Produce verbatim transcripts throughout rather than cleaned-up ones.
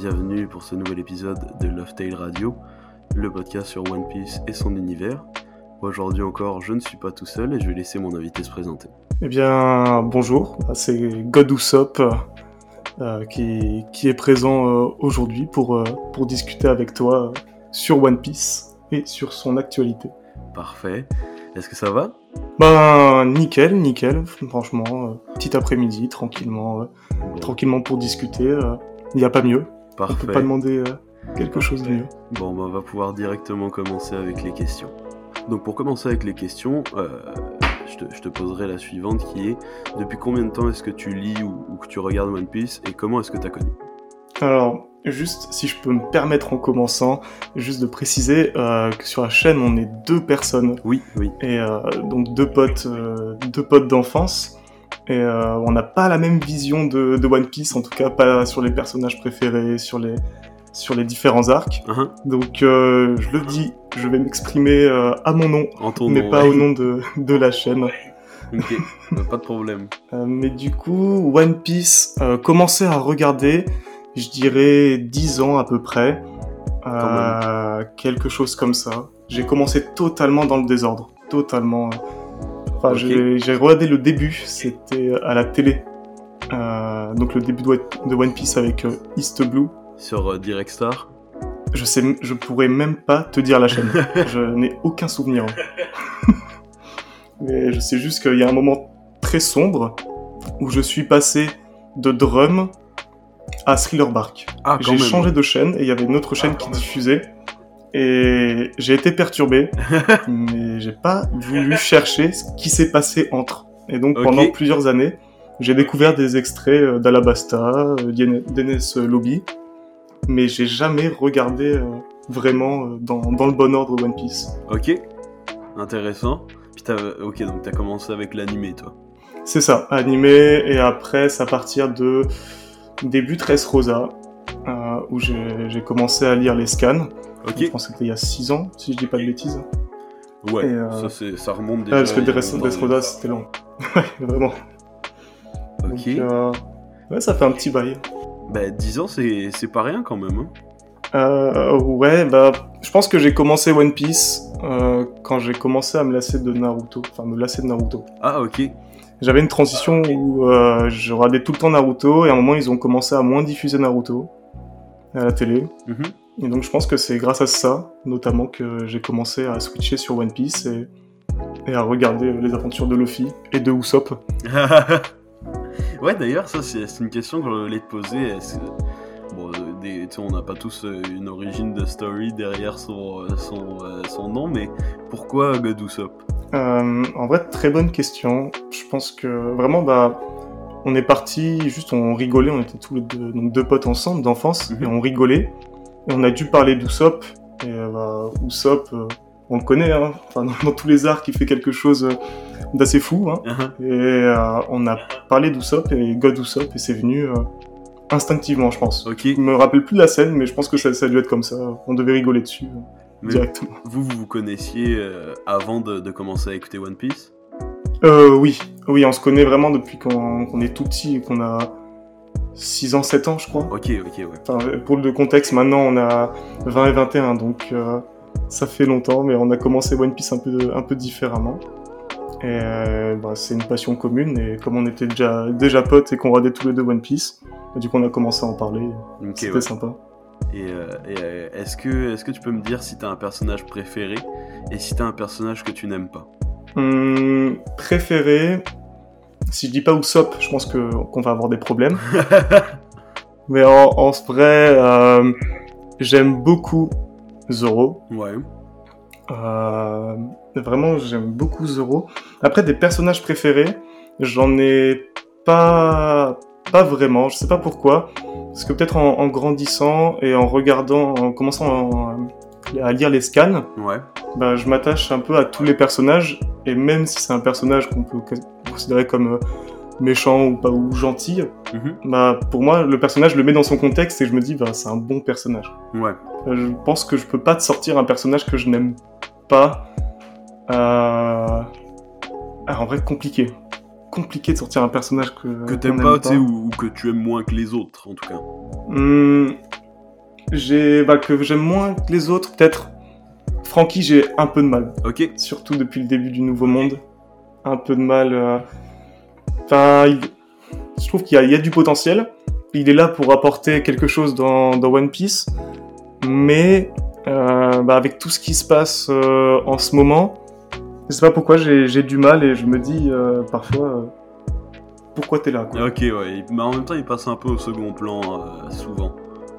bienvenue pour ce nouvel épisode de Love Tale Radio, le podcast sur One Piece et son univers. Aujourd'hui encore, je ne suis pas tout seul et je vais laisser mon invité se présenter. Eh bien, bonjour, c'est God Usopp euh, qui, qui est présent euh, aujourd'hui pour, euh, pour discuter avec toi sur One Piece et sur son actualité. Parfait. Est-ce que ça va ? Ben, nickel, nickel, franchement, euh, petit après-midi, tranquillement, euh, Bon. tranquillement pour discuter, il euh, n'y a pas mieux, Parfait. on peut pas demander euh, quelque chose de mieux. Bon, bah, on va pouvoir directement commencer avec les questions. Donc pour commencer avec les questions, euh, je, te, je te poserai la suivante qui est depuis combien de temps est-ce que tu lis ou, ou que tu regardes One Piece et comment est-ce que tu as connu ? Alors, juste si je peux me permettre en commençant, juste de préciser euh, que sur la chaîne on est deux personnes. Oui, oui. Et euh, donc deux potes, euh, deux potes d'enfance. Et euh, on n'a pas la même vision de, de One Piece, en tout cas pas sur les personnages préférés, sur les, sur les différents arcs. Uh-huh. Donc euh, je le dis, je vais m'exprimer euh, à mon nom, En ton mais nom, pas ouais. au nom de, de la chaîne. Ok, bah, pas de problème. Euh, mais du coup, One Piece, euh, commencer à regarder, je dirais dix ans à peu près. Euh, quelque chose comme ça. J'ai commencé totalement dans le désordre. Totalement. Enfin, Ok. j'ai, j'ai regardé le début, c'était à la télé. Euh, donc le début de, One- de One Piece avec euh, East Blue. Sur euh, Direct Star ? Je sais, m- je pourrais même pas te dire la chaîne. Je n'ai aucun souvenir. Mais je sais juste qu'il y a un moment très sombre où je suis passé de Drum à Thriller Bark. Ah, quand J'ai même. changé de chaîne et il y avait une autre chaîne Ah, qui quand même. diffusait. Et j'ai été perturbé, mais j'ai pas voulu chercher ce qui s'est passé entre. Et donc Ok. pendant plusieurs années, j'ai découvert des extraits euh, d'Alabasta, euh, d'En- d'Enes Lobby, mais j'ai jamais regardé euh, vraiment euh, dans, dans le bon ordre One Piece. Ok, intéressant. Puis t'as... Ok, donc t'as commencé avec l'animé, toi. C'est ça, animé, et après, c'est à partir de début Dressrosa, euh, où j'ai, j'ai commencé à lire les scans. Ok. Je pense que c'était il y a six ans, si je dis pas de bêtises. Ouais, Et, euh, ça, c'est... ça remonte déjà. Ah, parce que il y a Dress- longtemps, Dressrosa, c'était long. Ouais, vraiment. Ok. Donc, euh, ouais, ça fait un petit bail. Bah, dix ans, c'est... c'est pas rien quand même. Hein. Euh, ouais, bah, je pense que j'ai commencé One Piece euh, quand j'ai commencé à me lasser de Naruto. Enfin, me lasser de Naruto. Ah, ok. J'avais une transition où euh, je regardais tout le temps Naruto, et à un moment, ils ont commencé à moins diffuser Naruto à la télé. Mhm. Et donc, je pense que c'est grâce à ça, notamment, que j'ai commencé à switcher sur One Piece et, et à regarder les aventures de Luffy et de Usopp. Ouais, d'ailleurs, ça, c'est... c'est une question que je voulais te poser. Est-ce que- Bon, euh, des... tu sais, on n'a pas tous euh, une origine de story derrière son, euh, son, euh, son nom, mais pourquoi God Usopp ? Euh, en vrai, très bonne question. Je pense que vraiment, bah, on est parti, juste on rigolait, on était tous les deux, donc deux potes ensemble d'enfance, Mhm. et on rigolait. Et on a dû parler d'Usopp. Et euh, bah, Usopp, euh, on le connaît, hein, enfin, dans, dans tous les arcs, il fait quelque chose euh, d'assez fou. Hein. Et euh, on a parlé d'Usopp et God Usopp, et c'est venu euh, instinctivement, je pense. Ok, Je me rappelle plus de la scène, mais je pense que ça, ça a dû être comme ça. On devait rigoler dessus euh, mais directement. vous, vous vous connaissiez euh, avant de, de commencer à écouter One Piece ? Euh, oui, oui, on se connaît vraiment depuis qu'on, qu'on est tout petit et qu'on a six ans, sept ans, je crois. Ok, ok, ouais. Enfin, pour le contexte, maintenant on a vingt et vingt et un, donc euh, ça fait longtemps, mais on a commencé One Piece un peu, un peu différemment. Et euh, bah, c'est une passion commune, et comme on était déjà, déjà potes et qu'on regardait tous les deux One Piece, et du coup on a commencé à en parler, Ok, c'était ouais. sympa. Et, euh, et, euh, est-ce que, est-ce que tu peux me dire si t'as un personnage préféré et si t'as un personnage que tu n'aimes pas ? Hum, préféré, si je dis pas Usopp, je pense que, qu'on va avoir des problèmes. Mais en, en vrai, euh, j'aime beaucoup Zoro. Ouais. Euh, vraiment, j'aime beaucoup Zoro. Après, des personnages préférés, j'en ai pas, pas vraiment. Je sais pas pourquoi. Parce que peut-être en, en grandissant et en regardant, en commençant en- à lire les scans, Ouais. bah, je m'attache un peu à tous les personnages. Et même si c'est un personnage qu'on peut considérer comme euh, méchant ou pas ou gentil, Mhm. bah, pour moi, le personnage, je le met dans son contexte et je me dis, bah, c'est un bon personnage. Ouais. Euh, Je pense que je peux pas te sortir un personnage que je n'aime pas. Euh... Ah, en vrai, compliqué. Compliqué de sortir un personnage que, Que qu'on t'aimes n'aime pas, tu sais, ou, ou que tu aimes moins que les autres, en tout cas. Hum, j'ai, bah, que j'aime moins que les autres, peut-être. Franky, j'ai un peu de mal. Ok. Surtout depuis le début du Nouveau Monde. Un peu de mal. euh, Enfin, il- je trouve qu'il y a, il y a du potentiel. Il est là pour apporter quelque chose dans, dans One Piece. Mais euh, bah, avec tout ce qui se passe euh, en ce moment, je sais pas pourquoi j'ai, j'ai du mal et je me dis euh, parfois euh, pourquoi t'es là, quoi. Ok, ouais. Mais en même temps, il passe un peu au second plan, euh, souvent.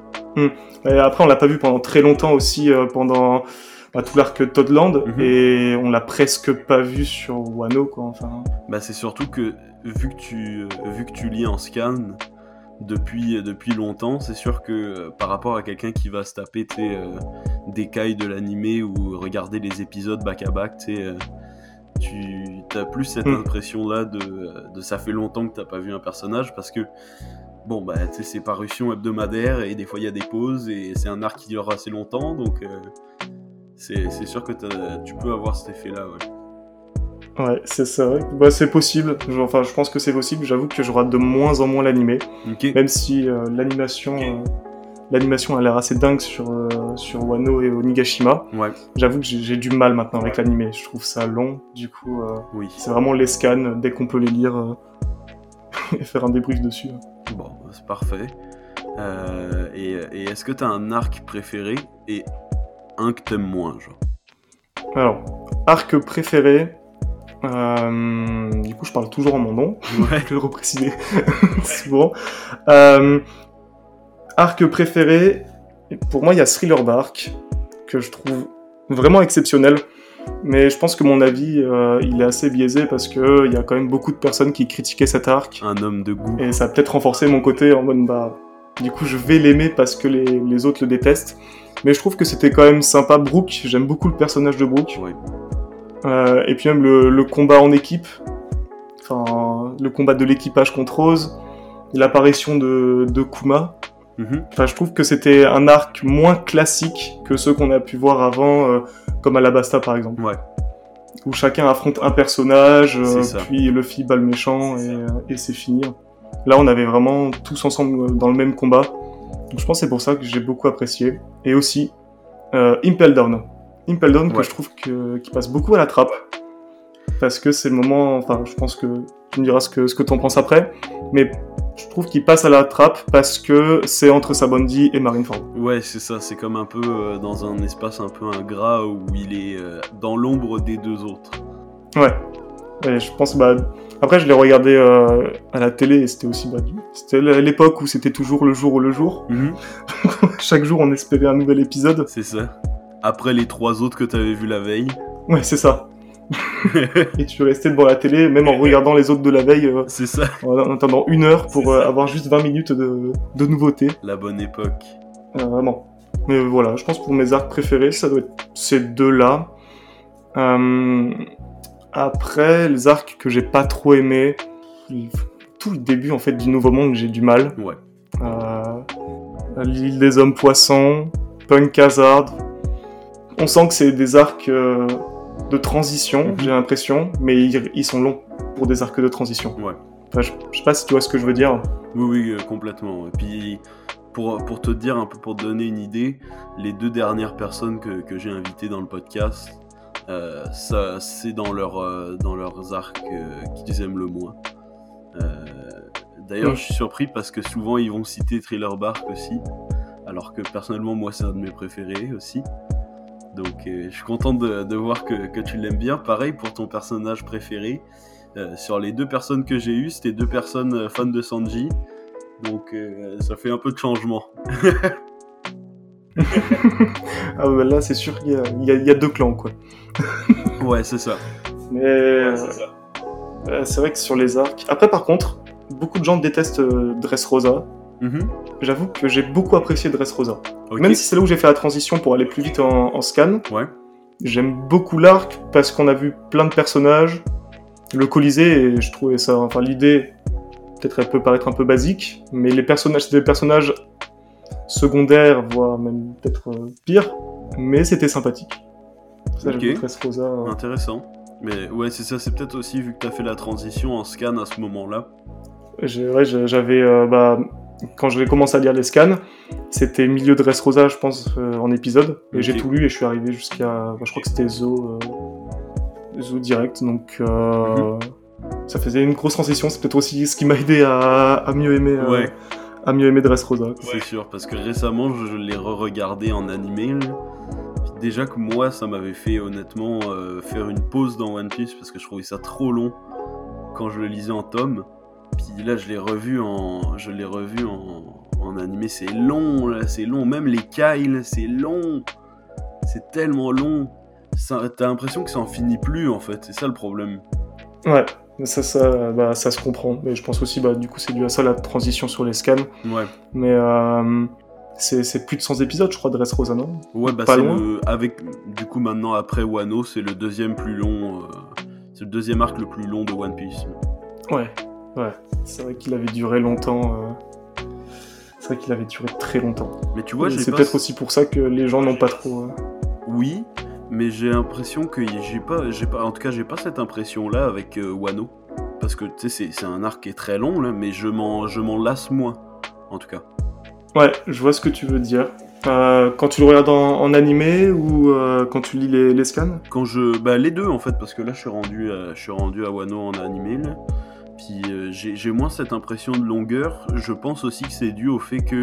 Et après, on l'a pas vu pendant très longtemps aussi, euh, pendant bah, tout l'arc Toadland, Mhm. et on l'a presque pas vu sur Wano, quoi. Enfin, Bah, c'est surtout que, vu que tu, euh, vu que tu lis en scan depuis, depuis longtemps, c'est sûr que euh, par rapport à quelqu'un qui va se taper t'sais, euh, des cailles de l'animé ou regarder les épisodes back à back, t'sais, euh, tu as plus cette Mm. impression-là de, de ça fait longtemps que t'as pas vu un personnage parce que bon bah tu sais c'est parution hebdomadaire et des fois il y a des pauses et c'est un arc qui dure assez longtemps donc euh, c'est, c'est sûr que t'as- tu peux avoir cet effet-là. Ouais. ouais, c'est ça. Ouais. Bah, c'est possible. Je- Enfin, je pense que c'est possible. J'avoue que je rate de moins en moins l'animé, Ok. même si euh, l'animation, euh, l'animation a l'air assez dingue sur euh, sur Wano et Onigashima. Ouais. J'avoue que j'ai, j'ai du mal maintenant avec l'animé. Je trouve ça long. Du coup, euh, Oui. c'est vraiment les scans dès qu'on peut les lire euh, et faire un débrief dessus. Bon, bah, c'est parfait. Euh, et, et est-ce que t'as un arc préféré et un que t'aimes moins, genre? Alors, arc préféré. Euh, du coup, je parle toujours en mon nom. Ouais. Je vais le repréciser souvent. Euh, arc préféré. Pour moi, il y a Thriller Bark que je trouve vraiment exceptionnel. Mais je pense que mon avis, euh, il est assez biaisé parce que il y a quand même beaucoup de personnes qui critiquaient cet arc. Un homme de goût. Et ça a peut-être renforcé mon côté en mode bah. Du coup, je vais l'aimer parce que les, les autres le détestent. Mais je trouve que c'était quand même sympa. Brook, j'aime beaucoup le personnage de Brook. Ouais. Euh, et puis même le, le combat en équipe, enfin le combat de l'équipage contre Rose, l'apparition de, de Kuma. Mhm. Enfin, je trouve que c'était un arc moins classique que ceux qu'on a pu voir avant, euh, comme Alabasta par exemple, Ouais. où chacun affronte un personnage, euh, C'est ça. puis Luffy bat le méchant et, euh, et c'est fini. Là, on avait vraiment tous ensemble dans le même combat. Donc je pense que c'est pour ça que j'ai beaucoup apprécié. Et aussi euh, Impel Down. Impel Down que Ouais. je trouve que, qui passe beaucoup à la trappe. Parce que c'est le moment... Enfin, je pense que tu me diras ce que, ce que t'en penses après. Mais je trouve qu'il passe à la trappe parce que c'est entre Sabondi et Marineford. Ouais, c'est ça, c'est comme un peu euh, dans un espace un peu ingrat où il est euh, dans l'ombre des deux autres. Ouais. Et je pense... Bah, après, je l'ai regardé euh, à la télé et c'était aussi... Bah, c'était l'époque où c'était toujours le jour ou le jour. Mhm. Chaque jour, on espérait un nouvel épisode. C'est ça. Après les trois autres que t'avais vus la veille. Ouais, c'est ça. Et tu restais devant la télé, même en regardant les autres de la veille, euh, C'est ça, en attendant une heure pour C'est euh, ça. avoir juste vingt minutes de, de nouveautés. la bonne époque. Euh, vraiment. Mais voilà, je pense que pour mes arcs préférés, ça doit être ces deux-là. Euh, après, les arcs que j'ai pas trop aimés, tout le début en fait du Nouveau Monde, j'ai du mal. Ouais. Euh, L'île des hommes poissons, Punk Hazard. On sent que c'est des arcs euh, de transition, Mhm. j'ai l'impression, mais ils, ils sont longs pour des arcs de transition. Ouais. Enfin, je, je sais pas si tu vois ce que je veux dire. Oui, oui, euh, complètement. Et puis, pour, pour te dire un peu, pour te donner une idée, les deux dernières personnes que, que j'ai invitées dans le podcast, euh, ça, c'est dans, leur, euh, dans leurs arcs euh, qu'ils aiment le moins. Euh, d'ailleurs, Mm. je suis surpris parce que souvent ils vont citer Thriller Bark aussi, alors que personnellement, moi, c'est un de mes préférés aussi. Donc, euh, je suis content de, de voir que, que tu l'aimes bien. Pareil pour ton personnage préféré. Euh, sur les deux personnes que j'ai eues, c'était deux personnes euh, fans de Sanji. Donc euh, ça fait un peu de changement. Ah bah là, c'est sûr qu'il y a, il y a- il y a deux clans, quoi. Ouais, c'est ça. Mais euh, euh, c'est vrai que sur les arcs... Après, par contre, beaucoup de gens détestent euh, Dressrosa. Mhm. J'avoue que j'ai beaucoup apprécié Dressrosa. Ok. Même si c'est là où j'ai fait la transition pour aller plus vite en, en scan, Ouais. j'aime beaucoup l'arc parce qu'on a vu plein de personnages, le Colisée, et je trouvais ça... Enfin, l'idée, peut-être elle peut paraître un peu basique, mais les personnages, c'est des personnages secondaires, voire même peut-être euh, pire, mais c'était sympathique. Ça, Ok. j'aime Dressrosa. euh, Intéressant. Mais ouais, c'est ça, c'est peut-être aussi vu que t'as fait la transition en scan à ce moment-là. J'ai- ouais, j'ai- j'avais euh, bah, quand j'ai commencé à lire les scans, c'était milieu de Dressrosa, je pense, euh, en épisode. Et Ok. j'ai tout lu et je suis arrivé jusqu'à. Bah, je crois que c'était Zo, euh, Zo direct. Donc euh, Mhm. ça faisait une grosse transition. C'est peut-être aussi ce qui m'a aidé à, à mieux aimer. euh, Ouais. à mieux aimer Dressrosa. C'est sûr, parce que récemment, je, je l'ai re-regardé en animé. Là. Puis déjà que moi, ça m'avait fait honnêtement euh, faire une pause dans One Piece parce que je trouvais ça trop long quand je le lisais en tome. Puis là, je l'ai revu en, je l'ai revu en, en animé. C'est long, là, c'est long. Même les Kyle, c'est long. C'est tellement long. Ça, t'as l'impression que ça en finit plus en fait. C'est ça le problème. Ouais, mais ça, ça, bah, ça se comprend. Mais je pense aussi, bah, du coup, c'est dû à ça la transition sur les scans. Ouais. Mais euh, c'est, c'est plus de cent épisodes, je crois, Dressrosa, non ? Ouais, bah Pas c'est loin. le, avec du coup maintenant après Wano, c'est le deuxième plus long. Euh, c'est le deuxième arc le plus long de One Piece. Ouais, ouais. C'est vrai qu'il avait duré longtemps. euh, C'est vrai qu'il avait duré très longtemps. Mais tu vois, Et j'ai c'est pas. peut-être aussi pour ça que les gens n'ont pas trop. euh, Oui, mais j'ai l'impression que j'ai pas, j'ai pas, en tout cas, j'ai pas cette impression-là avec euh, Wano, parce que tu sais, c'est, c'est un arc qui est très long là, mais je m'en, je m'en lasse moins, en tout cas. Ouais, je vois ce que tu veux dire. Euh, quand tu le regardes en, en animé ou euh, quand tu lis les, les scans ? Quand je, bah les deux en fait, parce que là, je suis rendu, à, je suis rendu à Wano en animé là. Puis euh, j'ai, j'ai moins cette impression de longueur. Je pense aussi que c'est dû au fait que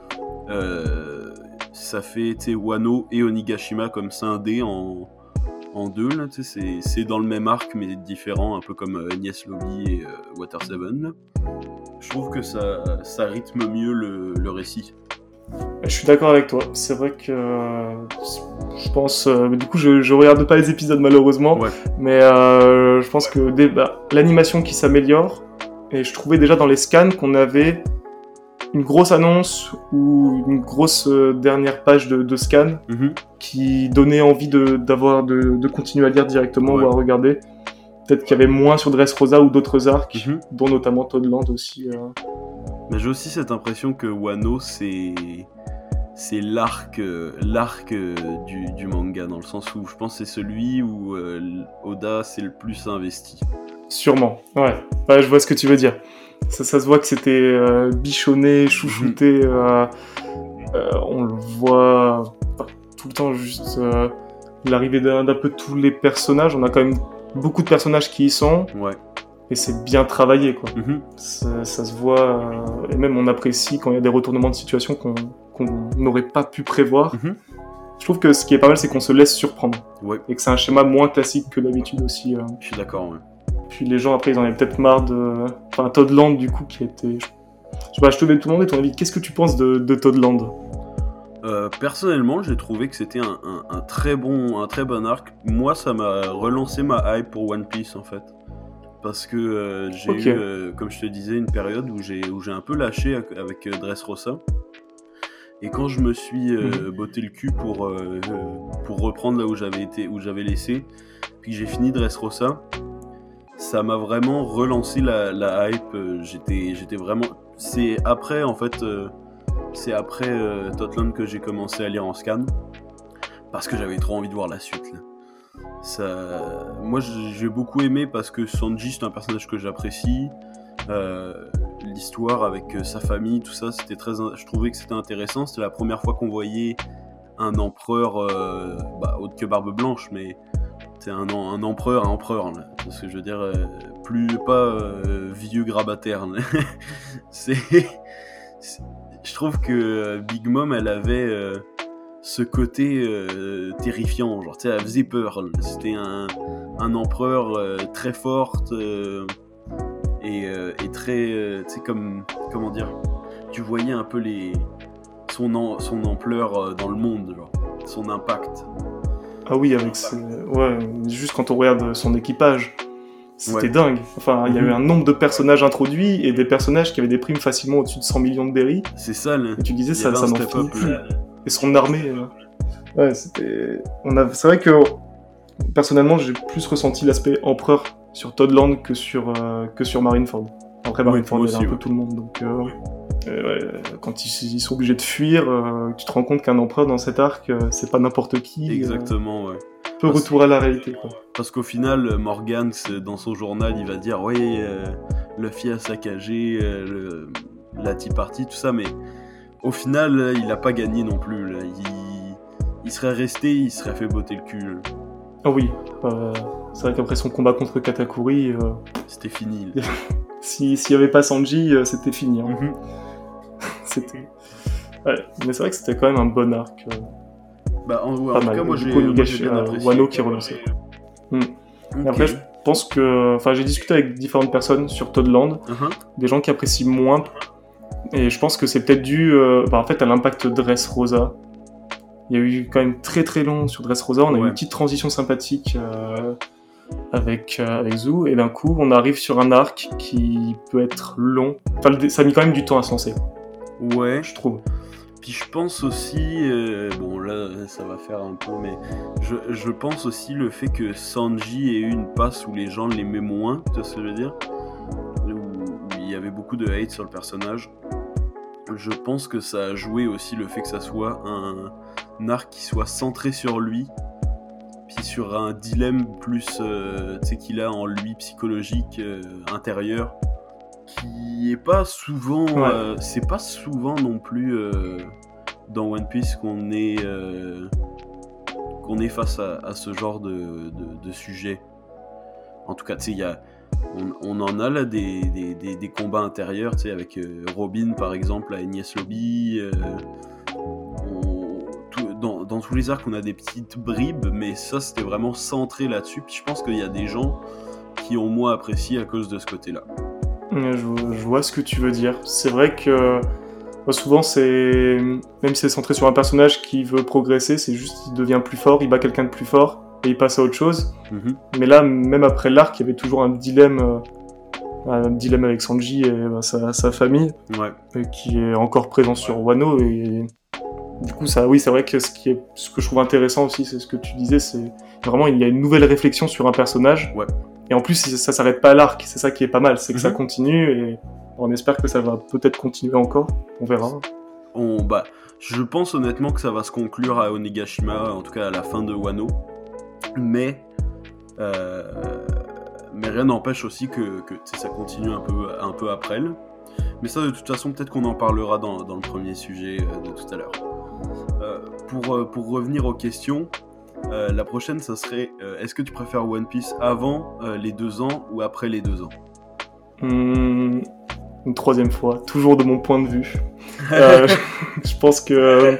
euh, ça fait, tu sais, Wano et Onigashima comme scindés en, en deux, là, tu sais, c'est, c'est dans le même arc, mais différent, un peu comme euh, Enies Lobby et euh, Water seven, là. Je trouve que ça, ça rythme mieux le, le récit. Je suis d'accord avec toi. C'est vrai que euh, je pense. euh, du coup, je, je regarde pas les épisodes malheureusement, Ouais. mais euh, je pense que dès- bah, l'animation qui s'améliore. Et je trouvais déjà dans les scans qu'on avait une grosse annonce ou une grosse euh, dernière page de, de scan Mhm. qui donnait envie de, d'avoir, de, de continuer à lire directement Ouais. ou à regarder. Peut-être qu'il y avait moins sur Dressrosa ou d'autres arcs, Mhm. dont notamment Toadland aussi. euh. Mais j'ai aussi cette impression que Wano, c'est, c'est l'arc, euh, l'arc euh, du, du manga, dans le sens où je pense que c'est celui où euh, Oda s'est le plus investi. Sûrement, ouais. Ouais, je vois ce que tu veux dire. Ça, ça se voit que c'était euh, bichonné, chouchouté. euh, euh, on le voit pas tout le temps, juste euh, l'arrivée d'un, d'un peu tous les personnages. On a quand même beaucoup de personnages qui y sont, Ouais. et c'est bien travaillé, quoi. Mhm. Ça, ça se voit, euh, et même on apprécie quand il y a des retournements de situation qu'on, qu'on n'aurait pas pu prévoir. Mhm. Je trouve que ce qui est pas mal, c'est qu'on se laisse surprendre, Ouais, et que c'est un schéma moins classique que d'habitude aussi. euh. je suis d'accord, ouais. Puis les gens, après, ils en avaient peut-être marre de... Enfin, Toadland, du coup, qui était... Je sais pas, je te vais te demander ton avis. Qu'est-ce que tu penses de, de Toadland ? Euh, personnellement, j'ai trouvé que c'était un, un, un très bon, un très bon arc. Moi, ça m'a relancé ma hype pour One Piece, en fait. Parce que euh, j'ai Ok. eu, euh, comme je te disais, une période où j'ai, où j'ai un peu lâché avec, avec euh, Dressrosa. Et quand je me suis euh, botté le cul pour, euh, pour reprendre là où j'avais été, où j'avais laissé, puis que j'ai fini Dressrosa, ça m'a vraiment relancé la, la hype. euh, J'étais, j'étais vraiment. C'est après, en fait, euh, c'est après euh, Totland que j'ai commencé à lire en scan, parce que j'avais trop envie de voir la suite. Là. Ça, moi, j'ai j'ai beaucoup aimé parce que Sanji, c'est un personnage que j'apprécie. Euh, l'histoire avec euh, sa famille, tout ça, c'était très. Je trouvais que c'était intéressant. C'était la première fois qu'on voyait un empereur, euh, bah, autre que Barbe Blanche, mais c'est un, un empereur, un empereur, là. Parce que je veux dire, euh, plus pas euh, vieux grabataire. Là. c'est, c'est, je trouve que euh, Big Mom, elle avait euh, ce côté euh, terrifiant, genre, tu sais, elle faisait peur. Là. C'était un, un empereur euh, très forte euh, et, euh, et très, euh, tu sais, comme, comment dire, tu voyais un peu les, son, en, son ampleur euh, dans le monde, genre, son impact. Ah oui, avec ses... Ouais, juste quand on regarde son équipage, c'était Ouais. dingue. Enfin, il y a eu Mhm. un nombre de personnages introduits et des personnages qui avaient des primes facilement au-dessus de cent millions de berries. C'est ça, là. Et tu disais, Il y ça, avait ça un n'en step finit up, plus. là. Et son armée... euh, Ouais, c'était... On a... C'est vrai que, personnellement, j'ai plus ressenti l'aspect empereur sur Toadland que sur, euh, que sur Marineford. Après, Oui, Marineford, moi il y a aussi, un peu ouais. tout le monde, donc... euh, euh, ouais, quand ils, ils sont obligés de fuir, euh, tu te rends compte qu'un empereur dans cet arc, euh, c'est pas n'importe qui. Exactement, ouais. Euh, peu Parce- retour à la réalité, quoi. Parce qu'au final, Morgan, c'est- dans son journal, il va dire « Ouais, euh, Luffy a saccagé euh, le, la Tea Party, tout ça, mais au final, il a pas gagné non plus. Là. Il, il serait resté, il serait fait botter le cul. Là. Ah oui, euh, c'est vrai qu'après son combat contre Katakuri, euh, c'était fini. si, s'il n'y avait pas Sanji, euh, c'était fini. Hein. Mm-hmm. c'était... Ouais, mais c'est vrai que c'était quand même un bon arc. Euh... Bah, en, ouais, pas en tout mal. cas, moi, du j'ai, coup, moi, Onigashima, j'ai bien apprécié. Wano qui est relancé. Mm. Okay. Après, je pense que... Enfin, j'ai discuté avec différentes personnes sur Toadland, uh-huh. des gens qui apprécient moins, et je pense que c'est peut-être dû euh, bah, en fait, à l'impact Dressrosa. Il y a eu quand même très très long sur Dressrosa, on a ouais. eu une petite transition sympathique euh, avec, euh, avec Zou, et d'un coup, on arrive sur un arc qui peut être long. Enfin, ça a mis quand même du temps à se lancer. Ouais. Je trouve. Puis je pense aussi, euh, bon là ça va faire un peu, mais je, je pense aussi le fait que Sanji ait eu une passe où les gens l'aimaient moins, tu vois ce que je veux dire, où, où il y avait beaucoup de hate sur le personnage. Je pense que ça a joué aussi le fait que ça soit un, un arc qui soit centré sur lui, puis sur un dilemme plus, euh, tu sais, qu'il a en lui psychologique euh, intérieur. Qui est pas souvent, ouais. euh, c'est pas souvent non plus euh, dans One Piece qu'on est euh, qu'on est face à, à ce genre de, de, de sujet. En tout cas, tu sais, il y a, on, on en a là des, des, des, des combats intérieurs, tu sais, avec euh, Robin par exemple, à Enies Lobby. Euh, on, tout, dans, dans tous les arcs, on a des petites bribes, mais ça c'était vraiment centré là-dessus. Puis je pense qu'il y a des gens qui ont moins apprécié à cause de ce côté-là. Je, je vois ce que tu veux dire. C'est vrai que bah, souvent, c'est même si c'est centré sur un personnage qui veut progresser, c'est juste qu'il devient plus fort, il bat quelqu'un de plus fort et il passe à autre chose. Mm-hmm. Mais là, même après l'arc, il y avait toujours un dilemme, euh, un dilemme avec Sanji et bah, sa, sa famille, ouais. euh, qui est encore présent sur Wano. Et du coup, ça, oui, c'est vrai que ce qui est, ce que je trouve intéressant aussi, c'est ce que tu disais, c'est vraiment il y a une nouvelle réflexion sur un personnage. Ouais. Et en plus, ça s'arrête pas à l'arc, c'est ça qui est pas mal, c'est que mm-hmm. ça continue et on espère que ça va peut-être continuer encore, on verra. On, bah, je pense honnêtement que ça va se conclure à Onigashima, en tout cas à la fin de Wano, mais, euh, mais rien n'empêche aussi que, que ça continue un peu, un peu après elle. Mais ça, de toute façon, peut-être qu'on en parlera dans, dans le premier sujet de tout à l'heure. Euh, pour, pour revenir aux questions, Euh, la prochaine, ça serait euh, est-ce que tu préfères One Piece avant euh, les deux ans ou après les deux ans? mmh, Une troisième fois, toujours de mon point de vue. euh, je pense que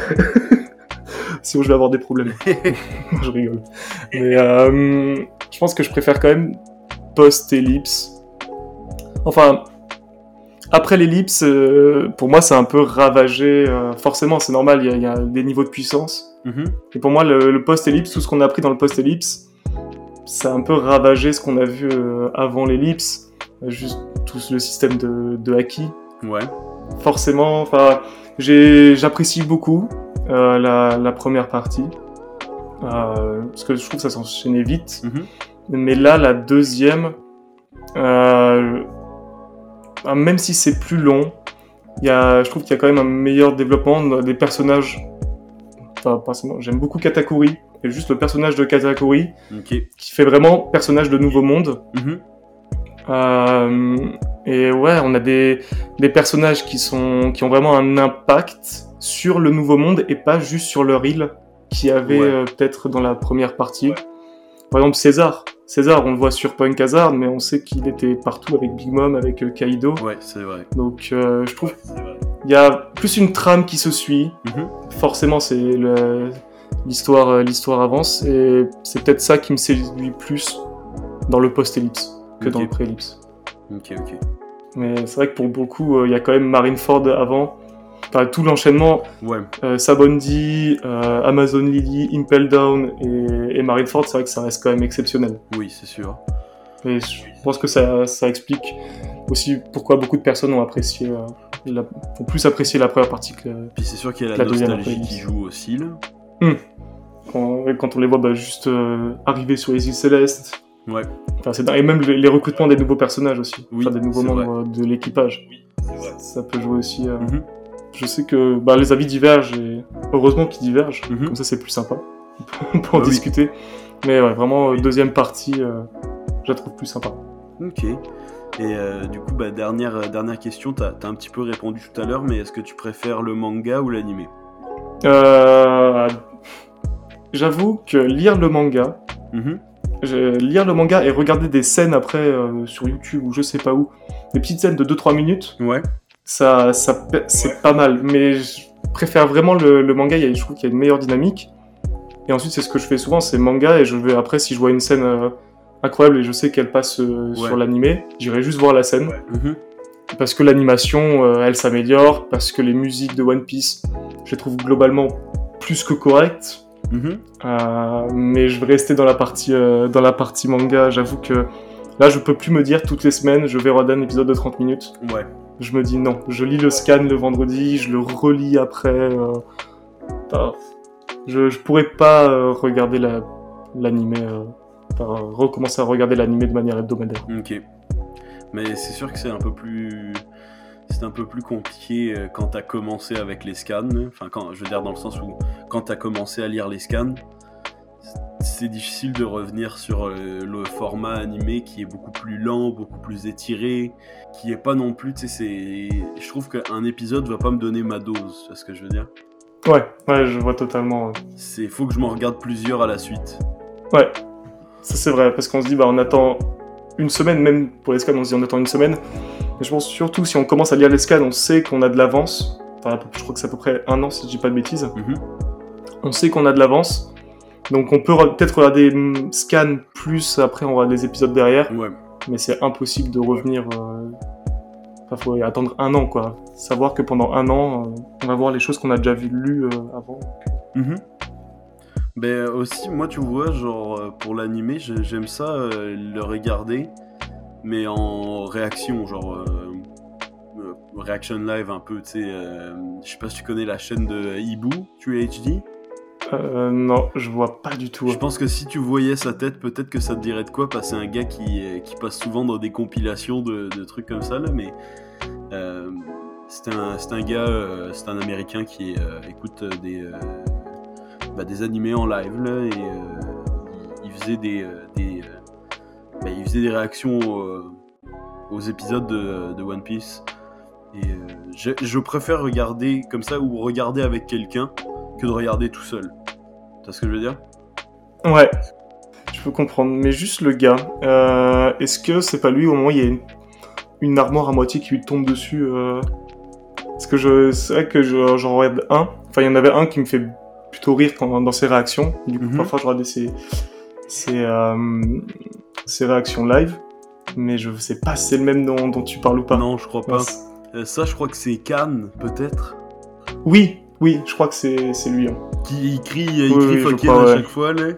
sinon je vais avoir des problèmes. Je rigole. Mais euh, je pense que je préfère quand même post-ellipse. Enfin, après l'ellipse, euh, pour moi, c'est un peu ravagé. Euh, forcément, c'est normal, il y, y a des niveaux de puissance. Mm-hmm. Et pour moi, le, le post-ellipse, tout ce qu'on a appris dans le post-ellipse, ça a un peu ravagé ce qu'on a vu euh, avant l'ellipse. Juste tout le système de, de haki. Ouais. Forcément, enfin, j'apprécie beaucoup euh, la, la première partie. Euh, parce que je trouve que ça s'enchaînait vite. Mm-hmm. Mais là, la deuxième... Euh, même si c'est plus long, y a, je trouve qu'il y a quand même un meilleur développement des personnages. Enfin, personnellement, j'aime beaucoup Katakuri, et juste le personnage de Katakuri, okay. qui fait vraiment personnage de Nouveau Monde. Mm-hmm. Euh, et ouais, on a des, des personnages qui, sont, qui ont vraiment un impact sur le Nouveau Monde, et pas juste sur leur île, qui avait ouais. euh, peut-être dans la première partie. Par exemple, César. César, on le voit sur Punk Hazard, mais on sait qu'il était partout avec Big Mom, avec euh, Kaido. Ouais, c'est vrai. Donc, euh, je trouve qu'il y a plus une trame qui se suit. Mm-hmm. Forcément, c'est le, l'histoire, euh, l'histoire avance, et c'est peut-être ça qui me séduit plus dans le post-ellipse que okay. dans le pré-ellipse. Ok, ok. Mais c'est vrai que pour beaucoup, il euh, y a quand même Marineford avant. Enfin, tout l'enchaînement, ouais. euh, Sabondi, euh, Amazon Lily, Impel Down et, et Marineford, c'est vrai que ça reste quand même exceptionnel. Oui, c'est sûr. Et je pense que ça, ça explique aussi pourquoi beaucoup de personnes ont apprécié, euh, la, ont plus apprécié la première partie que la Puis c'est sûr qu'il y a la, la nostalgie qui joue aussi, là. Hum. Quand, quand on les voit bah, juste euh, arriver sur les îles Célestes. Ouais. Enfin, c'est, et même les, les recrutements des nouveaux personnages aussi. Oui, enfin, des nouveaux membres vrai. de l'équipage. Oui, c'est vrai. Ça peut jouer aussi... Euh... Mm-hmm. Je sais que bah, les avis divergent, et heureusement qu'ils divergent, mm-hmm. comme ça c'est plus sympa, on peut en oui. discuter. Mais ouais, vraiment, deuxième partie, euh, je la trouve plus sympa. Ok. Et euh, du coup, bah, dernière, euh, dernière question, t'as, t'as un petit peu répondu tout à l'heure, mais est-ce que tu préfères le manga ou l'animé ? Euh, J'avoue que lire le manga, mm-hmm. je, lire le manga et regarder des scènes après euh, sur YouTube ou je sais pas où, des petites scènes de deux trois minutes, Ouais. ça, ça, c'est ouais. pas mal. Mais je préfère vraiment le, le manga, je trouve qu'il y a une meilleure dynamique. Et ensuite, c'est ce que je fais souvent, c'est manga, et je vais après, si je vois une scène euh, incroyable et je sais qu'elle passe euh, ouais. sur l'animé, j'irai juste voir la scène. Ouais. Mm-hmm. Parce que l'animation, euh, elle s'améliore, parce que les musiques de One Piece, je les trouve globalement plus que correctes. Mm-hmm. Euh, mais je vais rester dans la partie, euh, dans la partie manga. J'avoue que là, je peux plus me dire toutes les semaines, je vais regarder un épisode de trente minutes. Ouais. Je me dis non, je lis le scan le vendredi, je le relis après. Euh, bah, je, je pourrais pas euh, regarder la, l'animé, euh, enfin, recommencer à regarder l'animé de manière hebdomadaire. Ok. Mais c'est sûr que c'est un peu plus, c'est un peu plus compliqué quand t'as commencé avec les scans. Enfin, quand, je veux dire dans le sens où quand t'as commencé à lire les scans, c'est difficile de revenir sur le, le format animé qui est beaucoup plus lent, beaucoup plus étiré, qui est pas non plus, tu sais, c'est, je trouve qu'un épisode va pas me donner ma dose, c'est ce que je veux dire. Ouais, ouais, je vois totalement. Ouais. C'est, faut que je m'en regarde plusieurs à la suite. Ouais, ça c'est vrai, parce qu'on se dit, bah on attend une semaine, même pour les scans, on se dit on attend une semaine. Mais je pense surtout, si on commence à lire les scans, on sait qu'on a de l'avance. Enfin, je crois que c'est à peu près un an, si je dis pas de bêtises. Mm-hmm. On sait qu'on a de l'avance. Donc on peut re- peut-être regarder scan plus, après on aura des épisodes derrière. Ouais. Mais c'est impossible de revenir... Euh... Enfin, faut attendre un an, quoi. Savoir que pendant un an, euh, on va voir les choses qu'on a déjà vues, lues euh, avant. Mm-hmm. Ben aussi, moi, tu vois, genre, pour l'animé, j'aime ça, euh, le regarder, mais en réaction, genre, euh, euh, reaction live un peu, tu sais, euh, je sais pas si tu connais la chaîne de Ibu, tu es H D ? Euh, non, je vois pas du tout. Je pense que si tu voyais sa tête, peut-être que ça te dirait de quoi, parce que c'est un gars qui, qui passe souvent dans des compilations de, de trucs comme ça, là, mais euh, c'est un, c'est un gars, euh, c'est un Américain qui euh, écoute des, euh, bah, des animés en live, là, et euh, il, il faisait des, euh, des, euh, bah, il faisait des réactions euh, aux épisodes de, de One Piece, et euh, je, je préfère regarder comme ça, ou regarder avec quelqu'un, que de regarder tout seul. Tu vois ce que je veux dire ? Ouais, je peux comprendre. Mais juste le gars, euh, est-ce que c'est pas lui, au moment où il y a une, une armoire à moitié qui lui tombe dessus euh... Parce que je, c'est vrai que je, j'en regarde un. Enfin, il y en avait un qui me fait plutôt rire quand, dans ses réactions. Du coup, mm-hmm. parfois, je regardais ses, ses, euh, ses réactions live. Mais je sais pas si c'est le même dont, dont tu parles ou pas. Non, je crois pas. Euh, ça, je crois que c'est Khan, peut-être. Oui. Oui, je crois que c'est, c'est lui. Hein. Qui il crie, il oui, crie oui, fucking à ouais. chaque fois, là.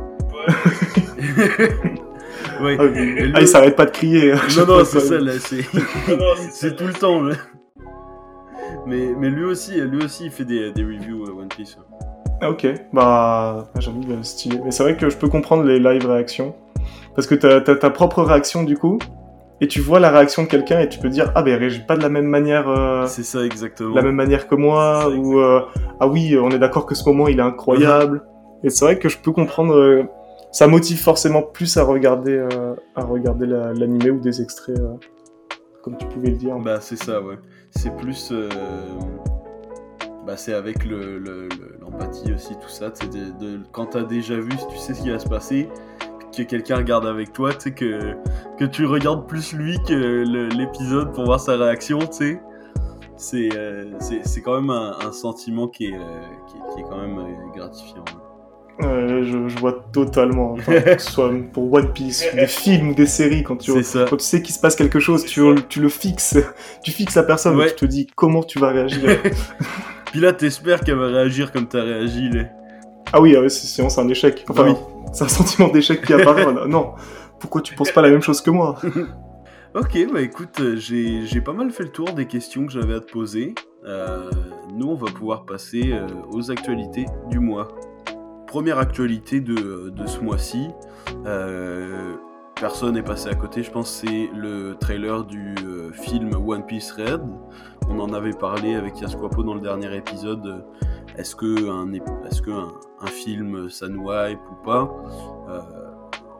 Ouais. Ah, oui. ah, il s'arrête pas de crier. Non, non, c'est ça, là, c'est... c'est tout le temps, là. Mais, mais lui aussi, lui aussi, il fait des, des reviews uh, One Piece. Ah, ok. Bah, j'avoue, stylé. Mais c'est vrai que je peux comprendre les live réactions. Parce que t'as, t'as ta propre réaction, du coup. Et tu vois la réaction de quelqu'un et tu peux dire ah ben il réagit pas de la même manière euh, c'est ça exactement la même manière que moi ou euh, ah oui on est d'accord que ce moment il est incroyable mm-hmm. Et c'est vrai que je peux comprendre euh, ça motive forcément plus à regarder euh, à regarder la, l'animé ou des extraits euh, comme tu pouvais le dire. Bah c'est ça ouais c'est plus euh... bah c'est avec le, le, le l'empathie aussi tout ça c'est de, de quand t'as déjà vu tu sais ce qui va se passer que quelqu'un regarde avec toi, tu sais, que, que tu regardes plus lui que le, l'épisode pour voir sa réaction, tu sais. C'est, euh, c'est, c'est quand même un, un sentiment qui est, euh, qui, qui est quand même euh, gratifiant. Ouais, euh, je, je vois totalement. Enfin, que ce soit pour One Piece, des films ou des séries, quand tu, quand tu sais qu'il se passe quelque chose, tu, tu le fixes, tu fixes la personne ouais. Et tu te dis comment tu vas réagir. Puis là, t'espères qu'elle va réagir comme t'as réagi, là. Ah oui, ah ouais, sinon c'est un échec. Enfin, oui. C'est un sentiment d'échec qui apparaît. Non, pourquoi tu penses pas la même chose que moi ? Ok, bah écoute, j'ai, j'ai pas mal fait le tour des questions que j'avais à te poser. Euh, nous, on va pouvoir passer euh, aux actualités du mois. Première actualité de, de ce mois-ci. Euh, personne n'est passé à côté, je pense que c'est le trailer du euh, film One Piece Red. On en avait parlé avec Yasquapo dans le dernier épisode. Est-ce que un, est-ce que un, un film ça nous hype ou pas ? euh,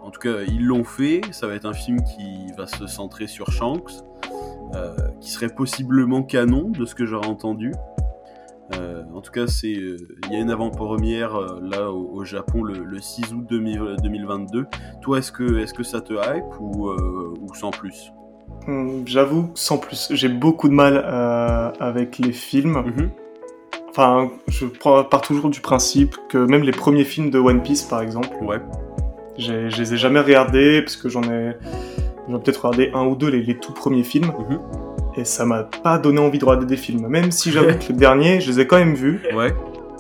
en tout cas, ils l'ont fait. Ça va être un film qui va se centrer sur Shanks, euh, qui serait possiblement canon, de ce que j'aurais entendu. Euh, en tout cas, c'est, il euh, y a une avant-première euh, là au, au Japon le, le six août deux mille vingt-deux. Toi, est-ce que, est-ce que ça te hype ou, euh, ou sans plus? Hum, J'avoue, sans plus. J'ai beaucoup de mal euh, avec les films. Mm-hmm. Enfin, je pars toujours du principe que même les premiers films de One Piece, par exemple, Ouais. j'ai, je les ai jamais regardés parce que j'en ai, j'en ai peut-être regardé un ou deux, les, les tout premiers films, Mm-hmm. et ça m'a pas donné envie de regarder des films. Même si j'avoue que les derniers, je les ai quand même vus. Ouais.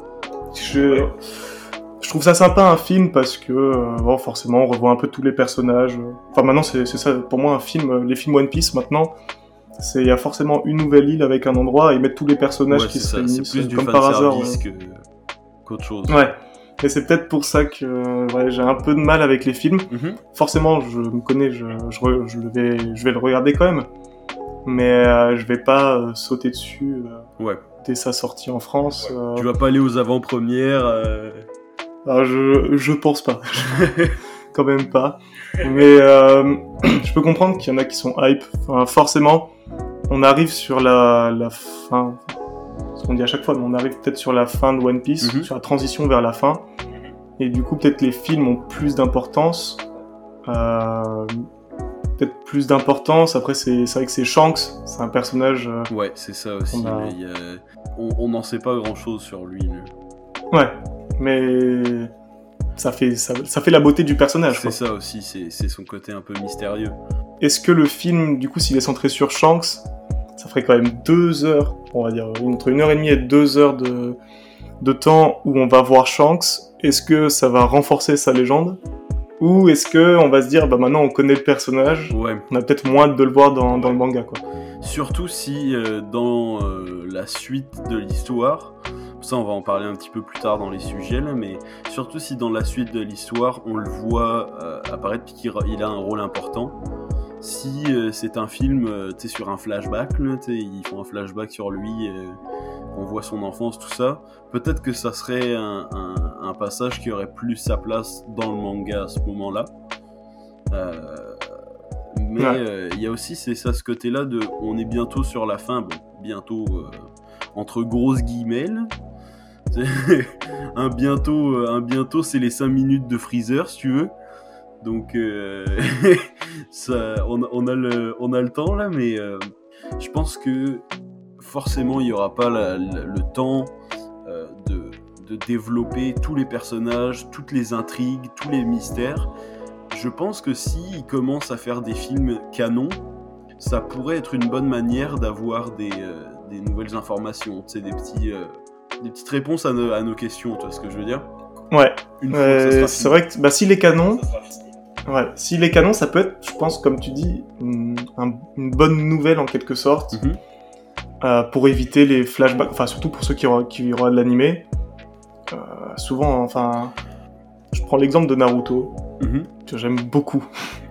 Je, je trouve ça sympa un film parce que, euh, bon, forcément, on revoit un peu tous les personnages. Enfin, maintenant, c'est, c'est ça, pour moi, un film, les films One Piece, maintenant, c'est, il y a forcément une nouvelle île avec un endroit et ils mettent tous les personnages Ouais, qui c'est se ça. réunissent, C'est plus du comme par hasard. fanservice Ouais. que, qu'autre chose. Ouais. Et c'est peut-être pour ça que euh, ouais, j'ai un peu de mal avec les films. Mm-hmm. Forcément, je me connais, je, je, re- je, vais, je vais le regarder quand même. Mais euh, je vais pas euh, sauter dessus euh, Ouais. dès sa sortie en France. Ouais. Euh... Tu vas pas aller aux avant-premières euh... Alors, je, je pense pas. Quand même pas. Mais euh, je peux comprendre qu'il y en a qui sont hype. Enfin, forcément, on arrive sur la, la fin. Ce qu'on dit à chaque fois, mais on arrive peut-être sur la fin de One Piece, Mm-hmm. sur la transition vers la fin. Et du coup, peut-être les films ont plus d'importance. Euh, peut-être plus d'importance. Après, c'est, c'est vrai que c'est Shanks. C'est un personnage... Euh, Ouais, c'est ça aussi. on a- mais il y a- On on n'en sait pas grand-chose sur lui. lui. Ouais. Mais... Ça fait, ça, ça fait la beauté du personnage, C'est quoi. ça aussi, c'est, c'est son côté un peu mystérieux. Est-ce que le film, du coup, s'il est centré sur Shanks, ça ferait quand même deux heures, on va dire, entre une heure et demie et deux heures de, de temps où on va voir Shanks. Est-ce que ça va renforcer sa légende? Ou est-ce que on va se dire, bah maintenant on connaît le personnage, Ouais. on a peut-être moins de le voir dans, dans le manga, quoi. Surtout si euh, dans euh, la suite de l'histoire, ça on va en parler un petit peu plus tard dans les sujets là, mais surtout si dans la suite de l'histoire on le voit euh, apparaître puis qu'il il a un rôle important. Si euh, c'est un film, euh, tu sais, sur un flashback, là, tu sais, ils font un flashback sur lui, euh, on voit son enfance, tout ça, peut-être que ça serait un, un, un passage qui aurait plus sa place dans le manga à ce moment-là. Euh, mais il Ouais. euh, y a aussi c'est ça, ce côté-là de, on est bientôt sur la fin, bon, bientôt euh, entre grosses guillemets, là. un bientôt, euh, un bientôt, c'est les cinq minutes de Freezer, si tu veux. Donc, euh, ça, on, on, a le, on a le temps là, mais euh, je pense que forcément il n'y aura pas la, la, le temps euh, de, de développer tous les personnages, toutes les intrigues, tous les mystères. Je pense que s'ils commencent à faire des films canons, ça pourrait être une bonne manière d'avoir des, euh, des nouvelles informations, tu sais, des, petits, euh, des petites réponses à, no, à nos questions, tu vois ce que je veux dire? Ouais, Une fois que ça euh, sera c'est fini. vrai que bah, s'il est canon, ouais, s'il est canon, ça peut être, je pense, comme tu dis, une, un- une bonne nouvelle en quelque sorte, Mhm. euh, pour éviter les flashbacks, enfin surtout pour ceux qui aura, qui aura de l'animé. Euh, souvent, enfin, je prends l'exemple de Naruto, Mhm. que j'aime beaucoup.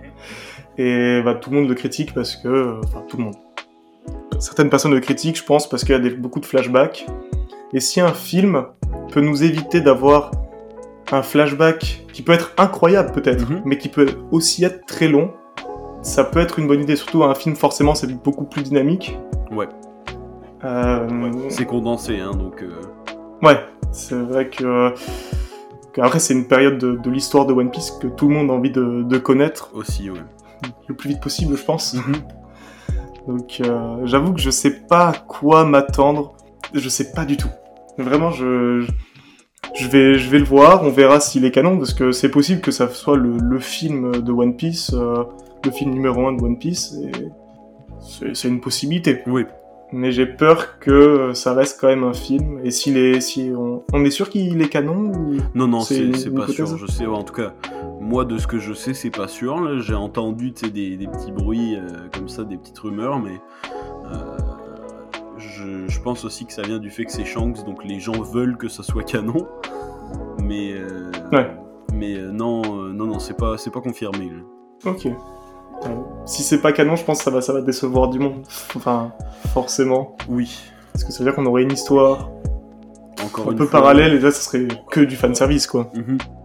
Et bah, tout le monde le critique parce que, enfin tout le monde. Certaines personnes le critiquent, je pense, parce qu'il y a des, beaucoup de flashbacks. Et si un film peut nous éviter d'avoir un flashback qui peut être incroyable peut-être, Mhm. mais qui peut aussi être très long, ça peut être une bonne idée. Surtout un film, forcément, c'est beaucoup plus dynamique. Ouais, Euh, c'est condensé, hein, donc... euh, Ouais, c'est vrai que... que après, c'est une période de, de l'histoire de One Piece que tout le monde a envie de, de connaître aussi, ouais. le plus vite possible, je pense. Mhm. Donc, euh, j'avoue que je sais pas à quoi m'attendre. Je sais pas du tout. Vraiment, je, je, je vais, je vais le voir. On verra s'il est canon, parce que c'est possible que ça soit le, le film de One Piece, euh, le film numéro un de One Piece. Et c'est, c'est une possibilité. Oui, Mais j'ai peur que ça reste quand même un film. Et s'il est, si on, on est sûr qu'il est canon ou... non, non, C'est c'est, une c'est pas hypothèse. sûr, je sais, en tout cas, moi, de ce que je sais, c'est pas sûr, là. J'ai entendu, tu sais, des, des petits bruits, euh, comme ça, des petites rumeurs, mais... Euh, je, je pense aussi que ça vient du fait que c'est Shanks, donc les gens veulent que ça soit canon, mais... Euh, Ouais. Mais euh, non, euh, non, non, c'est pas, c'est pas confirmé, là. Ok. Euh, si c'est pas canon, je pense que ça va, ça va décevoir du monde. Enfin, forcément. Oui, Parce que ça veut dire qu'on aurait une histoire encore un une peu fois... parallèle, et là, ça serait que du fanservice, quoi. Mhm.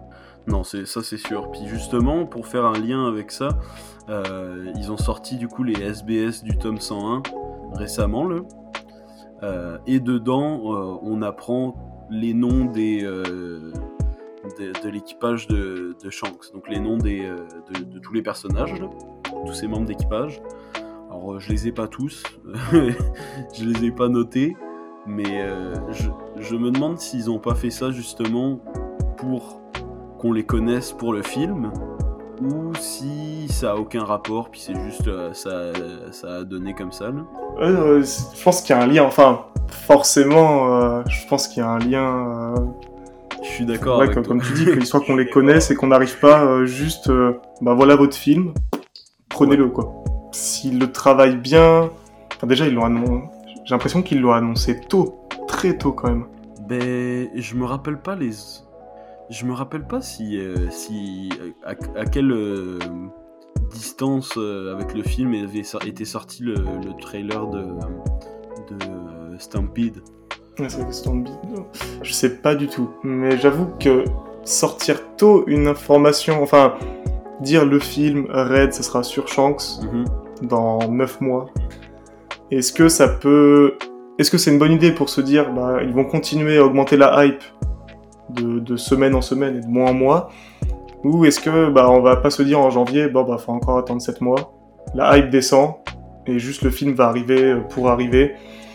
Non, c'est, ça c'est sûr. Puis justement, pour faire un lien avec ça, euh, ils ont sorti du coup les S B S du tome cent un récemment, le. Euh, et dedans, euh, on apprend les noms des, euh, de, de l'équipage de, de Shanks. Donc les noms des, euh, de, de tous les personnages, là, tous ces membres d'équipage. Alors euh, je les ai pas tous, je les ai pas notés, mais euh, je, je me demande s'ils ont pas fait ça justement pour qu'on les connaisse pour le film, ou si ça a aucun rapport, puis c'est juste euh, ça, ça a donné comme ça. Là. Euh, je pense qu'il y a un lien, enfin, forcément, euh, je pense qu'il y a un lien. Euh... Je suis d'accord ouais, avec comme, toi. comme tu dis, que l'histoire qu'on les connaisse et qu'on n'arrive pas euh, juste, euh, bah voilà votre film, prenez-le ouais. quoi. S'ils le travaillent bien, enfin, déjà ils l'ont annoncé, j'ai l'impression qu'ils l'ont annoncé tôt, très tôt quand même. Ben, je me rappelle pas les. Je me rappelle pas si, euh, si à, à quelle euh, distance euh, avec le film avait so- été sorti le, le trailer de, de euh, Stampede. Ouais, c'est vrai que Stampede, je sais pas du tout. Mais j'avoue que sortir tôt une information, enfin, dire le film Red, ça sera sur Shanks mm-hmm. dans neuf mois. Est-ce que ça peut... Est-ce que c'est une bonne idée pour se dire, bah, ils vont continuer à augmenter la hype De, de semaine en semaine et de mois en mois, ou est-ce que bah on va pas se dire en janvier bon bah faut encore attendre sept mois, la hype descend et juste le film va arriver pour arriver.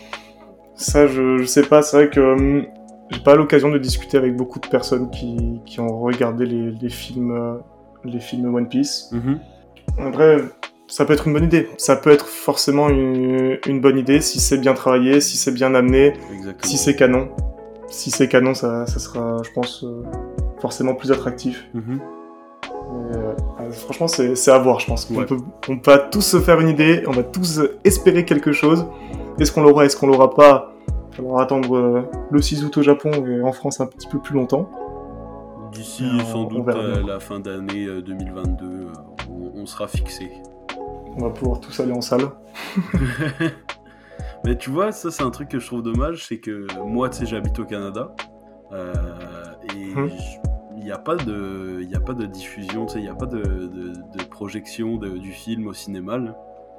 Ça je, je sais pas, c'est vrai que hum, j'ai pas l'occasion de discuter avec beaucoup de personnes qui, qui ont regardé les, les films euh, les films One Piece. Mm-hmm. Après ça peut être une bonne idée, ça peut être forcément une, une bonne idée si c'est bien travaillé, si c'est bien amené. Exactement. Si c'est canon. Si c'est canon, ça, ça sera, je pense, euh, forcément plus attractif. Mm-hmm. Et, euh, franchement, c'est, c'est à voir, je pense. Ouais. On, peut, on peut tous se faire une idée, on va tous espérer quelque chose. Est-ce qu'on l'aura, est-ce qu'on l'aura pas ? Il va falloir attendre euh, le six août au Japon et en France un petit peu plus longtemps. D'ici euh, sans doute à la fin d'année euh, deux mille vingt-deux, euh, on, on sera fixé. On va pouvoir tous aller en salle. Mais tu vois, ça c'est un truc que je trouve dommage, c'est que moi, tu sais, j'habite au Canada euh, et hum. il n'y a pas de, il y a pas de diffusion, tu sais, il n'y a pas de, de, de projection de, du film au cinéma. Là,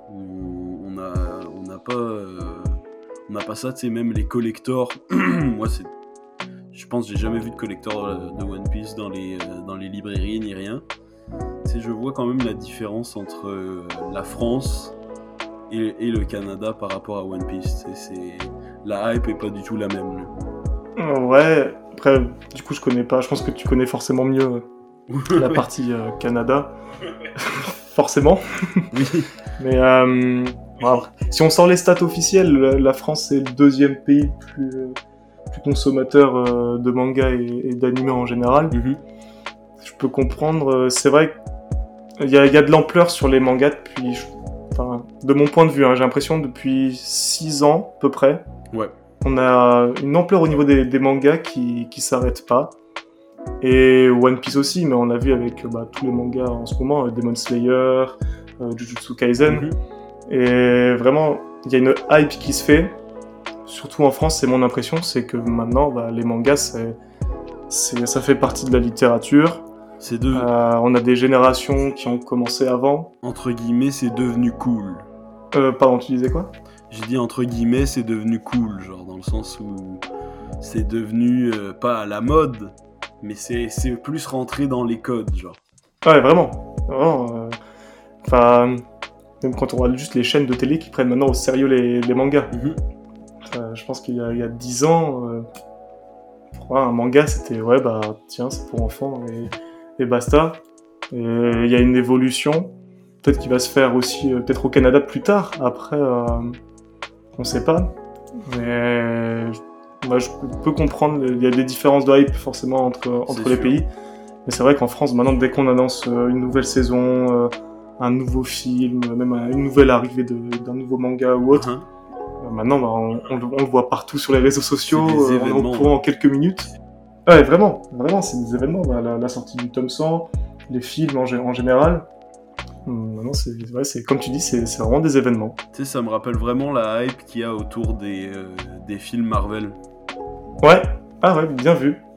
où on a, on n'a pas, euh, on n'a pas ça, tu sais, même les collectors. Moi, c'est, je pense, que j'ai jamais vu de collector de One Piece dans les, dans les librairies ni rien. Tu sais, je vois quand même la différence entre euh, la France. Et, et le Canada par rapport à One Piece, c'est, c'est... la hype est pas du tout la même. Là. Ouais, après, du coup, je connais pas. Je pense que tu connais forcément mieux la partie euh, Canada, forcément. Oui. Mais euh, wow. Si on sort les stats officielles, la France est le deuxième pays plus, plus consommateur euh, de manga et, et d'anime en général. Mm-hmm. Je peux comprendre. C'est vrai qu'il y a, y a de l'ampleur sur les mangas depuis. Je... Enfin, de mon point de vue, hein, j'ai l'impression depuis six ans à peu près, ouais. on a une ampleur au niveau des, des mangas qui qui s'arrête pas. Et One Piece aussi, mais on l'a vu avec bah, tous les mangas en ce moment, Demon Slayer, euh, Jujutsu Kaisen. Mm-hmm. Et vraiment, il y a une hype qui se fait, surtout en France, c'est mon impression, c'est que maintenant, bah, les mangas, c'est, c'est, ça fait partie de la littérature. C'est de... euh, on a des générations qui ont commencé avant. Entre guillemets, c'est devenu cool. Euh, pardon, tu disais quoi ? J'ai dit entre guillemets, c'est devenu cool, genre dans le sens où c'est devenu euh, pas à la mode, mais c'est, c'est plus rentré dans les codes, genre. Ouais, vraiment. Vraiment. Enfin, euh, même quand on regarde juste les chaînes de télé qui prennent maintenant au sérieux les, les mangas. Mm-hmm. Euh, je pense qu'il y a, il y a dix ans, euh, ouais, un manga c'était ouais, bah tiens, c'est pour enfants et. Et basta. Et il y a une évolution, peut-être qu'il va se faire aussi, euh, peut-être au Canada plus tard. Après, euh, on sait pas. Mais bah, je peux comprendre, il y a des différences de hype forcément entre, entre les pays. Mais c'est vrai qu'en France, maintenant, dès qu'on annonce une nouvelle saison, euh, un nouveau film, même une nouvelle arrivée de, d'un nouveau manga ou autre, uh-huh. euh, maintenant, bah, on, on, on le voit partout sur les réseaux sociaux, euh, on est au courant en quelques minutes. Ouais, vraiment, vraiment, c'est des événements. Bah, la, la sortie du tome cent, les films en, en général. Maintenant, c'est, ouais, c'est, comme tu dis, c'est, c'est vraiment des événements. Tu sais, ça me rappelle vraiment la hype qu'il y a autour des, euh, des films Marvel. Ouais, ah ouais, bien vu.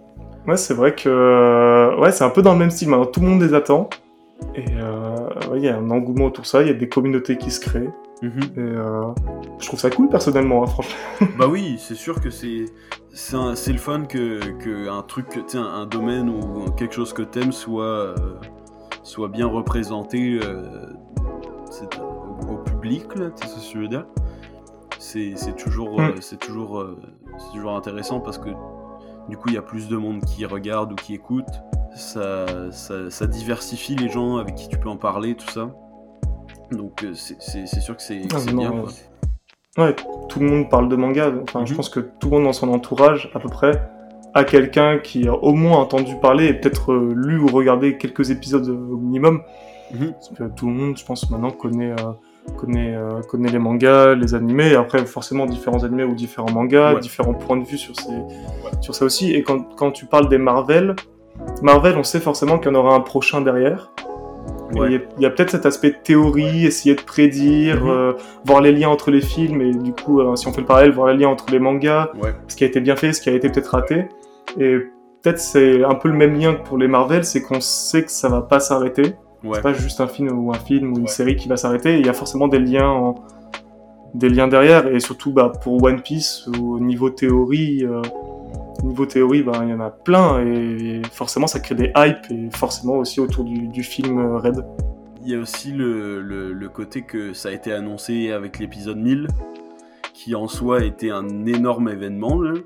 Ouais, c'est vrai que euh, ouais, c'est un peu dans le même style. Maintenant, tout le monde les attend. Et euh, ouais, il y a un engouement autour de ça, il y a des communautés qui se créent. Mhm. Et euh, je trouve ça cool personnellement, hein, franchement. Bah oui, c'est sûr que c'est c'est, un- c'est le fun que, que un truc, tu sais, un, un domaine ou quelque chose que t'aimes soit euh, soit bien représenté euh, c'est, au, au public là, tu sais ce que je veux dire. C'est c'est toujours euh, Mm. c'est toujours euh, c'est toujours intéressant parce que du coup il y a plus de monde qui regarde ou qui écoute. Ça, ça, ça diversifie les gens avec qui tu peux en parler, tout ça. Donc euh, c'est, c'est, c'est sûr que c'est, que Ah, c'est non, bien, ouais. quoi. Ouais, tout le monde parle de manga. Enfin, Mhm. je pense que tout le monde dans son entourage, à peu près, a quelqu'un qui a au moins entendu parler et peut-être euh, lu ou regardé quelques épisodes euh, au minimum. Mhm. Parce que tout le monde, je pense, maintenant connaît, euh, connaît, euh, connaît les mangas, les animés. Et après, forcément, différents animés ou différents mangas, Ouais. différents points de vue sur, ces, sur ça aussi. Et quand, quand tu parles des Marvel, Marvel, on sait forcément qu'il y en aura un prochain derrière. Et Ouais. Il y a, il y a peut-être cet aspect théorie, essayer de prédire, Mhm. euh, voir les liens entre les films, et du coup, euh, si on fait le parallèle, voir les liens entre les mangas, Ouais. ce qui a été bien fait, ce qui a été peut-être raté. Et peut-être c'est un peu le même lien que pour les Marvel, c'est qu'on sait que ça va pas s'arrêter. Ouais. C'est pas juste un film ou un film ou une série qui va s'arrêter. Il y a forcément des liens, en... des liens derrière, et surtout bah, pour One Piece, au niveau théorie, euh, niveau théorie, bah, il y en a plein, et forcément ça crée des hypes, et forcément aussi autour du, du film euh, Red. Il y a aussi le, le, le côté que ça a été annoncé avec l'épisode mille, qui en soi était un énorme événement. Là.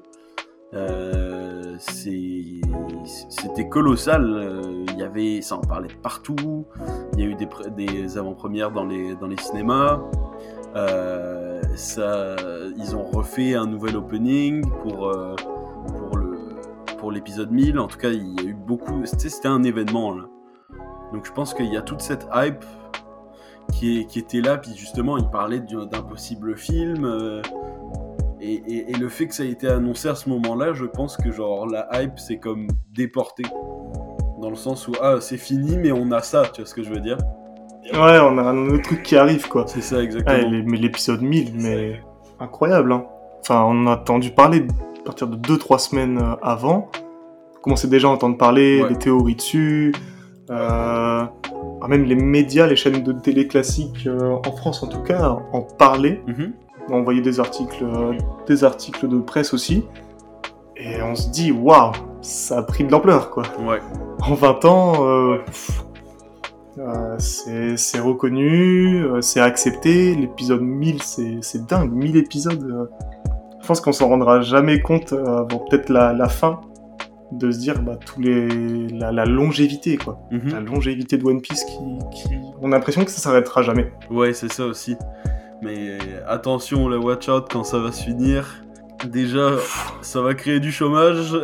Euh, c'est, c'était colossal. Euh, il y avait, ça en parlait de partout. Il y a eu des, des avant-premières dans les, dans les cinémas. Euh, ça, ils ont refait un nouvel opening pour, euh, pour, le, pour l'épisode mille. En tout cas, il y a eu beaucoup. C'était, c'était un événement là. Donc je pense qu'il y a toute cette hype qui, est, qui était là, puis justement il parlait d'un possible film, euh, et, et, et le fait que ça a été annoncé à ce moment-là, je pense que genre la hype c'est comme déportée, dans le sens où ah c'est fini mais on a ça, tu vois ce que je veux dire? Ouais, on a un autre truc qui arrive quoi. C'est ça exactement. Ouais, les, mais l'épisode mille, mais incroyable hein. Enfin, on a entendu parler à partir de deux trois semaines avant, on commençait déjà à entendre parler, Ouais. des théories dessus. Euh, même les médias, les chaînes de télé classiques, euh, en France en tout cas, en parlaient. Mm-hmm. On envoyait des articles, euh, des articles de presse aussi. Et on se dit, waouh, ça a pris de l'ampleur quoi. Ouais. En vingt ans, euh, pff, euh, c'est, c'est reconnu, euh, c'est accepté. L'épisode mille, c'est, c'est dingue, mille épisodes. Euh, je pense qu'on s'en rendra jamais compte euh, avant peut-être la, la fin. De se dire bah, tous les la, la longévité quoi, Mm-hmm. la longévité de One Piece qui, qui... on a l'impression que ça s'arrêtera jamais. Ouais, c'est ça aussi. Mais attention, la watch out quand ça va se finir. Déjà, ça va créer du chômage.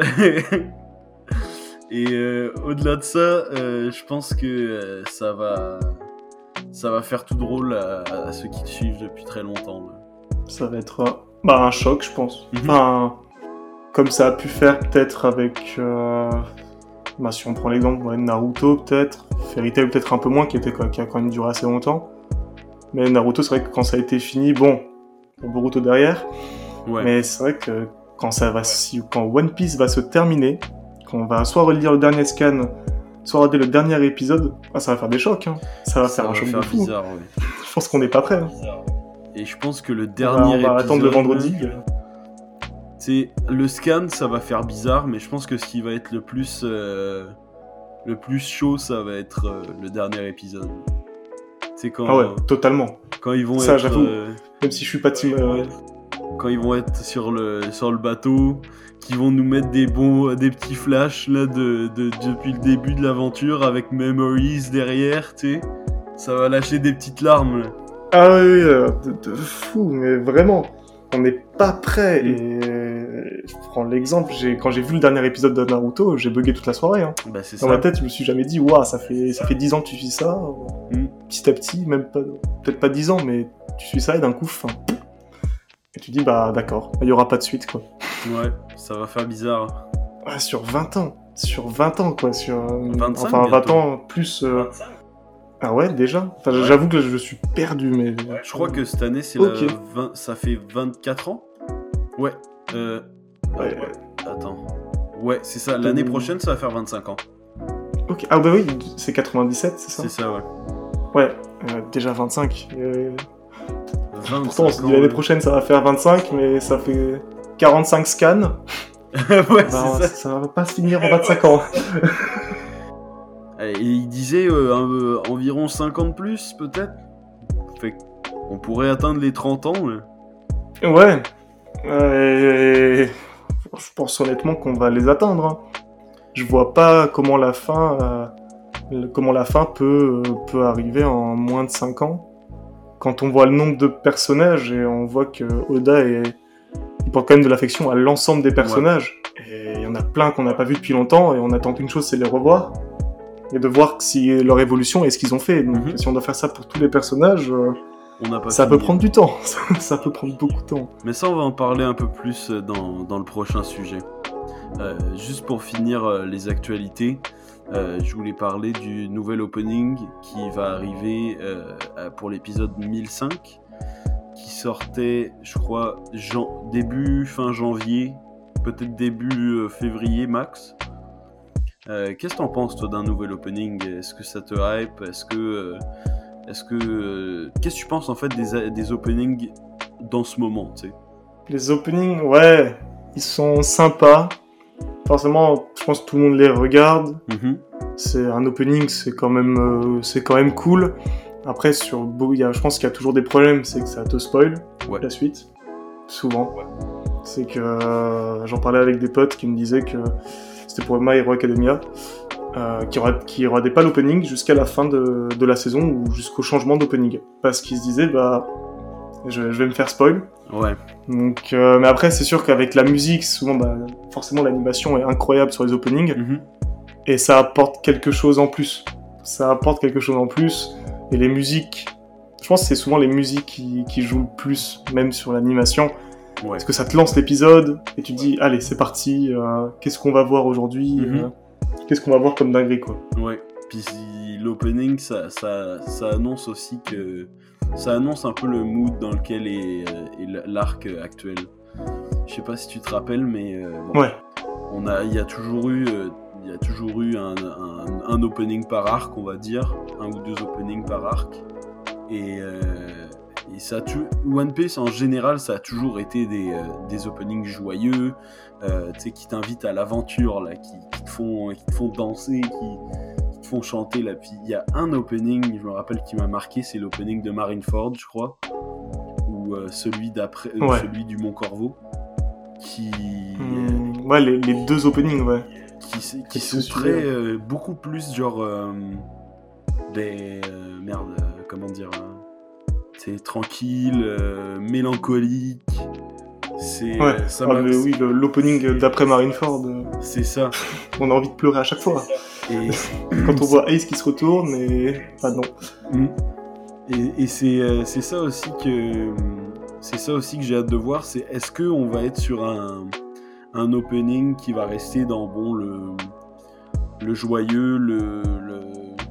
Et euh, au-delà de ça, euh, je pense que euh, ça va ça va faire tout drôle à, à ceux qui le suivent depuis très longtemps. Là. Ça va être euh, bah, un choc je pense. Mm-hmm. Enfin, comme ça a pu faire peut-être avec euh... bah, si on prend l'exemple ouais, Naruto peut-être, Fairy Tail peut-être un peu moins, qui, était, qui a quand même duré assez longtemps. Mais Naruto, c'est vrai que quand ça a été fini, bon, il y a Boruto derrière. Ouais. Mais c'est vrai que quand, ça va, si, quand One Piece va se terminer, quand on va soit relire le dernier scan, soit regarder le dernier épisode, ah, ça va faire des chocs. Hein. Ça va ça faire va un choc faire de fou. bizarre, ouais. Je pense qu'on n'est pas prêt. Hein. Et je pense que le On va, dernier on va épisode... attendre le vendredi. C'est le scan, ça va faire bizarre, mais je pense que ce qui va être le plus euh, le plus chaud, ça va être euh, le dernier épisode. C'est quand Ah ouais, totalement. quand ils vont ça, être j'avoue. euh, Même si je suis pas team. Euh... quand ils vont être sur le sur le bateau, qui vont nous mettre des bons des petits flashs là de, de depuis le début de l'aventure avec Memories derrière, tu sais. Ça va lâcher des petites larmes. Là. Ah oui, oui euh, de, de fou, mais vraiment. On n'est pas prêt. Et je prends l'exemple, j'ai... quand j'ai vu le dernier épisode de Naruto, j'ai bugué toute la soirée. Hein. Bah, c'est Dans ça. ma tête, je me suis jamais dit, waouh, ça fait ça fait dix ans que tu suis ça. Mm. Petit à petit, même pas, peut-être pas dix ans, mais tu suis ça et d'un coup, fin. Et tu dis, bah d'accord, il y aura pas de suite quoi. Ouais, ça va faire bizarre. Ouais, sur vingt ans, sur vingt ans quoi, sur vingt-cinq enfin vingt bientôt. ans plus. Euh... Ah ouais, déjà. Enfin, ouais. J'avoue que je suis perdu, mais. Je crois que cette année, c'est okay. la vingt... ça fait vingt-quatre ans. Ouais. Euh... Ouais. Attends. Ouais, c'est ça. L'année prochaine, ça va faire vingt-cinq ans. Ok. Ah bah oui, c'est quatre-vingt-dix-sept, c'est ça? C'est ça, ouais. Ouais, euh, déjà vingt-cinq. Euh... Pourtant, on se dit ans, l'année ouais. prochaine, ça va faire vingt-cinq, mais ça fait quarante-cinq scans. Ouais, bah, c'est ça. Ça va pas se finir en vingt-cinq ans. Et il disait euh, un, euh, environ cinquante plus, peut-être. Fait qu'on pourrait atteindre les trente ans. Mais... Ouais. Euh, je pense honnêtement qu'on va les atteindre. Hein. Je vois pas comment la fin, euh, comment la fin peut, euh, peut arriver en moins de cinq ans. Quand on voit le nombre de personnages et on voit que Oda est... il porte quand même de l'affection à l'ensemble des personnages. Ouais. Et il y en a plein qu'on n'a pas vu depuis longtemps et on attend qu'une chose, c'est de les revoir. Et de voir si leur évolution et ce qu'ils ont fait. Donc, mm-hmm. si on doit faire ça pour tous les personnages, euh, on n'a pas ça fini. Peut prendre du temps. Ça peut prendre beaucoup de temps. Mais ça, on va en parler un peu plus dans, dans le prochain sujet. Euh, juste pour finir euh, les actualités, euh, je voulais parler du nouvel opening qui va arriver euh, pour l'épisode mille cinq, qui sortait, je crois, jan- début, fin janvier, peut-être début euh, février max. Euh, qu'est-ce que t'en penses, toi, d'un nouvel opening? Est-ce que ça te hype? Est-ce que... Euh, est-ce que... Euh, qu'est-ce que tu penses, en fait, des, des openings dans ce moment, tu sais? Les openings, ouais, ils sont sympas. Forcément, je pense que tout le monde les regarde. Mm-hmm. C'est un opening, c'est quand même, euh, c'est quand même cool. Après, sur, il y a, je pense qu'il y a toujours des problèmes, c'est que ça te spoil, ouais. La suite. Souvent. Ouais. C'est que... Euh, j'en parlais avec des potes qui me disaient que... C'était pour My Hero Academia, euh, qui, aura, qui aura pas l'opening jusqu'à la fin de, de la saison ou jusqu'au changement d'opening. Parce qu'ils se disaient, bah, je, je vais me faire spoil. Ouais. Donc, euh, mais après, c'est sûr qu'avec la musique, souvent, bah, forcément, l'animation est incroyable sur les openings. Mm-hmm. Et ça apporte quelque chose en plus. Ça apporte quelque chose en plus. Et les musiques, je pense que c'est souvent les musiques qui, qui jouent le plus, même sur l'animation. Ouais. Parce que ça te lance l'épisode et tu te dis allez c'est parti, euh, qu'est-ce qu'on va voir aujourd'hui, mm-hmm. euh, qu'est-ce qu'on va voir comme dinguerie quoi. Ouais. Puis l'opening ça, ça, ça annonce aussi que ça annonce un peu le mood dans lequel est, est l'arc actuel. Je sais pas si tu te rappelles mais euh, bon, ouais. On a il y a toujours eu euh, il y a toujours eu un, un, un opening par arc on va dire, un ou deux openings par arc et euh, Et ça a tu... One Piece en général, ça a toujours été des, euh, des openings joyeux, euh, qui t'invitent à l'aventure, là, qui, qui, te font, qui te font danser, qui, qui te font chanter. Là. Puis il y a un opening, je me rappelle, qui m'a marqué, c'est l'opening de Marineford, je crois, ou euh, celui d'après, euh, ouais. celui du Mont Corvo, qui mmh, ouais, les, les deux openings, ouais, qui, qui sont très euh, beaucoup plus genre euh, des euh, merde, euh, comment dire. Euh, C'est tranquille, euh, mélancolique. C'est. Ouais. Ça ah, mais oui, le, l'opening d'après Marineford. Euh, c'est ça. On a envie de pleurer à chaque fois. Et quand on voit Ace qui se retourne, et ah non. Et, et c'est, euh, c'est ça aussi que c'est ça aussi que j'ai hâte de voir. C'est est-ce que on va être sur un un opening qui va rester dans bon le le joyeux, le, le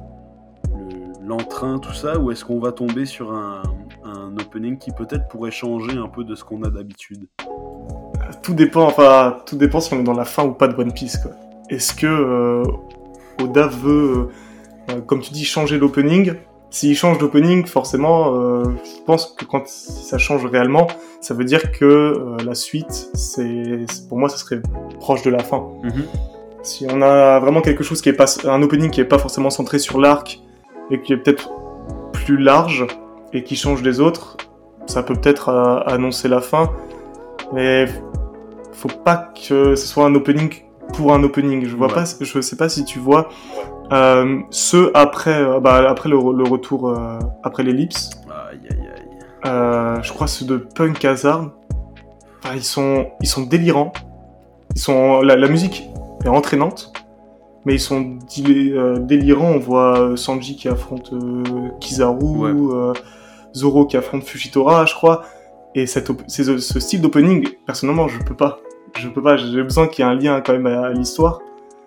l'entrain, tout ça, ou est-ce qu'on va tomber sur un, un opening qui peut-être pourrait changer un peu de ce qu'on a d'habitude? Tout dépend, enfin, tout dépend si on est dans la fin ou pas de One Piece, quoi. Est-ce que euh, Oda veut, euh, comme tu dis, changer l'opening? S'il change l'opening, forcément, euh, je pense que quand si ça change réellement, ça veut dire que euh, la suite, c'est, pour moi, ça serait proche de la fin. Mm-hmm. Si on a vraiment quelque chose qui est pas, un opening qui est pas forcément centré sur l'arc, et qui est peut-être plus large et qui change des autres, ça peut peut-être euh, annoncer la fin, mais faut pas que ce soit un opening pour un opening. Je vois ouais. pas, je sais pas si tu vois euh, ceux après, euh, bah, après le, le retour euh, après l'ellipse. Aïe aïe aïe. Euh, je crois ceux de Punk Hazard. Enfin, ils sont, ils sont délirants. Ils sont, la, la musique est entraînante. Mais ils sont délé- euh, délirants, on voit Sanji qui affronte euh, Kizaru, ouais. euh, Zoro qui affronte Fujitora, je crois, et cette op- ce style d'opening, personnellement, je peux pas, je peux pas, j'ai besoin qu'il y ait un lien quand même à, à l'histoire,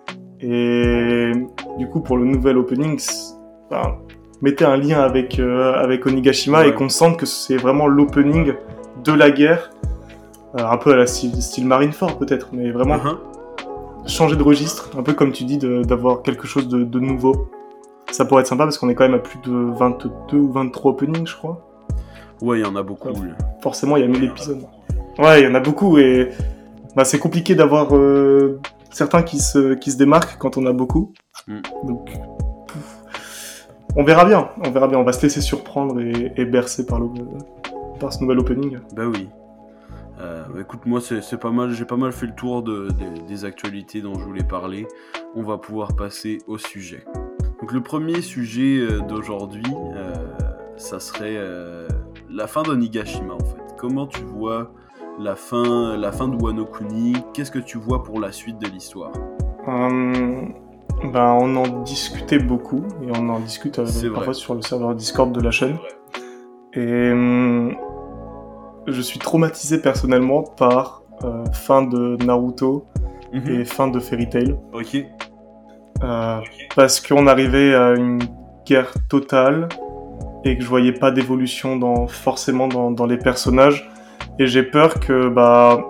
et du coup, pour le nouvel opening, ben, mettez un lien avec, euh, avec Onigashima, ouais. Et qu'on sente que c'est vraiment l'opening de la guerre, euh, un peu à la style, style Marineford peut-être, mais vraiment... Uh-huh. changer de registre, un peu comme tu dis, de, d'avoir quelque chose de, de nouveau. Ça pourrait être sympa parce qu'on est quand même à plus de vingt-deux ou vingt-trois openings, je crois. Ouais, il y en a beaucoup. Ouais. Forcément, il y a mille épisodes. Ouais, il y en a beaucoup et bah, c'est compliqué d'avoir euh, certains qui se, qui se démarquent quand on a beaucoup. Mm. Donc, on verra bien, on verra bien. On va se laisser surprendre et, et bercer par, le, par ce nouvel opening. Bah oui. Euh, bah écoute, moi c'est, c'est pas mal, j'ai pas mal fait le tour de, de, des actualités dont je voulais parler. On va pouvoir passer au sujet. Donc le premier sujet euh, d'aujourd'hui, euh, ça serait euh, la fin d'Onigashima en fait. Comment tu vois la fin, la fin de Wano Kuni? Qu'est-ce que tu vois pour la suite de l'histoire? Hum, ben, on en discutait beaucoup et on en discute euh, parfois vrai. Sur le serveur Discord de la chaîne. Et hum, je suis traumatisé personnellement par euh, fin de Naruto mm-hmm. et fin de Fairy Tail. Ok. Euh, parce qu'on arrivait à une guerre totale et que je voyais pas d'évolution dans, forcément dans, dans les personnages. Et j'ai peur que bah,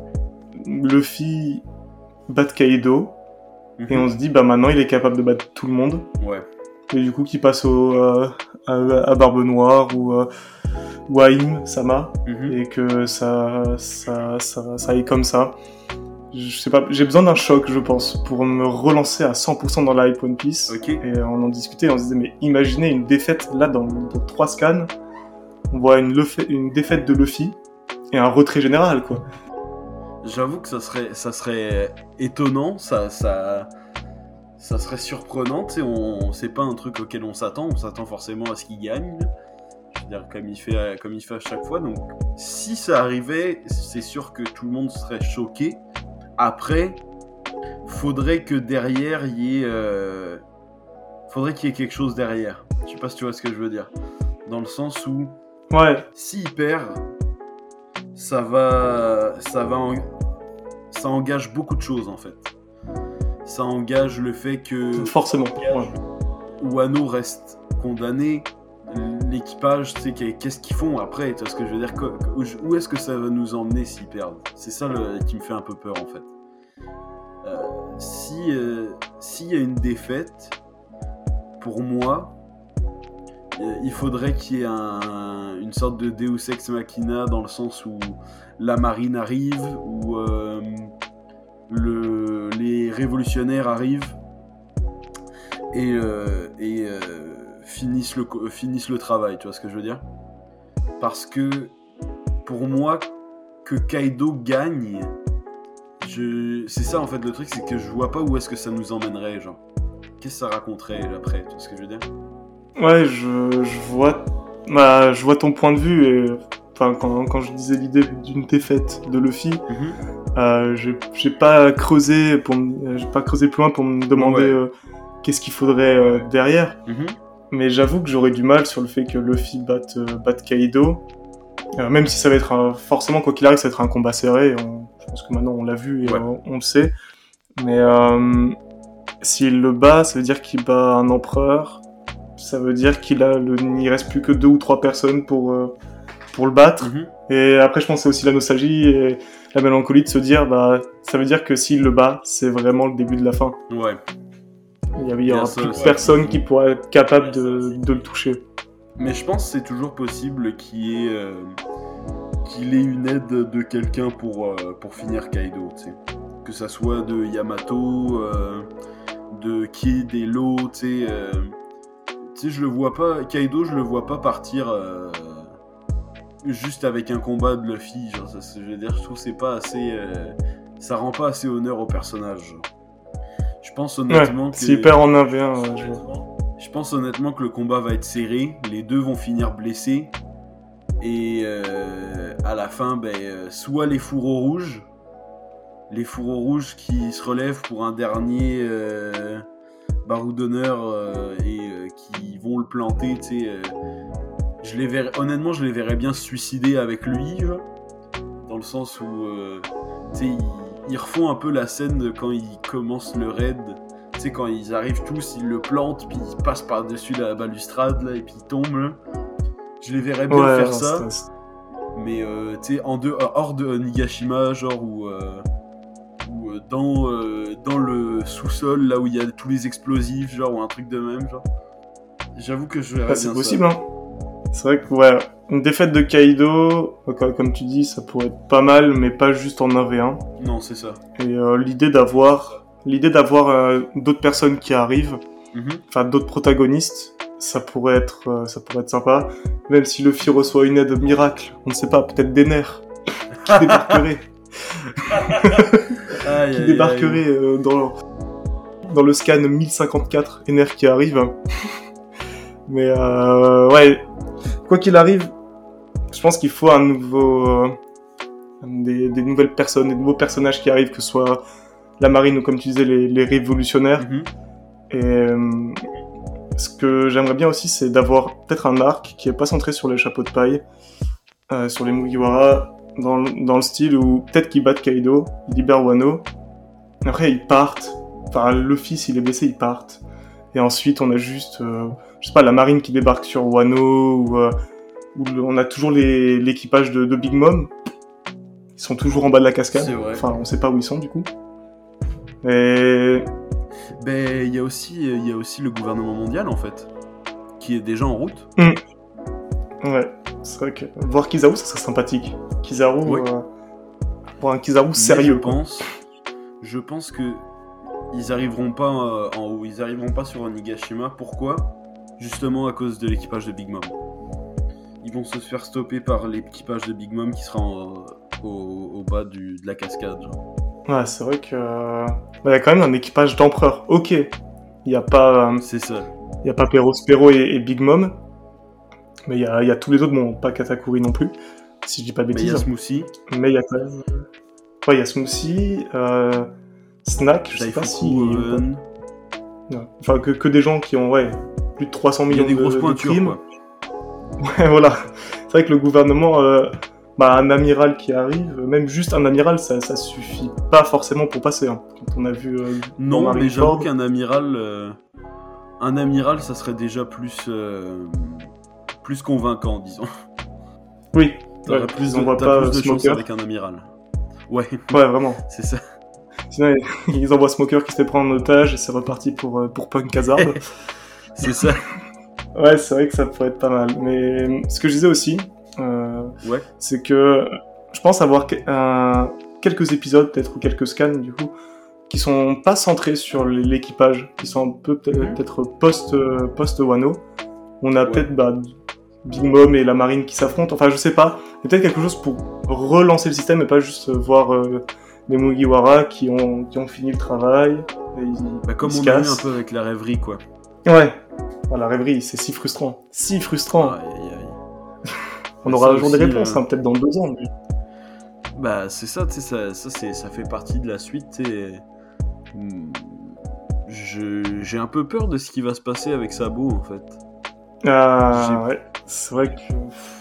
Luffy batte Kaido mm-hmm. et on se dit bah maintenant il est capable de battre tout le monde. Ouais. Et du coup qu'il passe au, euh, à, à Barbe Noire ou, euh, ou à Im Sama mm-hmm. et que ça, ça, ça, ça aille comme ça. Je sais pas, j'ai besoin d'un choc, je pense, pour me relancer à cent pour cent dans la hype One Piece. Okay. Et on en discutait, on se disait, mais imaginez une défaite là dans, dans trois scans. On voit une, Luffy, une défaite de Luffy et un retrait général, quoi. J'avoue que ça serait, ça serait étonnant, ça, ça, ça serait surprenant. Tu sais, on, c'est pas un truc auquel on s'attend. On s'attend forcément à ce qu'il gagne. Je veux dire, comme il fait, comme il fait à chaque fois. Donc, si ça arrivait, c'est sûr que tout le monde serait choqué. Après, faudrait que derrière, il y ait... Euh... Faudrait qu'il y ait quelque chose derrière. Je sais pas si tu vois ce que je veux dire. Dans le sens où... Ouais. S'il perd, ça va... Ça va... En... Ça engage beaucoup de choses, en fait. Ça engage le fait que... Forcément, ouais. Wano reste condamné. L'équipage, tu sais, qu'est-ce qu'ils font après, tu vois ce que je veux dire, où est-ce que ça va nous emmener s'ils perdent? C'est ça le, qui me fait un peu peur en fait. Euh, si euh, s'il y a une défaite, pour moi, euh, il faudrait qu'il y ait un, une sorte de Deus Ex Machina dans le sens où la marine arrive, où euh, le, les révolutionnaires arrivent et, euh, et euh, finissent le, finissent le travail, tu vois ce que je veux dire? Parce que, pour moi, que Kaido gagne, je... c'est ça en fait le truc, c'est que je vois pas où est-ce que ça nous emmènerait, genre. Qu'est-ce que ça raconterait après, tu vois ce que je veux dire? Ouais, je, je vois... Bah, je vois ton point de vue, et enfin, quand, quand je disais l'idée d'une défaite de Luffy, mm-hmm. euh, j'ai, j'ai pas creusé pour me... j'ai pas creusé plus loin pour me demander ouais. euh, qu'est-ce qu'il faudrait euh, derrière. Mm-hmm. Mais j'avoue que j'aurais du mal sur le fait que Luffy batte, euh, batte Kaido. Euh, même si ça va être un, forcément, quoi qu'il arrive, ça va être un combat serré. On, je pense que maintenant on l'a vu et ouais. on, on le sait. Mais euh, s'il le bat, ça veut dire qu'il bat un empereur. Ça veut dire qu'il a le, il reste plus que deux ou trois personnes pour, euh, pour le battre. Mm-hmm. Et après, je pense que c'est aussi la nostalgie et la mélancolie de se dire, bah, ça veut dire que s'il le bat, c'est vraiment le début de la fin. Ouais. Il y aura plus de personne qui pourra être capable de, de le toucher. Mais je pense que c'est toujours possible qu'il y ait, euh, qu'il ait une aide de quelqu'un pour, euh, pour finir Kaido, tu sais. Que ça soit de Yamato, euh, de Kid et Law, tu sais. Euh, tu sais, je le vois pas, Kaido, je le vois pas partir euh, juste avec un combat de Luffy. Genre, ça, je veux dire, je trouve que c'est pas assez. Euh, ça rend pas assez honneur au personnage. Genre. Je pense honnêtement ouais, que... S'il perd en un v un, euh, je... je pense honnêtement que le combat va être serré, les deux vont finir blessés, et euh, à la fin, ben, euh, soit les fourreaux rouges, les fourreaux rouges qui se relèvent pour un dernier euh, barreau d'honneur euh, et euh, qui vont le planter, tu sais. Euh, je les verrais, honnêtement, je les verrais bien se suicider avec lui, genre, dans le sens où, euh, tu sais, ils, ils refont un peu la scène de quand ils commencent le raid. Tu sais, quand ils arrivent tous, ils le plantent, puis ils passent par-dessus la balustrade, là, et puis ils tombent, là. Je les verrais bien ouais, faire non, ça. C'est... Mais, euh, tu sais, en de... hors de Nigashima, genre, où, euh, où euh, dans, euh, dans le sous-sol, là où il y a tous les explosifs, genre, ou un truc de même, genre. J'avoue que je verrais Ah, bien c'est possible, ça. hein. C'est vrai que, ouais, une défaite de Kaido, comme, comme tu dis, ça pourrait être pas mal, mais pas juste en un v un. Non, c'est ça. Et euh, l'idée d'avoir, l'idée d'avoir euh, d'autres personnes qui arrivent, Mm-hmm. enfin d'autres protagonistes, ça pourrait être, euh, ça pourrait être sympa. Même si Luffy reçoit une aide miracle, on ne sait pas, peut-être des nerfs qui débarqueraient, Aïe, qui aïe, débarqueraient aïe. euh, dans dans le scan mille cinquante-quatre, Ener qui arrive. Mais euh, ouais, quoi qu'il arrive, je pense qu'il faut un nouveau, euh, des, des nouvelles personnes, des nouveaux personnages qui arrivent, que ce soit la marine ou comme tu disais les, les révolutionnaires. Mm-hmm. Et euh, ce que j'aimerais bien aussi, c'est d'avoir peut-être un arc qui est pas centré sur les chapeaux de paille, euh, sur les Mugiwara, dans, le- dans le style où peut-être qu'ils battent Kaido, ils libèrent Wano, après ils partent, enfin Luffy s'il est blessé, ils partent. Et ensuite on a juste, euh, je sais pas, la marine qui débarque sur Wano, ou, euh, où le- on a toujours les, l'équipage de, de Big Mom, ils sont toujours en bas de la cascade, C'est vrai. enfin on sait pas où ils sont du coup. Et Ben, il y a aussi, il y a aussi le gouvernement mondial, en fait, qui est déjà en route. ouais, c'est vrai que voir Kizaru, ça serait sympathique. Kizaru, Oui. euh, voir un Kizaru Mais sérieux. je quoi. pense, je pense que ils arriveront pas euh, en haut, ils arriveront pas sur Onigashima. Pourquoi ? Justement à cause de l'équipage de Big Mom. Ils vont se faire stopper par l'équipage de Big Mom qui sera en- au, au bas du, de la cascade. Genre. Ouais, c'est vrai que euh, bah, y a quand même un équipage d'empereurs. Ok, il y a pas, euh, C'est ça. il y a pas Pero Spero et, et Big Mom, mais il y a, il y a tous les autres. Bon, pas Katakuri non plus, si je dis pas de Mais il y a bêtises. Smoothie, Mais il y a quand même, ouais, il y a Smoothie, euh, Snack, je sais pas si, Daifuku, Oven. ouais. Enfin que, que des gens qui ont ouais plus de trois cents Il y a millions des de, grosses de pointures, crimes. quoi. Ouais, voilà. C'est vrai que le gouvernement, euh, bah, un amiral qui arrive, même juste un amiral, ça, ça suffit pas forcément pour passer. Hein. Quand on a vu. Euh, dans Non, mais j'avoue Marineford, qu'un amiral, euh, un amiral, ça serait déjà plus, euh, plus convaincant, disons. oui, T'aurais ouais, plus on de, voit t'as pas plus de euh, chance Smoker. avec un amiral. Ouais, Ouais, vraiment. c'est ça. Sinon, ils envoient Smoker qui se fait prendre en otage et c'est reparti pour, euh, pour Punk Hazard. C'est ça. Ouais, c'est vrai que ça pourrait être pas mal. Mais ce que je disais aussi, euh, Ouais. c'est que je pense avoir que- un- quelques épisodes, peut-être, ou quelques scans, du coup, qui sont pas centrés sur l- l'équipage, qui sont un peu peut- Mhm. peut-être post, euh, post-Wano. On a Ouais. peut-être bah, Big Mom et la marine qui s'affrontent, enfin je sais pas. Il y a peut-être quelque chose pour relancer le système et pas juste voir euh, des Mugiwara qui ont, qui ont fini le travail. Et ils, Bah, comme ils se on a eu un cassent. peu avec la rêverie, quoi. Ouais. Oh, la rêverie, c'est si frustrant. Si frustrant. Aïe, aïe, aïe. On aura Ça un jour des aussi, réponses, euh, hein, peut-être dans deux ans. mais- Bah, c'est ça, tu sais, ça, ça, c'est, ça fait partie de la suite, tu sais. Hmm, je- J'ai un peu peur de ce qui va se passer avec Sabo, en fait. Ah, J'ai- ouais, c'est vrai que.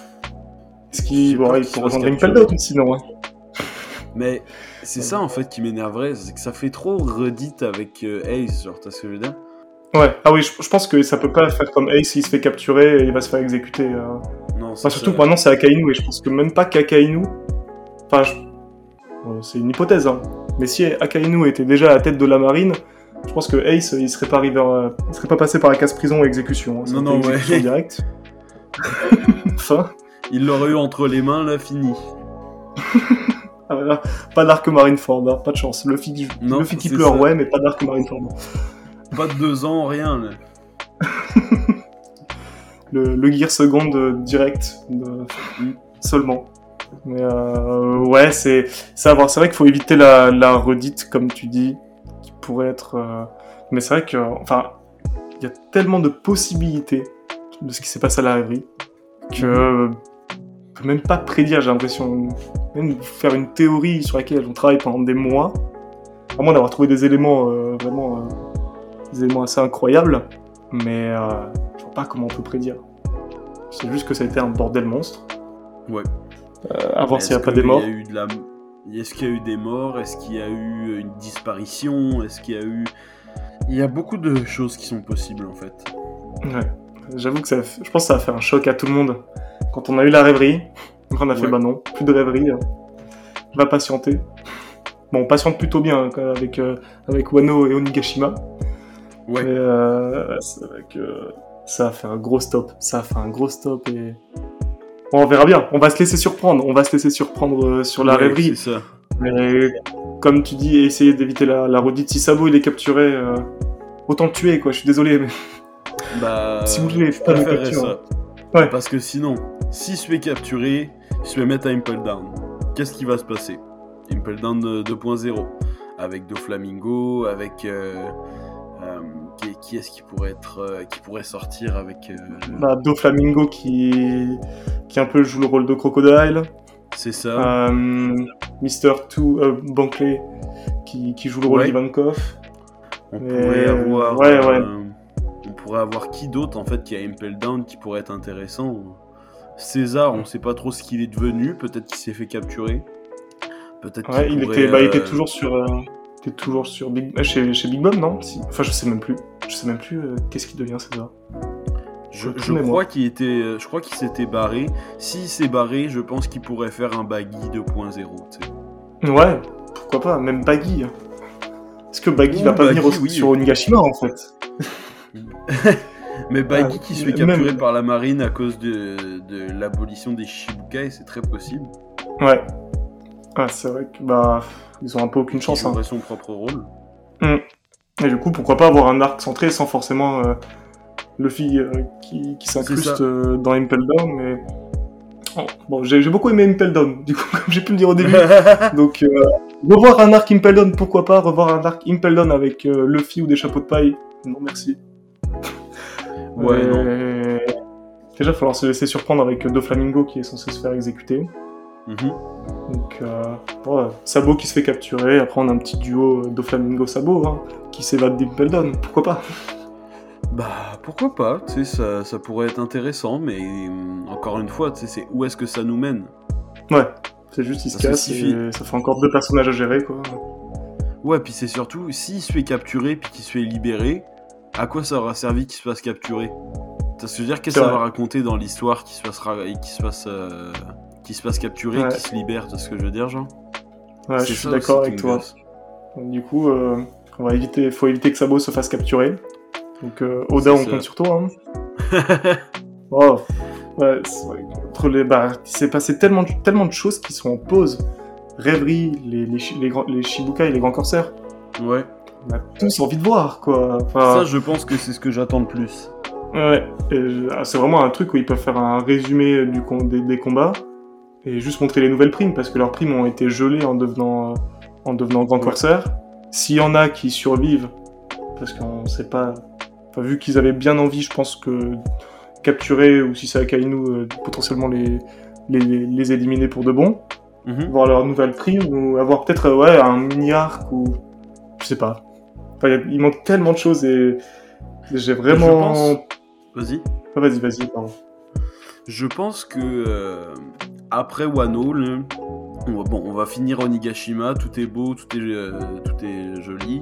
Est-ce J'ai qu'il peur bon, il qu'il se faut fasse rejoindre capturer. Impel Down sinon, hein. Mais c'est ça, en fait, qui m'énerverait, c'est que ça fait trop redit avec euh, Ace, genre, t'as ce que je veux dire ? Ouais, ah oui, je, je pense que ça peut pas faire comme Ace, il se fait capturer et il va se faire exécuter. euh. Non, Enfin, c'est surtout ça. que maintenant c'est Akainu et je pense que même pas qu'Akainu. Enfin, je- bon, c'est une hypothèse, hein. Mais si Akainu était déjà à la tête de la marine, je pense que Ace il serait pas arrivé, euh, il serait pas passé par la case prison et exécution. Hein. Ça Non, aurait été non, ouais. exécution directe. Enfin, Il l'aurait eu entre les mains, là, fini. ah, voilà. Pas d'arc Marineford, hein, pas de chance. Luffy, Non, Luffy qui c'est pleure, ça. ouais, mais pas d'arc Marineford. Pas de deux ans, rien, là. Le, le Gear Second euh, direct, de- seulement. Mais euh, ouais, c'est c'est à voir. C'est vrai qu'il faut éviter la, la redite, comme tu dis, qui pourrait être. euh, Mais c'est vrai que, enfin, il y a tellement de possibilités de ce qui s'est passé à la rêverie que euh, on peut même pas prédire. J'ai l'impression, même faire une théorie sur laquelle on travaille pendant des mois, à moins d'avoir trouvé des éléments euh, vraiment, euh, des éléments assez incroyables. Mais euh, je vois pas comment on peut prédire. C'est juste que ça a été un bordel monstre. Ouais. Euh, à voir Mais s'il n'y a est-ce pas que des morts. il y a eu de la... Est-ce qu'il y a eu des morts ? Est-ce qu'il y a eu une disparition ? Est-ce qu'il y a eu... Il y a beaucoup de choses qui sont possibles, en fait. Ouais. J'avoue que ça, je pense que ça a fait un choc à tout le monde. Quand on a eu la rêverie, on a fait Ouais. bah non, plus de rêverie. euh, Je vais patienter. Bon, on patiente plutôt bien hein, avec, euh, avec Wano et Onigashima. Ouais. Mais euh, c'est vrai que ça a fait un gros stop. Ça a fait un gros stop et... Bon, on verra bien. On va se laisser surprendre. On va se laisser surprendre euh, sur la Ouais, rêverie. c'est ça. Mais comme tu dis, essayer d'éviter la, la redite. Si Sabo il est capturé, euh, autant le tuer, quoi. Je suis désolé, mais Bah, si vous voulez, je faut pas de préférerais capture. ça. Ouais. Parce que sinon, s'il se fait capturer, il se fait mettre à Impel Down. Qu'est-ce qui va se passer? Impel Down euh, deux point zéro. Avec Doflamingo, avec... Euh, euh, qui, qui est-ce qui pourrait être... euh, qui pourrait sortir avec... euh, Bah, Doflamingo qui... qui un peu joue le rôle de Crocodile. C'est ça. Euh, Mister Two, euh, Bankley qui, qui joue le rôle Ouais. d'Ivankov. On Mais, pourrait avoir... ouais, euh, ouais. On pourrait avoir qui d'autre, en fait, qui a Impel Down, qui pourrait être intéressant. César, on sait pas trop ce qu'il est devenu. Peut-être qu'il s'est fait capturer. Peut-être Ouais, qu'il il pourrait... était, bah, il était euh, toujours sur, euh, il était toujours sur Big, euh, chez, chez Big Mom, non si... Enfin, je sais même plus. Je sais même plus euh, qu'est-ce qu'il devient, César. Je, Tout je mémoire. crois qu'il était, je crois qu'il s'était barré. S'il s'est barré, je pense qu'il pourrait faire un Baggy deux point zéro. tu sais. Ouais, pourquoi pas, même Baggy. hein. Est-ce que Baggy Ouh, va pas Baggy, venir au- oui. sur Onigashima, en fait? Mais Baggy Ah, qui se fait même- capturer par la marine à cause de, de l'abolition des Shichibukai, c'est très possible. Ouais. Ah, c'est vrai que, bah, ils ont un peu aucune Il chance, hein. jouerait son propre rôle. Et du coup, pourquoi pas avoir un arc centré sans forcément euh, Luffy euh, qui, qui C'est s'incruste ça. euh, dans Impel Down, mais... Oh, bon, j'ai j'ai beaucoup aimé Impel Down, du coup, comme j'ai pu le dire au début. Donc, euh, revoir un arc Impel Down, pourquoi pas. Revoir un arc Impel Down avec euh, Luffy ou des chapeaux de paille, non merci. Ouais, non. non. Déjà, il va falloir se laisser surprendre avec euh, Doflamingo qui est censé se faire exécuter. Mhm. Donc, euh, ouais, Sabo qui se fait capturer, après on a un petit duo euh, Doflamingo-Sabo hein, qui s'évade d'Impel Down, pourquoi pas. Bah, pourquoi pas, tu sais, ça, ça pourrait être intéressant, mais hum, encore une fois, tu sais, c'est où est-ce que ça nous mène? Ouais, c'est juste il se Ça se casse suffit. et ça fait encore deux personnages à gérer quoi. Ouais, puis c'est surtout, s'il se fait capturer puis qu'il se fait libérer, à quoi ça aura servi qu'il se fasse capturer? Ça veut dire qu'est-ce C'est que ça vrai. va raconter dans l'histoire qu'il se fasse, ra- qu'il se fasse, euh, qu'il se fasse capturer, Ouais. qu'il se libère, tu sais ce que je veux dire, genre? Ouais, C'est je suis ça d'accord aussi avec qui me toi. gosse. Donc, du coup, euh, on va éviter, faut éviter que Sabo se fasse capturer. Donc euh, Oda, C'est on ça. compte sur toi. Hein. Oh, ouais, c'est vrai que entre les, bah, il s'est passé tellement, de- tellement de choses qui sont en pause. Rêverie, les, les, chi- les, grands- les Shibukai, les grands corsaires. Ouais. On a tous envie de voir, quoi. Enfin, Ça, je pense que c'est ce que j'attends le plus. ouais, et je- ah, c'est vraiment un truc où ils peuvent faire un résumé du com- des, des combats et juste montrer les nouvelles primes parce que leurs primes ont été gelées en devenant, euh, en devenant grand Ouais. corsaire. S'il y en a qui survivent, parce qu'on sait pas. Enfin, vu qu'ils avaient bien envie, je pense que capturer ou si c'est Akainu, euh, potentiellement les, les, les éliminer pour de bon, Mhm. voir leur nouvelle prime ou avoir peut-être euh, ouais, un mini-arc ou. Je sais pas. Enfin, y a- il manque tellement de choses et j'ai vraiment. Je pense- Vas-y. Ah, vas-y, vas-y, pardon. Je pense que euh, après Wano, là, on va, bon, on va finir Onigashima, tout est beau, tout est, euh, tout est joli.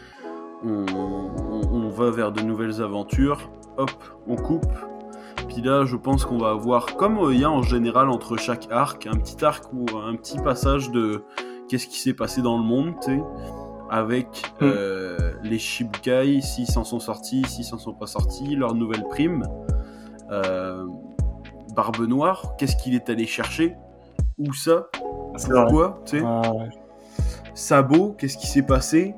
On, on- on va vers de nouvelles aventures. Hop, on coupe. Puis là, je pense qu'on va avoir, comme il y a en général entre chaque arc, un petit arc ou un petit passage de qu'est-ce qui s'est passé dans le monde, tu sais, avec Mm. euh, les Shibukai, s'ils s'en sont sortis, s'ils s'en sont pas sortis, leurs nouvelles primes. Euh, Barbe Noire, qu'est-ce qu'il est allé chercher? Où ça? C'est vrai. Pourquoi? Tu sais, Ah, ouais. Sabo, qu'est-ce qui s'est passé?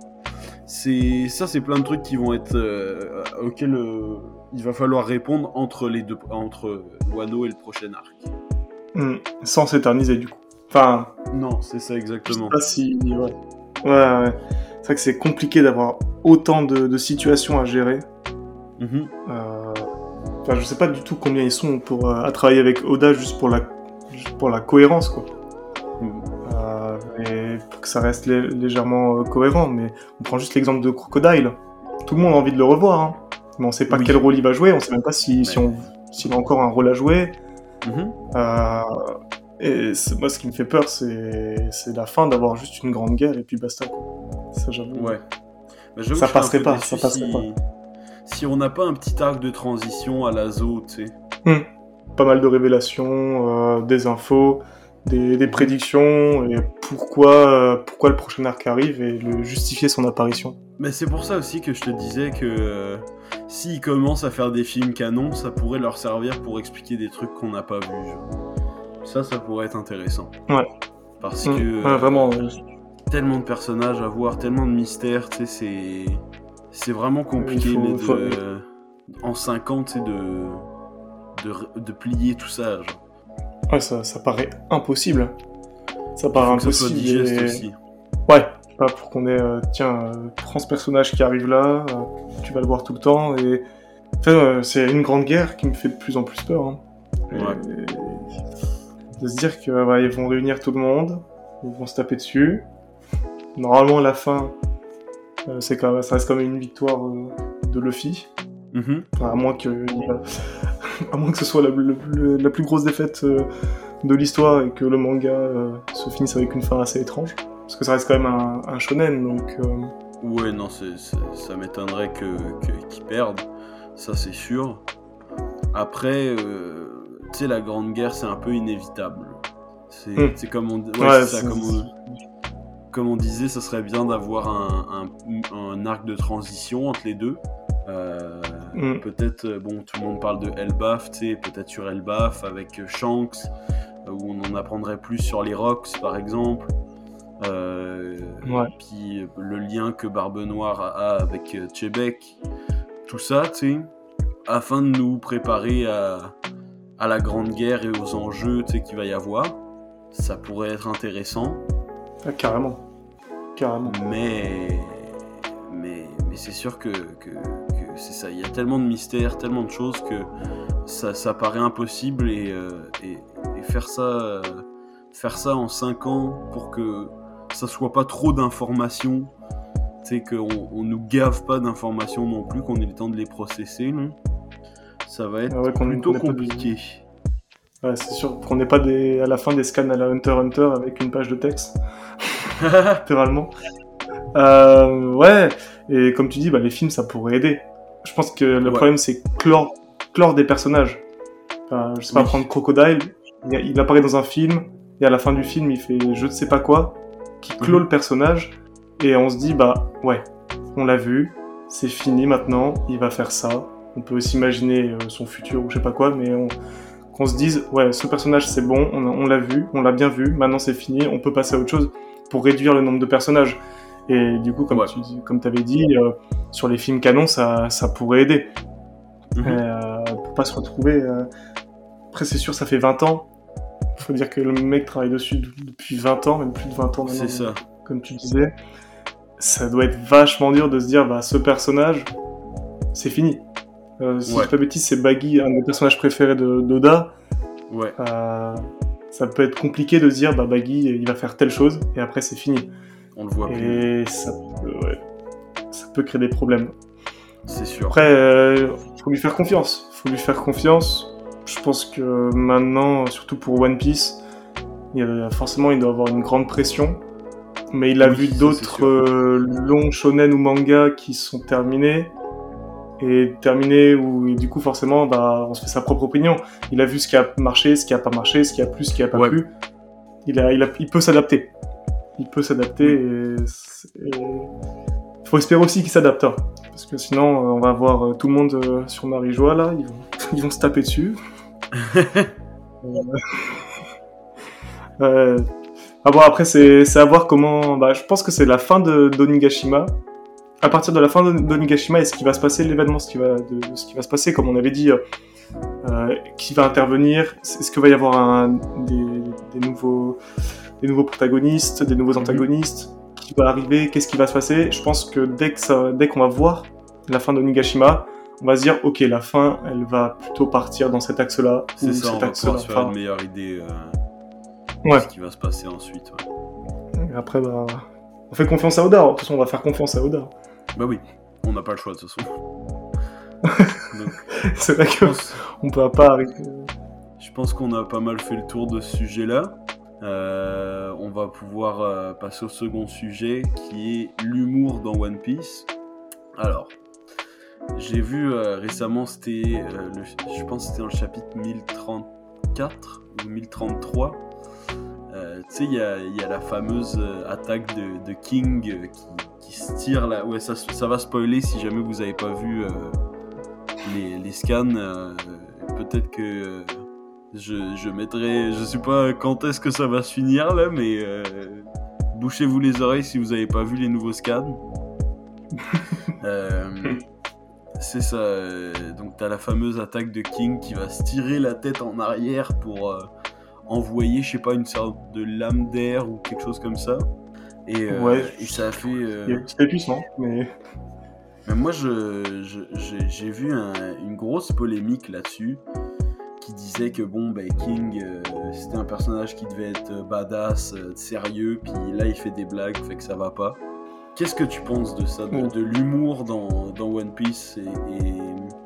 C'est ça, c'est plein de trucs qui vont être euh, auxquels euh, il va falloir répondre entre les deux, entre Wano et le prochain arc. Hmm. Sans s'éterniser, du coup. Enfin, Non, c'est ça je sais exactement. pas si. Ouais, ouais. ouais. C'est vrai que c'est compliqué d'avoir autant de, de situations à gérer. Mhm. Euh, Enfin, je sais pas du tout combien ils sont pour, euh, à travailler avec Oda juste pour la, juste pour la cohérence, quoi. Mhm. Euh, et pour que ça reste lé- légèrement euh, cohérent, mais on prend juste l'exemple de Crocodile. Tout le monde a envie de le revoir, hein. Mais on sait pas Oui. quel rôle il va jouer, on sait même pas si, si Ouais. on, s'il a encore un rôle à jouer. Mhm. Euh, et c'est- moi, ce qui me fait peur, c'est, c'est la fin d'avoir juste une grande guerre et puis basta, quoi. Ça, j'avoue. Ouais. Bah, j'avoue Ça que je serais un passerait peu pas, déçu ça passerait si... pas. si on n'a pas un petit arc de transition à la Zo, tu sais. Pas mal de révélations, euh, des infos, des, des prédictions et pourquoi, euh, pourquoi le prochain arc arrive et le justifier son apparition. Mais c'est pour ça aussi que je te disais que euh, s'ils commencent à faire des films canons, ça pourrait leur servir pour expliquer des trucs qu'on n'a pas vus. Genre. Ça, ça pourrait être intéressant. Ouais. Parce Mmh. que Ouais, euh, vraiment. euh, tellement de personnages à voir, tellement de mystères, tu sais, c'est c'est vraiment compliqué Il faut- mais de faut- en cinq ans, tu sais, de... de de plier tout ça. Genre. Ouais, ça, ça paraît impossible. Ça Il paraît faut que ça soit impossible. digeste et- aussi. Ouais, pas pour qu'on ait, euh, tiens, euh, prends ce personnage qui arrive là, euh, tu vas le voir tout le temps, et... Enfin, euh, c'est une grande guerre qui me fait de plus en plus peur. Hein. Ouais. Et- De se dire qu'ils ouais, vont réunir tout le monde, ils vont se taper dessus. Normalement, à la fin, euh, c'est quand même, ça reste quand même une victoire euh, de Luffy. Mhm. Enfin, à moins que, à moins que ce soit la, la- la plus grosse défaite euh, de l'histoire et que le manga euh, se finisse avec une fin assez étrange. Parce que ça reste quand même un, un shonen, donc... euh, Ouais, non, c'est, c'est- ça m'étonnerait que, que- qu'ils perdent, ça c'est sûr. Après, euh, tu sais, la Grande Guerre, c'est un peu inévitable. C'est, Hmm. c'est comme on, ouais, Ouais, c'est ça, c'est- comme on, comme on disait, ça serait bien d'avoir un, un, un arc de transition entre les deux. Euh, Mm. Peut-être, euh, bon, tout le monde parle de Elbaf, tu sais, peut-être sur Elbaf avec euh, Shanks, euh, où on en apprendrait plus sur les Rocks, par exemple. Euh, Ouais. Puis euh, le lien que Barbe Noire a, a avec euh, Chebek, tout ça, tu sais, afin de nous préparer à, à la Grande Guerre et aux enjeux, tu sais, qu'il va y avoir. Ça pourrait être intéressant. Ah, carrément. Carrément. Mais, mais, mais c'est sûr que, que, que c'est ça. Il y a tellement de mystères, tellement de choses que ça, ça paraît impossible et, euh, et, et faire ça, euh, faire ça en cinq ans pour que ça soit pas trop d'informations, tu sais, qu'on on nous gave pas d'informations non plus, qu'on ait le temps de les processer, là. Ça va être Ah ouais, qu'on- plutôt qu'on ait pas de- compliqué. Ouais, c'est sûr qu'on n'ait pas des... à la fin des scans à la Hunter x Hunter avec une page de texte, littéralement. Euh, ouais, et comme tu dis, bah, les films, ça pourrait aider. Je pense que le Ouais. problème, c'est clore, clore des personnages. Enfin, je sais pas, Oui. prendre Crocodile, il, il apparaît dans un film, et à la fin du film, il fait je ne sais pas quoi, qui clôt Mhm. le personnage, et on se dit, bah, ouais, on l'a vu, c'est fini maintenant, il va faire ça. On peut aussi imaginer euh, son futur ou je sais pas quoi, mais on, qu'on se dise, ouais, ce personnage c'est bon, on, on l'a vu, on l'a bien vu, maintenant c'est fini, on peut passer à autre chose pour réduire le nombre de personnages. Et du coup, comme Ouais. tu dis- comme t'avais dit, euh, sur les films canons, ça, ça pourrait aider. Mhm. Euh, pour pas se retrouver. euh, Après, c'est sûr, ça fait vingt ans. Faut dire que le mec travaille dessus d- depuis vingt ans, même plus de vingt ans maintenant. C'est ça. Comme tu disais. Ça doit être vachement dur de se dire, bah, ce personnage, c'est fini. Euh, si Ouais. je dis pas de bêtises, c'est Baggy, un des personnages préférés de- d'Oda. Ouais. Euh, ça peut être compliqué de se dire, bah, Baggy, il va faire telle chose, et après, c'est fini. On le voit plus. Et ça peut, ouais, ça peut créer des problèmes. C'est sûr. Après, euh, faut lui faire confiance. Faut lui faire confiance. Je pense que maintenant, surtout pour One Piece, il y a, forcément, il doit avoir une grande pression. Mais il a Oui, vu ça, c'est d'autres sûr. euh, longs shonen ou mangas qui sont terminés. Et terminés où, et du coup, forcément, bah, on se fait sa propre opinion. Il a vu ce qui a marché, ce qui a pas marché, ce qui a plu, ce qui a pas Ouais. plu. Il, a, il, a, il peut s'adapter. Il peut s'adapter et, et... faut espérer aussi qu'il s'adapte. Hein. Parce que sinon, euh, on va voir euh, tout le monde euh, sur Marie-Joie, là. Ils vont, ils vont se taper dessus. euh... euh... Ah bon, après, c'est, c'est à voir comment... Bah, je pense que c'est la fin de d'Onigashima. À partir de la fin de- d'Onigashima, est-ce qu'il va se passer l'événement, ce qui va, de, de ce qui va se passer, comme on avait dit, euh, euh, qui va intervenir, est-ce qu'il va y avoir un, des, des, nouveaux, des nouveaux protagonistes, des nouveaux antagonistes, qui va arriver, qu'est-ce qui va se passer? Je pense que dès, que ça, dès qu'on va voir la fin d'Onigashima, on va se dire, ok, la fin, elle va plutôt partir dans cet axe-là, C'est ou ça, on cet va axe-là. pouvoir se faire Enfin, une meilleure idée euh, Ouais. de ce qui va se passer ensuite. Ouais. et après, bah, on fait confiance à Oda. De toute façon, on va faire confiance à Oda. Bah oui, on n'a pas le choix de toute façon. Donc, C'est vrai je que pense, on peut pas arrêter. je pense qu'on a pas mal fait le tour de ce sujet-là. Euh, on va pouvoir euh, passer au second sujet qui est l'humour dans One Piece. Alors, j'ai vu euh, récemment, c'était, euh, le, je pense que c'était dans le chapitre mille trente-quatre ou mille trente-trois. Euh, tu sais, il y a, y a la fameuse euh, attaque de, de King euh, qui, qui se tire là. Ouais, ça, ça va spoiler si jamais vous avez pas vu euh, les, les scans. Euh, peut-être que euh, je, je mettrai. Je sais pas quand est-ce que ça va se finir là, mais euh, bouchez-vous les oreilles si vous avez pas vu les nouveaux scans. euh, c'est ça. Euh, donc, t'as la fameuse attaque de King qui va se tirer la tête en arrière pour. Euh, envoyer, je sais pas, une sorte de lame d'air ou quelque chose comme ça. Et, euh, ouais, et ça a fait... Euh... C'était puissant, mais... mais moi, je, je, j'ai, j'ai vu un, une grosse polémique là-dessus qui disait que, bon, bah, King, euh, c'était un personnage qui devait être badass, euh, sérieux, puis là, il fait des blagues, fait que ça va pas. Qu'est-ce que tu penses de ça, de, de l'humour dans, dans One Piece et, et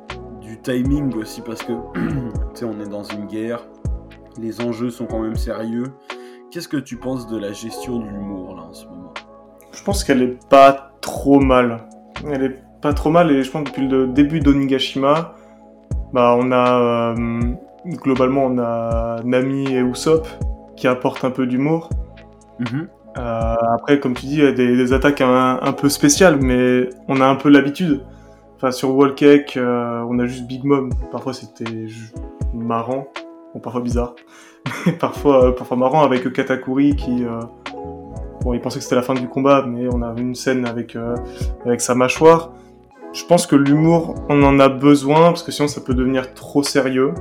du timing aussi, parce que, tu sais, on est dans une guerre, les enjeux sont quand même sérieux. Qu'est-ce que tu penses de la gestion de l'humour là en ce moment ? Je pense qu'elle est pas trop mal. Elle est pas trop mal et je pense que depuis le début d'Onigashima, bah on a euh, globalement on a Nami et Usopp qui apportent un peu d'humour. Mm-hmm. Euh, après, comme tu dis, il y a des, des attaques un, un peu spéciales, mais on a un peu l'habitude. Enfin, sur Wall Cake, euh, on a juste Big Mom. Parfois c'était marrant. Bon, parfois bizarre, mais parfois, euh, parfois marrant avec Katakuri qui... Euh... Bon, il pensait que c'était la fin du combat, mais on a une scène avec, euh, avec sa mâchoire. Je pense que l'humour, on en a besoin, parce que sinon ça peut devenir trop sérieux.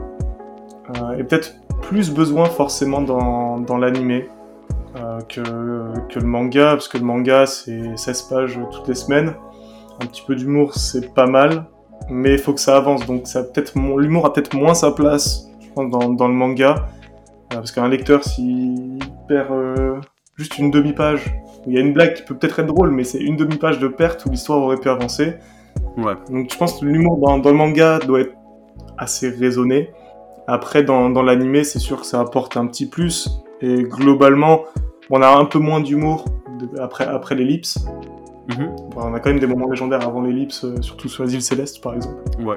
Euh, et peut-être plus besoin forcément dans, dans l'animé euh, que, que le manga, parce que le manga c'est seize pages toutes les semaines. Un petit peu d'humour, c'est pas mal, mais il faut que ça avance, donc ça a peut-être, l'humour a peut-être moins sa place Dans, dans le manga, euh, parce qu'un lecteur, s'il perd euh, juste une demi-page, où il y a une blague qui peut peut-être être drôle, mais c'est une demi-page de perte où l'histoire aurait pu avancer. Ouais. Donc je pense que l'humour dans, dans le manga doit être assez raisonné. Après, dans, dans l'animé, c'est sûr que ça apporte un petit plus, et globalement, on a un peu moins d'humour de, après, après l'ellipse. Mm-hmm. Bon, on a quand même des moments légendaires avant l'ellipse, euh, surtout sur les îles Célestes, par exemple. Ouais.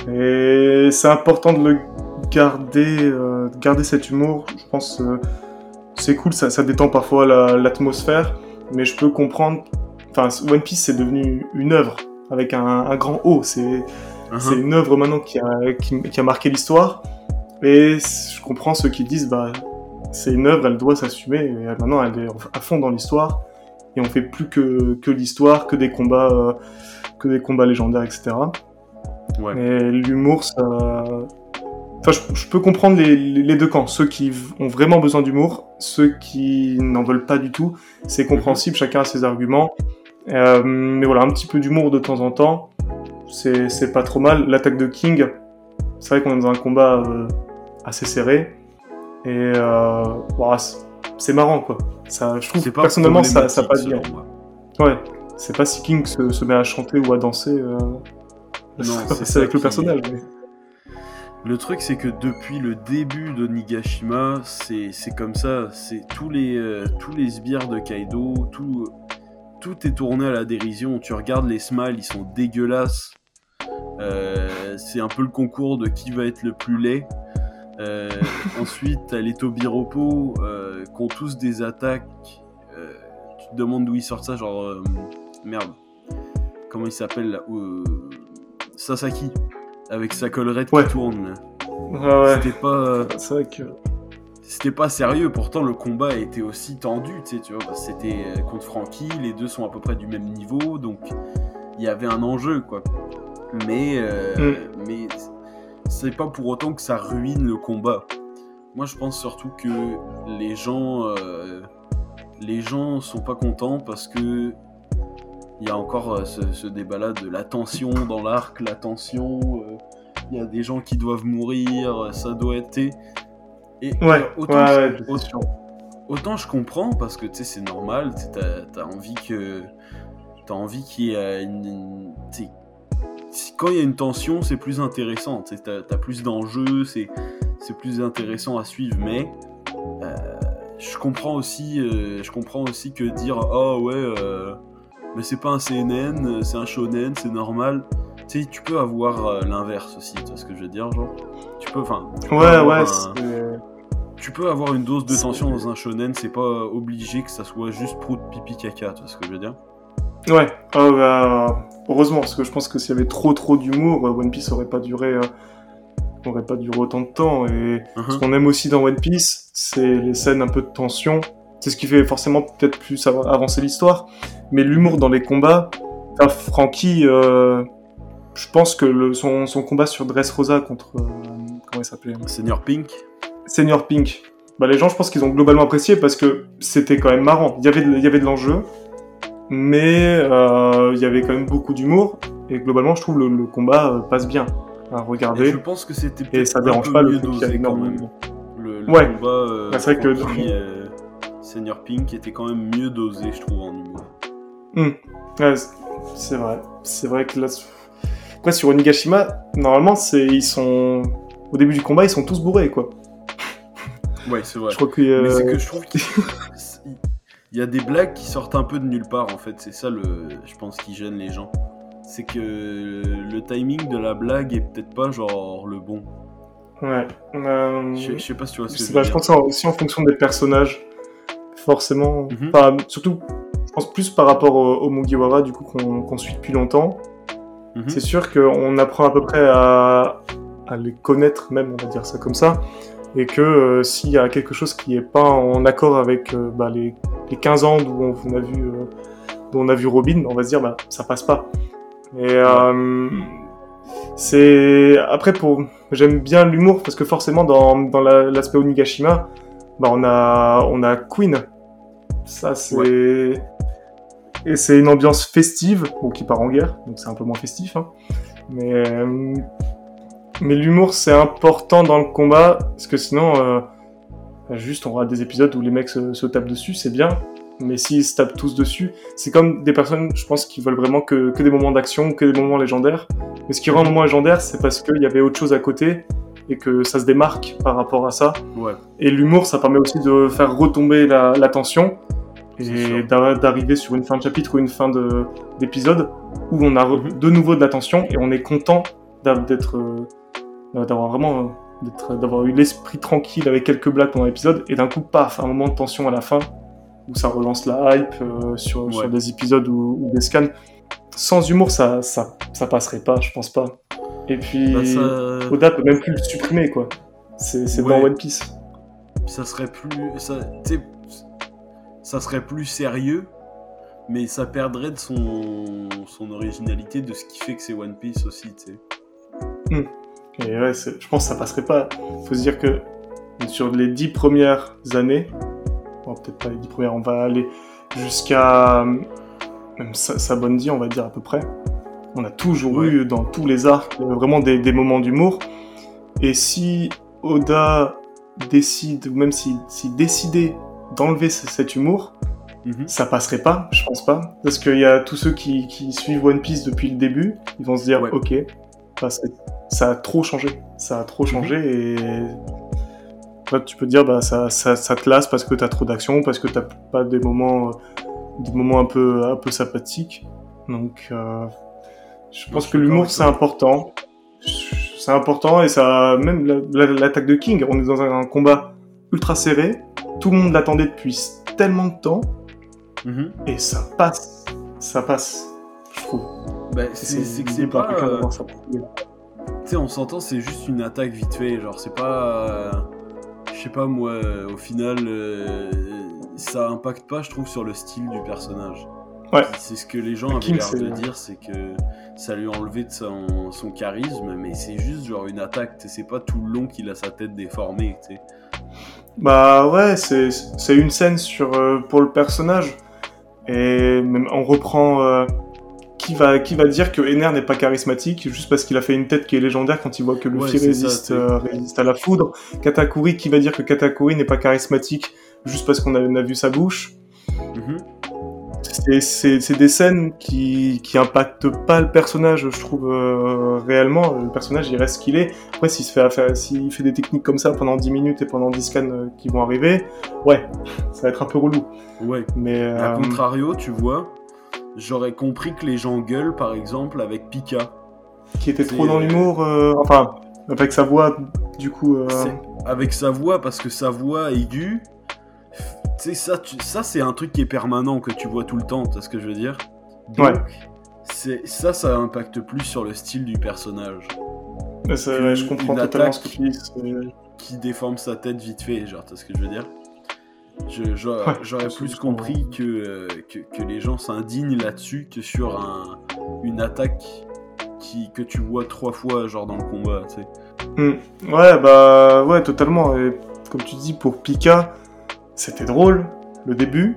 Et c'est important de le garder, euh, garder cet humour. Je pense euh, c'est cool, ça, ça détend parfois la, l'atmosphère, mais je peux comprendre. Enfin, One Piece c'est devenu une œuvre avec un, un grand O. C'est, uh-huh. c'est une œuvre maintenant qui a, qui, qui a marqué l'histoire. Et je comprends ceux qui disent bah c'est une œuvre, elle doit s'assumer. Et maintenant elle est à fond dans l'histoire et on fait plus que que l'histoire, que des combats, euh, que des combats légendaires, et cetera. Ouais. Et l'humour, ça. Enfin, je, je peux comprendre les, les deux camps. Ceux qui ont vraiment besoin d'humour, ceux qui n'en veulent pas du tout. C'est compréhensible, mm-hmm. chacun a ses arguments. Euh, mais voilà, un petit peu d'humour de temps en temps, c'est, c'est pas trop mal. L'attaque de King, c'est vrai qu'on est dans un combat euh, assez serré. Et euh, bon, c'est marrant, quoi. Ça, je trouve que personnellement, ça, ça passe bien. Ouais, c'est pas si King se, se met à chanter ou à danser. Euh... Non, c'est, c'est avec le personnage. Mais... Le truc, c'est que depuis le début d'Onigashima, c'est, c'est comme ça. C'est tous les, euh, tous les sbires de Kaido, tout, tout est tourné à la dérision. Tu regardes les smiles, ils sont dégueulasses. Euh, c'est un peu le concours de qui va être le plus laid. Euh, ensuite, t'as les Tobiropo euh, qui ont tous des attaques. Euh, tu te demandes d'où ils sortent ça, genre... Euh, merde. Comment il s'appelle là euh, Sasaki, avec sa collerette ouais. qui tourne. Ouais, ouais. C'était pas... C'est vrai que... C'était pas sérieux, pourtant le combat était aussi tendu, tu sais, tu vois. C'était contre Franky, les deux sont à peu près du même niveau, donc il y avait un enjeu, quoi. Mais... Euh, mm. mais c'est pas pour autant que ça ruine le combat. Moi, je pense surtout que les gens... Euh, les gens sont pas contents parce que il y a encore euh, ce, ce débat-là de la tension dans l'arc, la tension, il euh, y a des gens qui doivent mourir, ça doit être... Et ouais, autant, ouais, je, autant, autant je comprends, parce que c'est normal, t'as, t'as envie que... T'as envie qu'il y ait une... une quand il y a une tension, c'est plus intéressant, t'as, t'as plus d'enjeux, c'est, c'est plus intéressant à suivre, mais... Euh, je comprends aussi, euh, je comprends aussi que dire « Ah oh, ouais... Euh, mais c'est pas un C N N, c'est un shonen, c'est normal. » Tu sais, tu peux avoir euh, l'inverse aussi, tu vois ce que je veux dire, genre. Tu peux, enfin. Ouais, ouais, un... c'est... tu peux avoir une dose de tension dans un shonen, c'est pas obligé que ça soit juste prout pipi caca, tu vois ce que je veux dire? Ouais, euh, bah, heureusement, parce que je pense que s'il y avait trop trop d'humour, One Piece aurait pas duré, euh, aurait pas duré autant de temps. Et uh-huh. Ce qu'on aime aussi dans One Piece, c'est les scènes un peu de tension. C'est ce qui fait forcément peut-être plus avancer l'histoire. Mais l'humour dans les combats, t'as Franky, euh, je pense que le, son, son combat sur Dressrosa contre... Euh, comment il s'appelait ? Senior Pink. Senior Pink. Bah, les gens, je pense qu'ils ont globalement apprécié parce que c'était quand même marrant. Il y avait de, il y avait de l'enjeu, mais euh, il y avait quand même beaucoup d'humour. Et globalement, je trouve le, le combat euh, passe bien à regarder. Et je pense que c'était peut-être et ça un dérange peu pas mieux le dosé quand même. Le, le ouais. combat euh, bah, c'est vrai que Franky, euh, Senior Pink était quand même mieux dosé, je trouve, en humour. Mmh. Ouais, c'est vrai. C'est vrai que là... Après, sur Onigashima, normalement, c'est... ils sont... Au début du combat, ils sont tous bourrés, quoi. Ouais, c'est vrai. Je crois que, euh... Mais c'est que je trouve qu'il y a des blagues qui sortent un peu de nulle part, en fait. C'est ça, le... je pense, qui gêne les gens. C'est que le timing de la blague est peut-être pas, genre, le bon. Ouais. Euh... Je sais pas si tu vois ce que je veux pas, dire. Je pense que c'est aussi en fonction des personnages. Forcément. Mm-hmm. Enfin, surtout, je pense plus par rapport au, au Mugiwara, du coup, qu'on, qu'on suit depuis longtemps. Mm-hmm. C'est sûr qu'on apprend à peu près à, à les connaître, même, on va dire ça comme ça. Et que euh, s'il y a quelque chose qui n'est pas en accord avec euh, bah, les, les quinze ans d'où on, on, a vu, euh, d'où on a vu Robin, on va se dire, bah, ça passe pas. Et euh, c'est... Après, pour... j'aime bien l'humour, parce que forcément, dans, dans la, l'aspect Onigashima, bah, on a, on a Queen. Ça, c'est... Ouais. Et c'est une ambiance festive, bon, qui part en guerre, donc c'est un peu moins festif. Hein. Mais, euh... Mais l'humour, c'est important dans le combat, parce que sinon, euh... juste, on aura des épisodes où les mecs se, se tapent dessus, c'est bien. Mais s'ils se tapent tous dessus, c'est comme des personnes, je pense, qui veulent vraiment que, que des moments d'action, que des moments légendaires. Mais ce qui rend un moment légendaire, c'est parce qu'il y avait autre chose à côté, et que ça se démarque par rapport à ça. Ouais. Et l'humour, ça permet aussi de faire retomber la, la tension et d'arriver sur une fin de chapitre ou une fin de, d'épisode où on a re- de nouveau de la tension et on est content d'être, d'avoir vraiment d'être, d'avoir eu l'esprit tranquille avec quelques blagues pendant l'épisode et d'un coup, paf, un moment de tension à la fin où ça relance la hype euh, sur, ouais. sur des épisodes ou, ou des scans. Sans humour, ça, ça, ça passerait pas, je pense pas. Et puis, bah ça... Oda peut même plus le supprimer, quoi. C'est, c'est ouais. dans One Piece. Ça serait plus... Ça, ça serait plus sérieux, mais ça perdrait de son, son originalité, de ce qui fait que c'est One Piece aussi, tu sais. Mmh. Et ouais, c'est... je pense que ça passerait pas. Faut se dire que sur les dix premières années, bon, peut-être pas les dix premières, on va aller jusqu'à... Même Sabondi, on va dire à peu près. On a toujours ouais. eu dans tous les arcs vraiment des, des moments d'humour. Et si Oda décide, ou même s'il si décidait d'enlever c- cet humour, mm-hmm. ça passerait pas, je pense pas. Parce qu'il y a tous ceux qui, qui suivent One Piece depuis le début, ils vont se dire ouais. ok, bah, ça a trop changé. Ça a trop changé mm-hmm. et là, tu peux te dire bah, ça, ça, ça te lasse parce que t'as trop d'action, parce que t'as pas des moments, des moments un peu, un peu sympathiques. Donc... Euh... Je pense que l'humour c'est important, c'est important et ça, même la, la, l'attaque de King, on est dans un, un combat ultra serré, tout le monde l'attendait depuis tellement de temps mm-hmm. et ça passe, ça passe, je trouve. Bah, c'est, c'est, c'est que c'est pas, euh... tu sais, on s'entend, c'est juste une attaque vite fait, genre c'est pas, euh... je sais pas moi, euh, au final, euh... ça impacte pas, je trouve, sur le style du personnage. Ouais. C'est ce que les gens avaient King, l'air de dire, c'est que ça lui a enlevé de son, son charisme, mais c'est juste genre une attaque, c'est pas tout le long qu'il a sa tête déformée, tu sais. Bah ouais, c'est, c'est une scène sur, euh, pour le personnage, et même on reprend euh, qui, va, qui va dire que Ener n'est pas charismatique, juste parce qu'il a fait une tête qui est légendaire quand il voit que Luffy ouais, résiste, ça, euh, résiste à la foudre. Katakuri qui va dire que Katakuri n'est pas charismatique, juste parce qu'on a, on a vu sa bouche. Mm-hmm. C'est, c'est, c'est des scènes qui, qui impactent pas le personnage, je trouve, euh, réellement. Le personnage, il reste ce qu'il est. Après, s'il, se fait affaire, s'il fait des techniques comme ça pendant dix minutes et pendant dix scans euh, qui vont arriver, ouais, ça va être un peu relou. Ouais. Mais, à euh... contrario, tu vois, j'aurais compris que les gens gueulent, par exemple, avec Pika. Qui était c'est... trop dans l'humour, euh... enfin, avec sa voix, du coup... Euh... avec sa voix, parce que sa voix aiguë, tu sais, ça, tu, ça c'est un truc qui est permanent, que tu vois tout le temps, tu sais ce que je veux dire? Donc, Ouais. c'est, ça, ça impacte plus sur le style du personnage. Mais c'est- ouais, je comprends Une totalement attaque ce que tu dis. c'est- qui déforme sa tête vite fait, genre, tu sais ce que je veux dire? Je, j'aurais, Ouais, j'aurais je plus comprends. compris que, euh, que, que les gens s'indignent là-dessus que sur un, une attaque qui, que tu vois trois fois, genre, dans le combat, tu sais. Hmm. Ouais, bah, ouais, totalement. Et comme tu dis, pour Pika, c'était drôle, le début.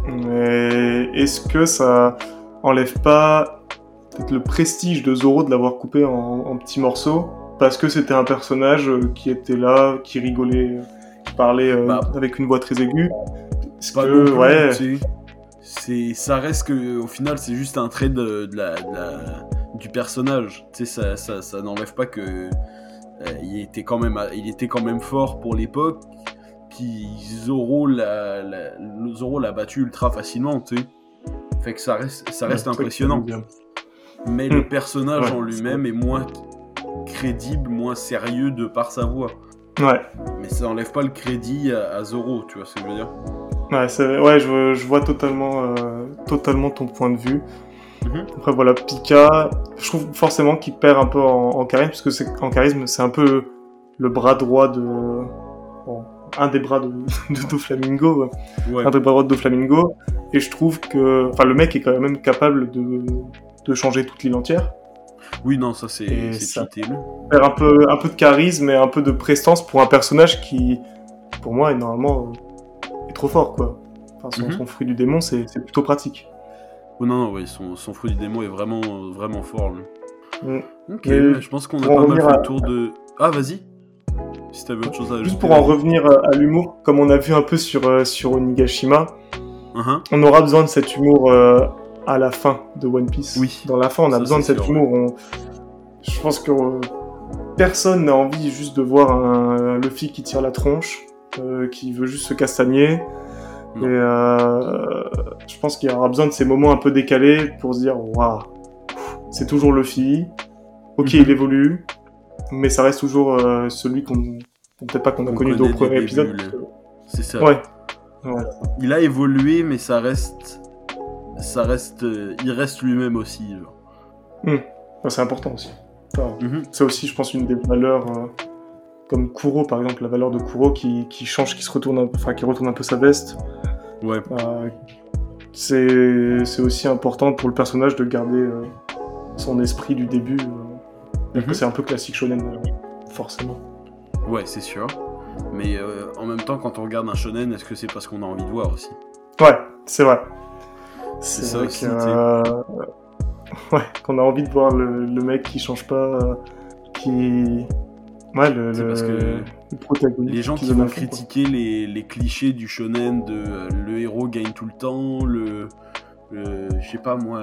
Mais est-ce que ça enlève pas peut-être le prestige de Zoro de l'avoir coupé en, en petits morceaux? Parce que c'était un personnage euh, qui était là, qui rigolait, euh, qui parlait euh, Bah, avec une voix très aiguë. Est-ce Pas que, non plus, ouais, tu sais. C'est, ça reste que, au final, c'est juste un trait de, de la, de la- du personnage. Tu sais, ça, ça, ça n'enlève pas que euh, il était quand même, il était quand même fort pour l'époque. Puis Zoro l'a, l'a, le Zoro l'a battu ultra facilement, tu sais. Fait que ça reste, ça reste ouais, c'est impressionnant. bien. Mais Hmm. le personnage Ouais, en lui-même est moins crédible, moins sérieux de par sa voix. Ouais. Mais ça enlève pas le crédit à, à Zoro, tu vois ce que je veux dire? Ouais, c'est- ouais je, je vois totalement, euh, totalement ton point de vue. Mhm. Après, voilà, Pika, je trouve forcément qu'il perd un peu en, en charisme, parce que c'est, en charisme, c'est un peu le bras droit de... Bon, un des bras de, de Doflamingo, ouais. Ouais. un des bras droits de Doflamingo, et je trouve que... Enfin, le mec est quand même capable de, de changer toute l'île entière. Oui, non, ça c'est, Et c'est ça- cheaté. lui. Perd un peu, un peu de charisme et un peu de prestance pour un personnage qui, pour moi, est normalement euh, est trop fort, quoi. Enfin, son, Mhm. son fruit du démon, c'est, c'est plutôt pratique. Oh non, non, ouais, son, son fruit du démon est vraiment, euh, vraiment fort. Lui. Mm. Ok, Mais ouais, je pense qu'on a pour en pas mal revenir fait à- le tour de. Ah, vas-y. Si t'avais autre chose à ajouter. Juste pour en vas-y. revenir à, à l'humour, comme on a vu un peu sur, euh, sur Onigashima, Uh-huh. on aura besoin de cet humour euh, à la fin de One Piece. Oui. Dans la fin, on a Ça, besoin de c'est cet sûr, humour. On- Je pense que euh, personne n'a envie juste de voir un Luffy qui tire la tronche, euh, qui veut juste se castagner. Non. Et euh, je pense qu'il y aura besoin de ces moments un peu décalés pour se dire waouh, c'est toujours Luffy. Ok, Mhm. il évolue, mais ça reste toujours euh, celui qu'on peut-être pas qu'on a Qu'on connu connaît au premier des épisode. débuts, parce que- C'est ça. Ouais. Ouais. Il a évolué, mais ça reste. Ça reste. euh, Il reste lui-même aussi. Genre. Enfin, c'est important aussi. Enfin, Mhm. c'est aussi, je pense, une des valeurs, euh, comme Kuro par exemple, la valeur de Kuro qui, qui change, qui se retourne, un peu, enfin, qui retourne un peu sa veste. Ouais. Euh, c'est, c'est aussi important pour le personnage de garder euh, son esprit du début. euh, parce que Mhm. c'est un peu classique shonen, euh, forcément. Ouais, c'est sûr. Mais euh, en même temps, quand on regarde un shonen, est-ce que c'est parce qu'on a envie de voir aussi? Ouais, c'est vrai. C'est C'est ça vrai aussi, que, tu sais. euh, ouais, qu'on a envie de voir le, le mec qui change pas, euh, qui... Ouais, le, C'est le, parce que le protagoniste. Les gens qui donne vont à fond, quoi. critiquer les, les clichés du shonen de euh, le héros gagne tout le temps, le. le je sais pas moi.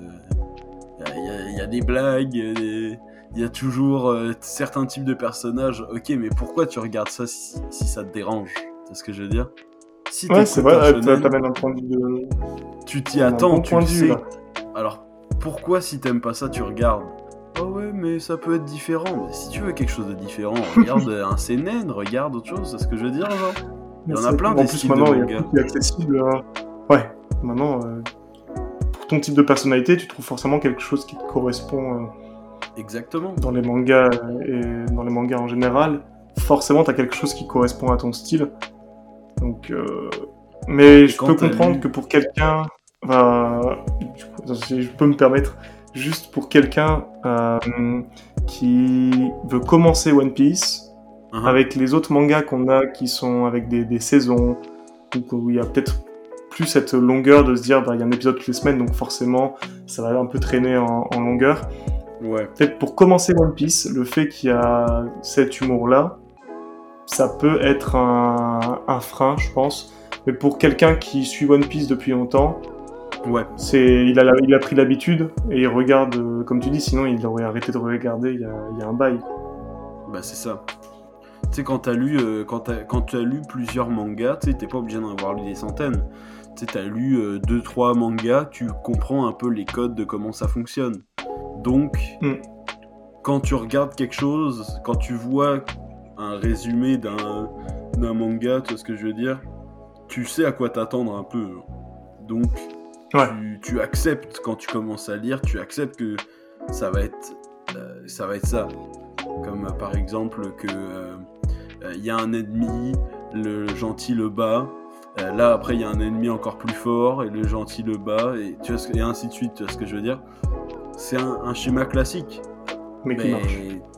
Il y, a, y a des blagues, il y a toujours euh, certains types de personnages. Ok, mais pourquoi tu regardes ça si, si ça te dérange? C'est ce que je veux dire? Si Ouais, c'est t'écoutes vrai, un ouais, t'a- shonen, t'amènes un point de vue de... tu t'y un attends, bon tu point le de vue, sais. là. Alors, pourquoi si t'aimes pas ça, tu regardes? Ah ouais, mais ça peut être différent. Mais si tu veux quelque chose de différent, regarde un seinen, regarde autre chose, c'est ce que je veux dire, genre. Il y en a C'est- plein en des plus, styles de maintenant, il y a manga. tout qui est accessible. euh, Ouais, maintenant, euh, pour ton type de personnalité, tu trouves forcément quelque chose qui te correspond euh, Exactement. dans les mangas euh, et dans les mangas en général. Forcément, t'as quelque chose qui correspond à ton style. Donc, euh... mais je quand peux t'as comprendre lu- que pour quelqu'un, enfin, du coup, si je peux me permettre, juste pour quelqu'un euh, qui veut commencer One Piece, Uh-huh. avec les autres mangas qu'on a qui sont avec des, des saisons, où il y a peut-être plus cette longueur de se dire bah, il y a un épisode toutes les semaines, donc forcément ça va un peu traîner en, en longueur. Ouais. Peut-être pour commencer One Piece, le fait qu'il y a cet humour-là, ça peut être un, un frein, je pense. Mais pour quelqu'un qui suit One Piece depuis longtemps, Ouais. c'est, il, a la- il a pris l'habitude et il regarde, euh, comme tu dis, sinon il aurait arrêté de regarder il y a, il y a un bail. Bah c'est ça. Tu sais, quand t'as lu, euh, quand t'as, quand tu as lu plusieurs mangas, tu sais, t'es pas obligé d'en avoir lu des centaines. Tu sais, t'as lu euh, deux trois mangas, tu comprends un peu les codes de comment ça fonctionne. Donc, Mm. quand tu regardes quelque chose, quand tu vois un résumé d'un, d'un manga, tu vois ce que je veux dire, tu sais à quoi t'attendre un peu. Donc, Ouais. tu, tu acceptes quand tu commences à lire, tu acceptes que ça va être, euh, ça va être ça. Comme euh, par exemple que il euh, euh, y a un ennemi, le gentil le bat. Euh, là après il y a un ennemi encore plus fort et le gentil le bat et tu vois ce, et ainsi de suite. Tu vois ce que je veux dire? C'est un, un schéma classique. Mais qui Mais marche.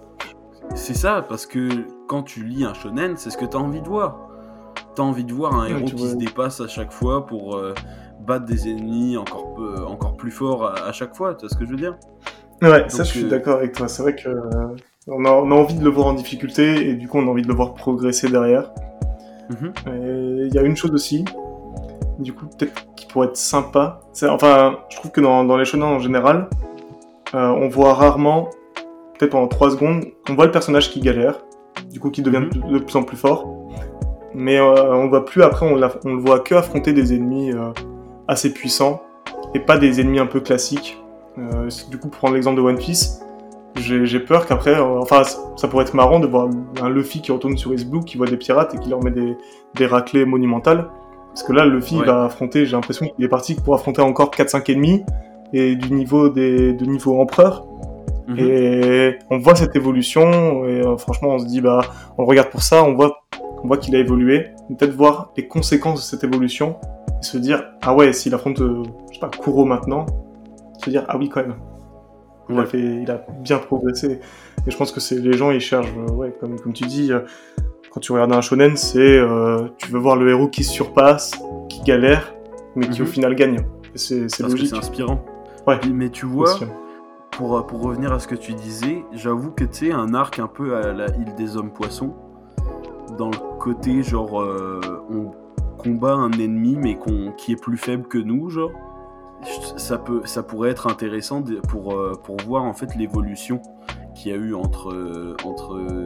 c'est ça, parce que quand tu lis un shonen, c'est ce que t'as envie de voir. T'as envie de voir un Ouais, héros tu qui vois. se dépasse à chaque fois pour euh, battre des ennemis encore, peu- encore plus forts à, à chaque fois, tu vois ce que je veux dire? Ouais, ça Donc, je suis euh, d'accord avec toi. C'est vrai que euh, on, a, on a envie de le voir en difficulté et du coup on a envie de le voir progresser derrière. mhm, Et il y a une chose aussi, du coup peut-être qui pourrait être sympa. C'est, enfin, je trouve que dans, dans les shonen en général, euh, on voit rarement, peut-être pendant trois secondes, on voit le personnage qui galère, du coup qui devient Mhm. de, de plus en plus fort. Mais euh, on le voit plus après, on, l'a- on le voit que affronter des ennemis euh, assez puissants et pas des ennemis un peu classiques. Euh, si- du coup, pour prendre l'exemple de One Piece, j'ai, j'ai peur qu'après, euh, enfin, ça, ça pourrait être marrant de voir un Luffy qui retourne sur East Blue, qui voit des pirates et qui leur met des, des raclées monumentales. Parce que là, Luffy Ouais. va affronter, j'ai l'impression qu'il est parti pour affronter encore quatre cinq ennemis et du niveau des, de niveau empereur. Mhm. Et on voit cette évolution et euh, franchement, on se dit, bah, on le regarde pour ça, on voit on voit qu'il a évolué, peut-être voir les conséquences de cette évolution, et se dire, ah ouais, s'il affronte, euh, je sais pas, Kuro maintenant, se dire, ah oui, quand même, il, Ouais. a, fait, il a bien progressé. Et je pense que c'est les gens, ils cherchent, euh, ouais, comme, comme tu dis, euh, quand tu regardes un shonen, c'est, euh, tu veux voir le héros qui se surpasse, qui galère, mais qui Mhm. au final gagne. Et c'est, c'est Parce que logique. c'est inspirant. Ouais, Mais tu vois, aussi. pour, pour revenir à ce que tu disais, j'avoue que tu sais, un arc un peu à la île des hommes poissons, dans le côté genre euh, on combat un ennemi mais qu'on, qui est plus faible que nous, genre ça, peut, ça pourrait être intéressant de- pour, euh, pour voir en fait l'évolution qu'il y a eu entre, euh, entre euh,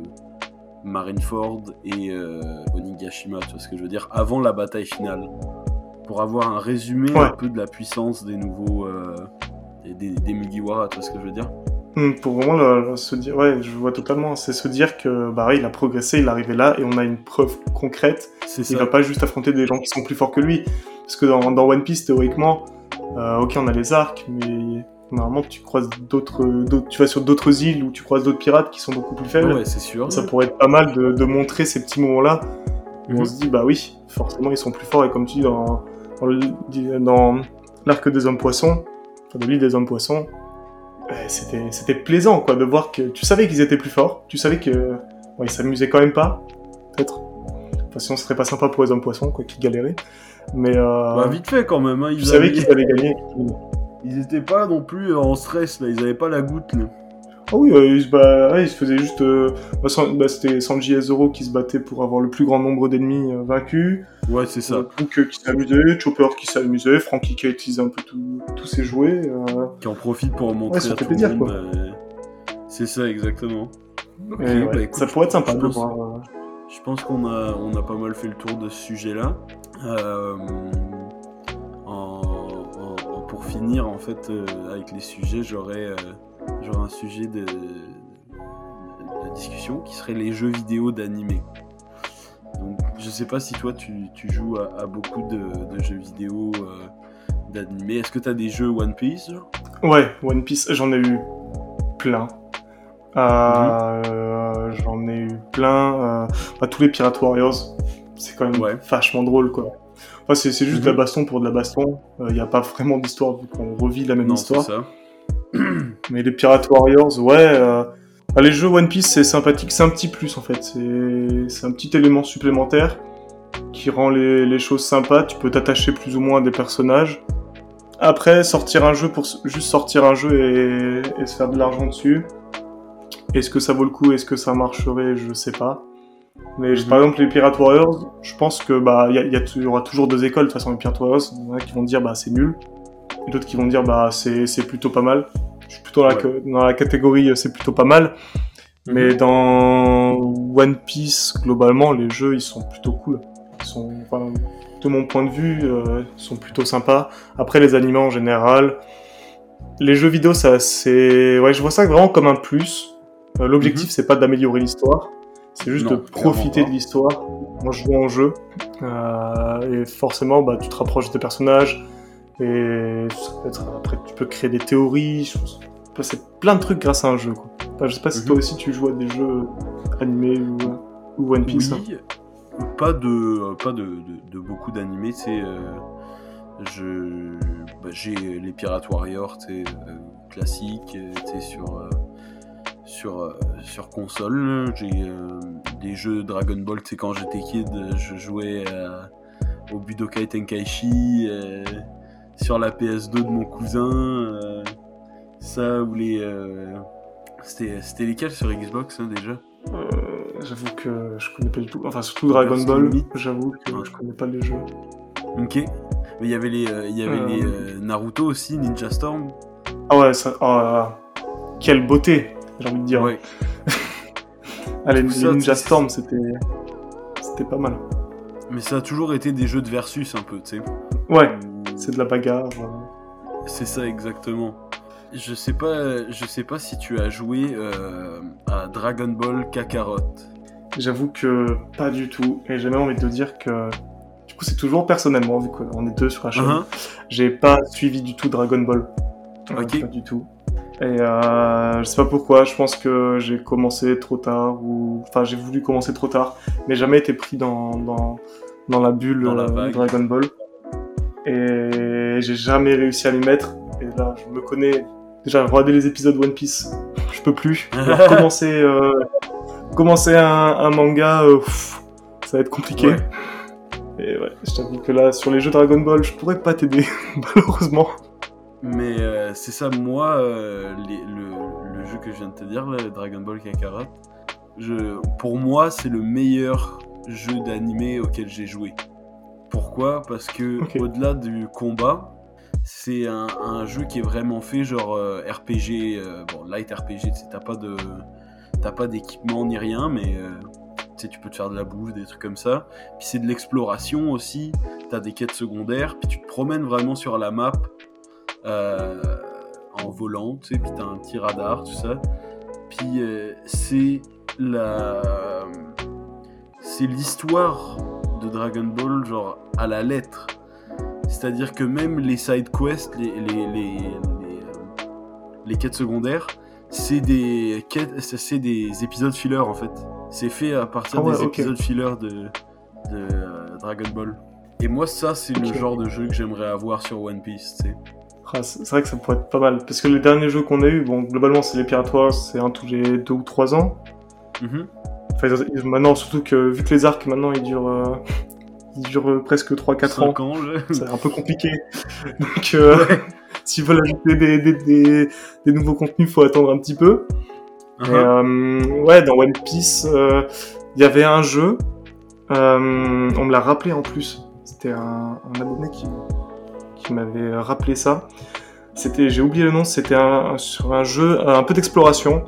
Marineford et euh, Onigashima, tu vois ce que je veux dire, avant la bataille finale, pour avoir un résumé Ouais. un peu de la puissance des nouveaux euh, des, des, des Mugiwara, tu vois ce que je veux dire. Hum, Pour vraiment le- le- se dire, ouais, je vois totalement, c'est se dire que bah, il a progressé, il est arrivé là, et on a une preuve concrète. C'est Il ça. va pas juste affronter des gens qui sont plus forts que lui. Parce que dans, dans One Piece, théoriquement, euh, ok, on a les arcs, mais normalement, tu croises d'autres, d'autres, tu vas sur d'autres îles où tu croises d'autres pirates qui sont beaucoup plus faibles. Ouais, c'est sûr. Et ça pourrait être pas mal de, de montrer ces petits moments-là où Mhm. on se dit, bah oui, forcément, ils sont plus forts. Et comme tu dis, dans, dans, le- dans l'arc des hommes poissons, enfin, de l'île des hommes poissons, euh, c'était, c'était plaisant, quoi, de voir que tu savais qu'ils étaient plus forts, tu savais que, bon, ils s'amusaient quand même pas, peut-être. Enfin, sinon, ce serait pas sympa pour les hommes poissons, quoi, qui galéraient. Mais euh, Bah, vite fait quand même, hein, tu ils, savais avaient- qu'ils allaient gagner. ils étaient pas non plus en stress là, ils avaient pas la goutte là. Ah oui, euh, ils, se ba- ouais, ils se faisaient juste... euh, bah, San- bah, c'était Sanji et Zoro qui se battaient pour avoir le plus grand nombre d'ennemis euh, vaincus. Ouais, c'est ça. Brook euh, qui s'amusait, Chopper qui s'amusait, Frankie qui a utilisé un peu tout- tous ses jouets. euh, Qui en profitent pour montrer ça à fait tout plaisir, le monde. euh, C'est ça, exactement. Ok, et ouais, bah écoute, ça pourrait être sympa je de pense, voir. euh, je pense qu'on a, on a pas mal fait le tour de ce sujet-là. Euh, en- en- en- pour finir, en fait, euh, avec les sujets, j'aurais, euh, j'aurais un sujet de, de discussion qui serait les jeux vidéo d'animé. Donc, je sais pas si toi tu, tu joues à, à beaucoup de, de jeux vidéo euh, d'animé. Est-ce que t'as des jeux One Piece genre Ouais, One Piece, j'en ai eu plein. Euh, J'en ai eu plein. Euh, bah, tous les Pirate Warriors, c'est quand même Ouais. vachement drôle, quoi. Enfin, c'est c'est juste de Mhm. la baston pour de la baston. Il n'y a pas vraiment d'histoire vu qu'on revit la même Non, c'est histoire. ça. Mais les Pirate Warriors, ouais. euh, bah, les jeux One Piece, c'est sympathique. C'est un petit plus, en fait. C'est c'est un petit élément supplémentaire qui rend les, les choses sympas. Tu peux t'attacher plus ou moins à des personnages. Après, sortir un jeu pour s- juste sortir un jeu et, et se faire de l'argent dessus. Est-ce que ça vaut le coup? Est-ce que ça marcherait? Je sais pas. Mais Mhm. par exemple, les Pirate Warriors, je pense que bah y, a, y, a, y aura toujours deux écoles de toute façon. Les Pirate Warriors, il y en a qui vont dire bah c'est nul, et d'autres qui vont dire bah c'est c'est plutôt pas mal. Je suis plutôt dans, la, Ouais. dans la catégorie euh, c'est plutôt pas mal. Mais Mhm. dans One Piece, globalement, les jeux ils sont plutôt cool. Ils sont, enfin, de mon point de vue, euh, ils sont plutôt sympas. Après, les animés en général, les jeux vidéo, ça c'est, ouais, je vois ça vraiment comme un plus. Euh, L'objectif Mhm. c'est pas d'améliorer l'histoire, C'est juste Non, de profiter clairement pas. de l'histoire en jouant au jeu. Euh, et forcément, bah, tu te rapproches des personnages. Et ça peut être, après, tu peux créer des théories. Je pense, tu peux passer plein de trucs grâce à un jeu, quoi. Enfin, je sais pas si Mhm. toi aussi tu joues à des jeux animés ou, ou One Piece. hein. Oui, pas de, pas de, de, de beaucoup d'animés, tu sais. Euh, je, bah, j'ai les Pirate Warriors, tu sais, euh, classiques, euh, tu sais, sur, euh, sur, euh, sur console. J'ai euh, des jeux Dragon Ball, tu sais, quand j'étais kid, je jouais à, au Budokai Tenkaichi euh, sur la P S deux de mon cousin. Euh, ça, ou les. Euh, c'était, c'était lesquels sur Xbox, hein, déjà? Euh, j'avoue que je connais pas du tout. Enfin, surtout Dragon Versus Ball, Limite. j'avoue que Ouais. je connais pas les jeux. Ok. Mais il y avait les, euh, il y avait Euh. les euh, Naruto aussi, Ninja Storm. Ah ouais, ça. Oh là là. Quelle beauté, j'ai envie de dire. Ouais. Allez, Tout les ça, Ninja tu sais, Storm, c'était. C'était pas mal. Mais ça a toujours été des jeux de versus un peu, tu sais. Ouais, Où- c'est de la bagarre. euh. C'est ça exactement. Je sais pas, je sais pas si tu as joué euh, à Dragon Ball Kakarot. J'avoue que pas du tout. Et j'ai même envie de te dire que. Du coup, c'est toujours personnellement, vu qu'on est deux sur la chaîne. Uh-huh. J'ai pas suivi du tout Dragon Ball. Euh, Ok. Pas du tout. Et euh, je sais pas pourquoi, je pense que j'ai commencé trop tard, ou. Enfin, j'ai voulu commencer trop tard, mais jamais été pris dans, dans, dans la bulle Dans la euh, vague. Dragon Ball. Et j'ai jamais réussi à m'y mettre. Et là, je me connais. Déjà, regarder les épisodes One Piece, je peux plus. Alors, commencer, euh, commencer un, un manga, euh, pff, ça va être compliqué. Ouais. Et ouais, je t'avoue que là, sur les jeux Dragon Ball, je pourrais pas t'aider, malheureusement. Mais euh, c'est ça, moi, euh, les- le, le jeu que je viens de te dire, là, Dragon Ball Kakarot, je, pour moi, c'est le meilleur jeu d'animé auquel j'ai joué. Pourquoi ? Parce que Ok. au-delà du combat, c'est un, un jeu qui est vraiment fait genre euh, R P G, euh, bon light R P G, tu sais, t'as pas de, t'as pas d'équipement ni rien, mais euh, tu sais, tu peux te faire de la bouffe, des trucs comme ça. Puis c'est de l'exploration aussi. T'as des quêtes secondaires, puis tu te promènes vraiment sur la map euh, en volant, tu sais, puis t'as un petit radar, tout ça. Puis euh, c'est la, c'est l'histoire de Dragon Ball genre à la lettre. C'est-à-dire que même les side quests, les, les, les, les, euh, les quêtes secondaires, c'est des, quêtes, c'est des épisodes filler en fait. C'est fait à partir Ah ouais, des ok. épisodes filler de, de euh, Dragon Ball. Et moi, ça, c'est Ok. le genre de jeu que j'aimerais avoir sur One Piece, tu sais. Ah, c'est c'est vrai que ça pourrait être pas mal. Parce que les derniers jeux qu'on a eu, bon, globalement, c'est les Pirate Wars, c'est un tous les deux ou trois ans. Mhm. Enfin, ils- ils- maintenant, surtout que vu que les arcs, maintenant, ils durent, euh, ils durent euh, presque trois quatre ans. cinq ans, là. C'est un peu compliqué. Donc, euh, s'ils veulent ajouter des, des, des, des nouveaux contenus, faut attendre un petit peu. Et, Uh-huh. euh, ouais, dans One Piece, euh, il y avait un jeu. euh, on me l'a rappelé en plus. C'était un, un abonné qui, qui m'avait rappelé ça. C'était, j'ai oublié le nom. C'était un, sur un jeu, un peu d'exploration,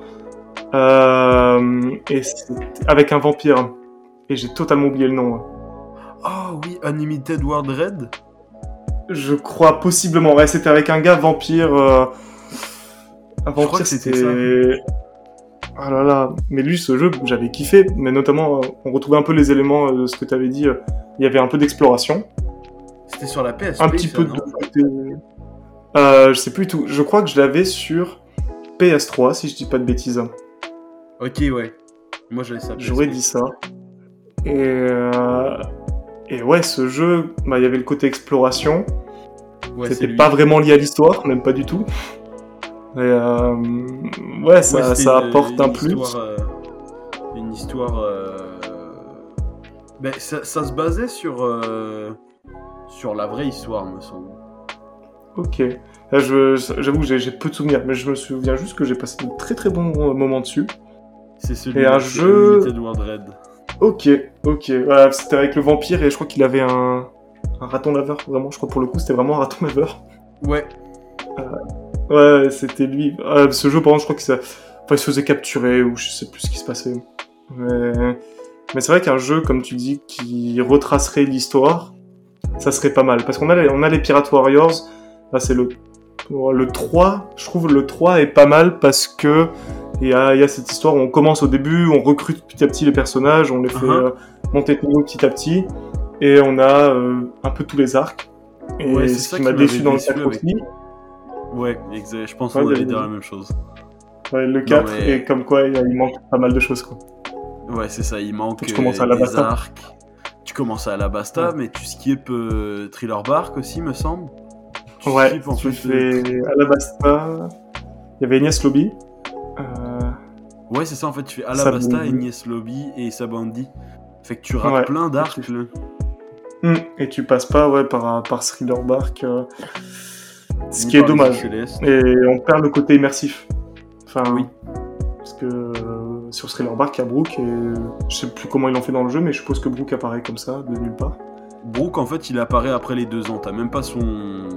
euh, et c'était avec un vampire. Et j'ai totalement oublié le nom. hein. Oh oui, Unlimited World Red. Je crois possiblement. Ouais, c'était avec un gars vampire. euh, Un crois vampire, que c'était c'était. Ah là là. Mais lui, ce jeu, j'avais kiffé. Mais notamment, euh, on retrouvait un peu les éléments euh, de ce que tu avais dit. euh, Il y avait un peu d'exploration. C'était sur la P S P. Un petit ça, peu non de. Euh, je sais plus tout. Je crois que je l'avais sur P S trois, si je dis pas de bêtises. Ok, ouais. Moi, j'avais ça. P S P. J'aurais dit ça. Et, euh, et ouais, ce jeu, bah, il y avait le côté exploration. Ouais, c'est C'était lui. pas vraiment lié à l'histoire, même pas du tout. Et euh, ouais, ça, Ouais, c'était ça une- apporte une un plus. histoire, euh, une histoire. euh, Ben, ça, ça se basait sur euh, sur la vraie histoire, me semble. Ok. Là, je, j'avoue que j'ai, j'ai peu de souvenirs, mais je me souviens juste que j'ai passé de très très bons euh, moments dessus. C'est celui Et un de jeu- Unlimited World Red. Ok, ok. Voilà, c'était avec le vampire et je crois qu'il avait un, un raton laveur. Vraiment, je crois pour le coup, c'était vraiment un raton laveur. Ouais. Ouais, c'était lui. Euh, ce jeu, par contre, je crois qu'il ça... enfin, il se faisait capturer ou je sais plus ce qui se passait. Mais, mais c'est vrai qu'un jeu, comme tu dis, qui retracerait l'histoire, ça serait pas mal. Parce qu'on a les, on a les Pirate Warriors. Là, c'est le, le trois. Je trouve le trois est pas mal parce que Et il y, y a cette histoire où on commence au début, on recrute petit à petit les personnages, on les fait Uh-huh. euh, monter de niveau petit à petit, et on a euh, un peu tous les arcs. Et Ouais, c'est ce ça qui qui m'a m'avait déçu dans le déçu quatre avec- aussi, Ouais, exact. Je pense Ouais, qu'on mais- allait dire la même chose. ouais, le quatre, mais- et comme quoi il il manque pas mal de choses, quoi. Ouais, c'est ça. Il manque Tu euh, commences à des Alabasta. arcs. Tu commences à Alabasta, Ouais. mais tu skips euh, Thriller Bark aussi, me semble. Tu Ouais, skips, en tu fait, fais Alabasta, il y avait Enies Lobby, euh, Ouais, c'est ça, en fait, tu fais Alabasta, Sabondi. Enies Lobby et Sabondi. Fait que tu rates Ouais. plein d'arcs, là. hum, et tu passes pas ouais, par, par Thriller Bark, euh, ce Ni qui est par les dommage. Célestes. Et on perd le côté immersif. Enfin, Oui. parce que euh, sur Thriller Bark, il y a Brooke, et je sais plus comment ils l'ont fait dans le jeu, mais je suppose que Brooke apparaît comme ça, de nulle part. Brooke, en fait, il apparaît après les deux ans. T'as même pas son...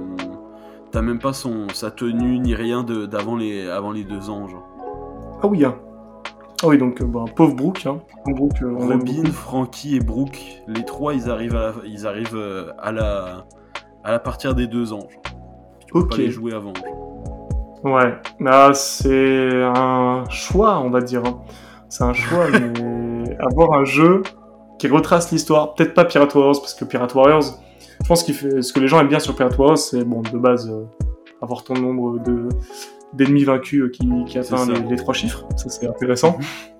T'as même pas son... sa tenue, ni rien de... d'avant les... avant les deux ans, genre. Ah oui, hein. Ah oui, donc, euh, bah, pauvre Brooke, hein. Brooke, euh, on l'aime Robin, beaucoup. Frankie et Brooke, les trois, ils arrivent à la, ils arrivent euh, à la, à la partir des deux ans. Genre. Tu peux Ok. pas les jouer avant. Genre. Ouais, bah, c'est un choix, on va dire. hein. C'est un choix, mais avoir un jeu qui retrace l'histoire, peut-être pas Pirate Warriors, parce que Pirate Warriors, je pense que ce que les gens aiment bien sur Pirate Warriors, c'est, bon, de base, euh, avoir ton nombre de d'ennemis vaincus euh, qui, qui atteint ça. les, les trois chiffres, ça c'est intéressant.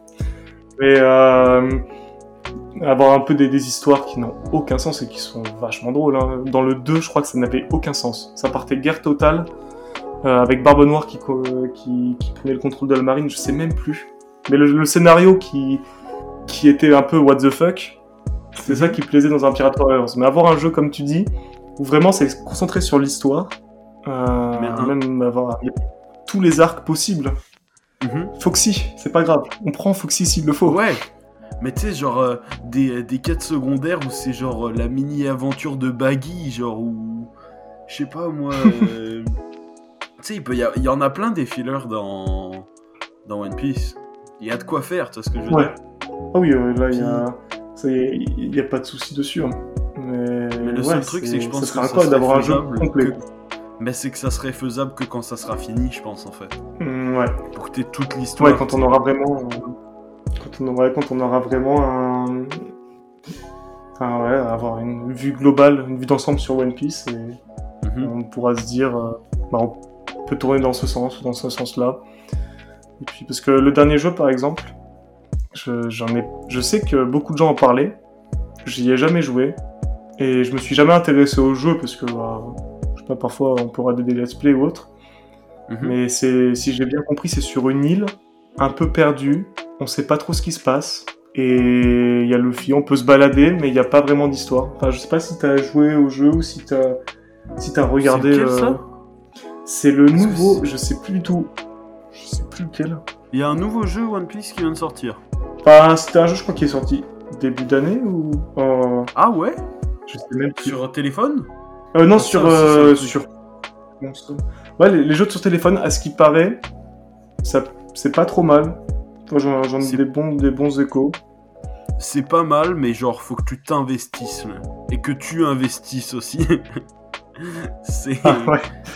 Mais euh, avoir un peu des, des histoires qui n'ont aucun sens et qui sont vachement drôles. hein. Dans le deux, je crois que ça n'avait aucun sens. Ça partait guerre totale, euh, avec Barbe Noire qui, co- qui, qui prenait le contrôle de la marine, je sais même plus. Mais le, le scénario qui, qui était un peu what the fuck, c'est ça qui plaisait dans un Pirate Warriors. Mais avoir un jeu, comme tu dis, où vraiment c'est concentré sur l'histoire, euh, Mais un- même avoir tous les arcs possibles. Mhm. Foxy, c'est pas grave. On prend Foxy s'il le faut. Ouais. Mais tu sais, genre, euh, des, des quêtes secondaires où c'est genre euh, la mini-aventure de Baggy, genre, où... Je sais pas, moi... euh, tu sais, il, peut y a- il y en a plein des fillers dans, dans One Piece. Il y a de quoi faire, tu vois ce que je veux Ouais. dire. Ah oui, euh, là, il y a... il n'y a pas de souci dessus. hein. Mais, Mais le ouais, seul truc, c'est que je pense ça que serait ça incroyable serait d'avoir un jeu faisable complet. que- Mais c'est que ça serait faisable que quand ça sera fini, je pense, en fait. Mm, ouais. Pour que t'aies toute l'histoire. Ouais, quand on aura vraiment... euh, Quand on aura, quand on aura vraiment un... un- ouais, avoir une vue globale, une vue d'ensemble sur One Piece, et Mhm. on pourra se dire... euh, bah, on peut tourner dans ce sens, ou dans ce sens-là. Et puis, parce que le dernier jeu, par exemple, je, j'en ai, je sais que beaucoup de gens en parlaient, j'y ai jamais joué, et je me suis jamais intéressé au jeu, parce que, bah, je sais pas, parfois on peut regarder des let's play ou autre, Mhm. mais c'est, si j'ai bien compris, c'est sur une île, un peu perdue, on sait pas trop ce qui se passe, et il y a Luffy, on peut se balader, mais il n'y a pas vraiment d'histoire. Enfin, je sais pas si t'as joué au jeu, ou si t'as, si t'as regardé... C'est lequel, ça c'est le Parce que nouveau, c'est- je sais plus du tout, je sais plus lequel. Il y a un nouveau jeu One Piece qui vient de sortir. Enfin, c'était un jeu, je crois, qui est sorti début d'année ou en... Ah ouais? Je sais même plus. Sur téléphone? Euh, non, Ah, sur... ça aussi, c'est euh, un truc. sur... comment ça Ouais, les, les jeux sur téléphone, à ce qui paraît, ça, c'est pas trop mal. Moi, j'en, j'en ai C'est- des bons, des bons échos. C'est pas mal, mais genre, faut que tu t'investisses, là. Et que tu investisses aussi. c'est... Ah, ouais.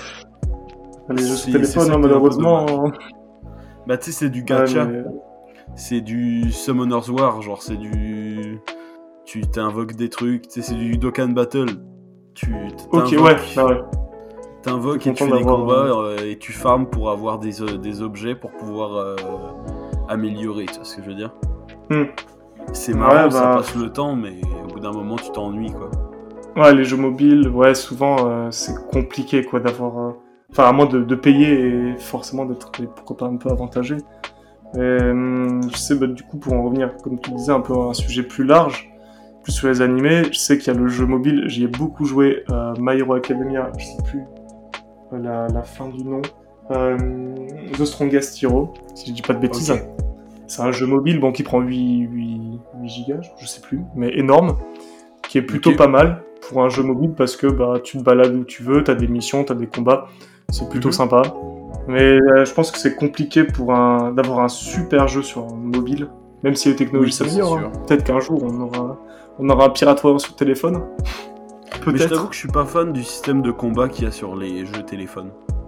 Les jeux C'est- sur c'est téléphone, ça non, qui est un peu malheureusement... Bah, tu sais, c'est du gacha. Ouais, mais- C'est du Summoner's War, genre, c'est du... Tu t'invoques des trucs, tu sais, c'est du Dokkan Battle. Tu Ok, t'invoques- ouais, ah ouais. T'invoques Je et suis tu fais des content combats d'avoir, euh, et tu farmes pour avoir des, euh, des objets pour pouvoir euh, améliorer, tu vois ce que je veux dire? Hmm. C'est marrant, Ouais, ça bah- passe le temps, mais au bout d'un moment, tu t'ennuies, quoi. Ouais, les jeux mobiles, ouais, souvent, euh, c'est compliqué, quoi, d'avoir... euh, Enfin, à moins de, de payer et forcément d'être, pourquoi pas, un peu avantagé. Et, hum, je sais, bah, du coup, pour en revenir, comme tu disais, un peu à un sujet plus large, plus sur les animés, je sais qu'il y a le jeu mobile, j'y ai beaucoup joué, euh, My Hero Academia, je sais plus euh, la, la fin du nom, euh, The Strongest Hero, si je dis pas de bêtises. Ok. C'est un jeu mobile, bon, qui prend huit gigas, je sais plus, mais énorme, qui est plutôt Ok. pas mal pour un jeu mobile parce que bah, tu te balades où tu veux, t'as des missions, t'as des combats, c'est plutôt Mhm. sympa. Mais euh, je pense que c'est compliqué pour un d'avoir un super jeu sur un mobile, même si les technologies Oui, ça, s'améliorent. c'est hein. sûr. Peut-être qu'un jour on aura, on aura un Pirate Warriors sur téléphone. Mais je Peut-être. t'avoue que je suis pas fan du système de combat qu'il y a sur les jeux téléphone.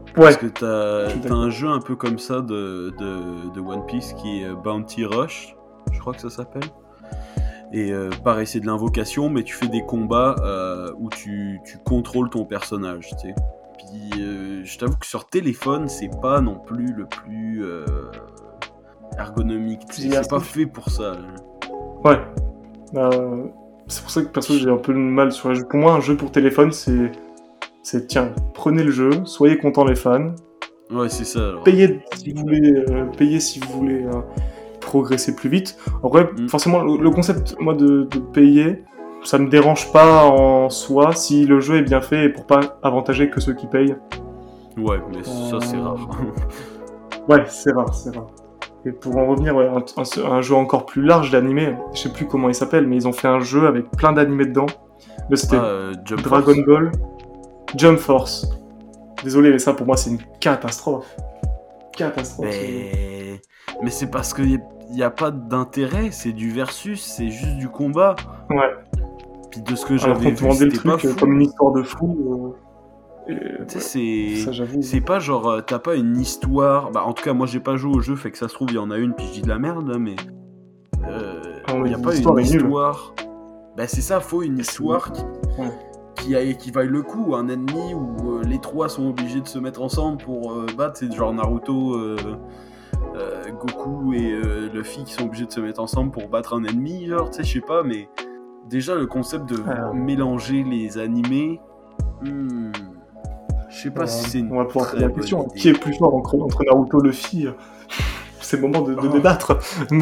Parce Ouais, que t'as, je suis t'as d'accord. un jeu un peu comme ça de, de, de One Piece qui est euh, Bounty Rush, je crois que ça s'appelle. Et euh, pareil, c'est de l'invocation, mais tu fais des combats euh, où tu, tu contrôles ton personnage, tu sais. Puis euh, je t'avoue que sur téléphone, c'est pas non plus le plus euh, ergonomique. Plus C'est, c'est pas immersif. fait pour ça. Là. Ouais. Euh, c'est pour ça que perso j'ai un peu de mal sur un jeu. Pour moi, un jeu pour téléphone, c'est, c'est tiens, prenez le jeu, soyez contents les fans, Ouais, c'est ça alors. payez si vous voulez, euh, payez si vous voulez euh, progresser plus vite. En vrai, Mm. forcément, le, le concept, moi, de, de payer, ça me dérange pas en soi si le jeu est bien fait et pour pas avantager que ceux qui payent. Ouais, mais ça c'est Euh, rare. Ouais, c'est rare, c'est rare. Et pour en revenir, ouais, un, un- un jeu encore plus large d'animé, je sais plus comment il s'appelle, mais ils ont fait un jeu avec plein d'animés dedans. Là, c'était Ah, euh, Jump Dragon Force. Ball, Jump Force. Désolé, mais ça pour moi c'est une catastrophe. Catastrophe. ce jeu. Mais, mais c'est parce qu'il n'y a, a pas d'intérêt, c'est du versus, c'est juste du combat. Ouais. Puis de ce que Alors j'avais qu'on te vu, vendait le c'était pas truc euh, fou. comme une histoire de fou. euh, et, Tu sais, ouais, ça c'est... j'avoue. c'est pas genre, euh, t'as pas une histoire... Bah en tout cas, moi j'ai pas joué au jeu, fait que ça se trouve, il y en a une, puis je dis de la merde, là, mais... Euh, Ah, Il mais y a pas l'histoire une est nulle. histoire... Bah c'est ça, faut une C'est- histoire qui... Ouais. qui, a, qui vaille le coup, un ennemi où euh, les trois sont obligés de se mettre ensemble pour euh, battre, c'est genre Naruto, euh, euh, Goku et euh, Luffy qui sont obligés de se mettre ensemble pour battre un ennemi, genre, tu sais, je sais pas, mais déjà le concept de Alors. mélanger les animés, hmm, je sais pas Euh, si c'est une on va pouvoir très poser la bonne question. idée. Qui est plus fort entre, entre Naruto et Luffy euh, C'est le moment de, de Oh. débattre. Mais,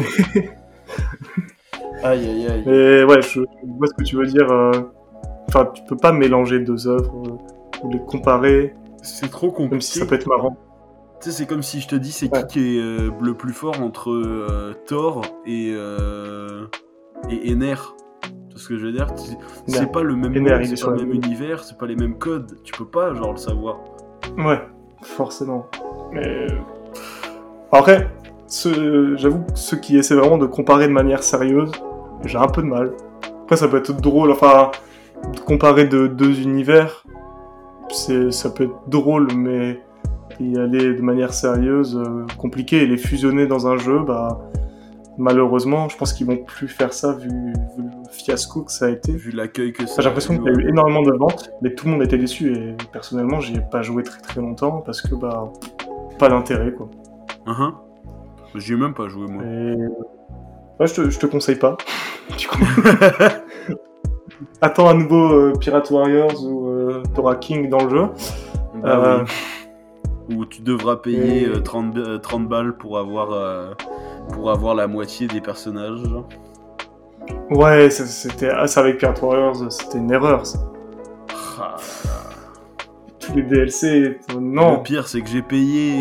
Aïe aïe aïe. mais ouais, je, je vois ce que tu veux dire. euh, Enfin, tu peux pas mélanger deux œuvres euh, ou les comparer, C'est trop compliqué. même si ça peut être marrant. Tu sais, c'est comme si je te dis c'est Ouais. qui qui est euh, le plus fort entre euh, Thor et, euh, et Ener. Tu vois ce que je veux dire? Tu- C'est Ener. pas le même Ener, monde, il est c'est sur pas la le même lune. univers, c'est pas les mêmes codes. Tu peux pas, genre, le savoir. Ouais, forcément. Mais après, ce- j'avoue que ceux qui essaient vraiment de comparer de manière sérieuse, j'ai un peu de mal. Après, ça peut être drôle, enfin, de comparer de deux univers, c'est, ça peut être drôle, mais y aller de manière sérieuse, euh, compliqué, et les fusionner dans un jeu, bah, malheureusement, je pense qu'ils vont plus faire ça vu, vu le fiasco que ça a été. Vu l'accueil que ça Enfin, j'ai l'impression a qu'il y a eu. eu énormément de ventes, mais tout le monde était déçu, et personnellement, j'y ai pas joué très très longtemps, parce que, bah, pas d'intérêt, quoi. Uh-huh. J'y ai même pas joué, moi. Et... Ouais, je te, je te conseille pas. Du coup, attends un nouveau euh, Pirate Warriors ou euh, Dora King dans le jeu. Bah Euh, oui. Où tu devras payer et- euh, trente, ba- euh, trente balles pour avoir, euh, pour avoir la moitié des personnages. genre. Ouais, ça- c'était ah, ça avec Pirate Warriors, c'était une erreur. Ça. Ah, Tous les D L C, euh, Le non. pire, c'est que j'ai payé.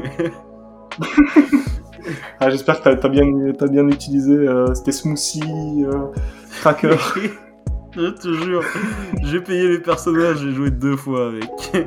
Ah, j'espère que t'as, t'as bien, t'as bien utilisé. euh, c'était Smoothie, euh, Cracker. Je te jure, j'ai payé les personnages, j'ai joué deux fois avec.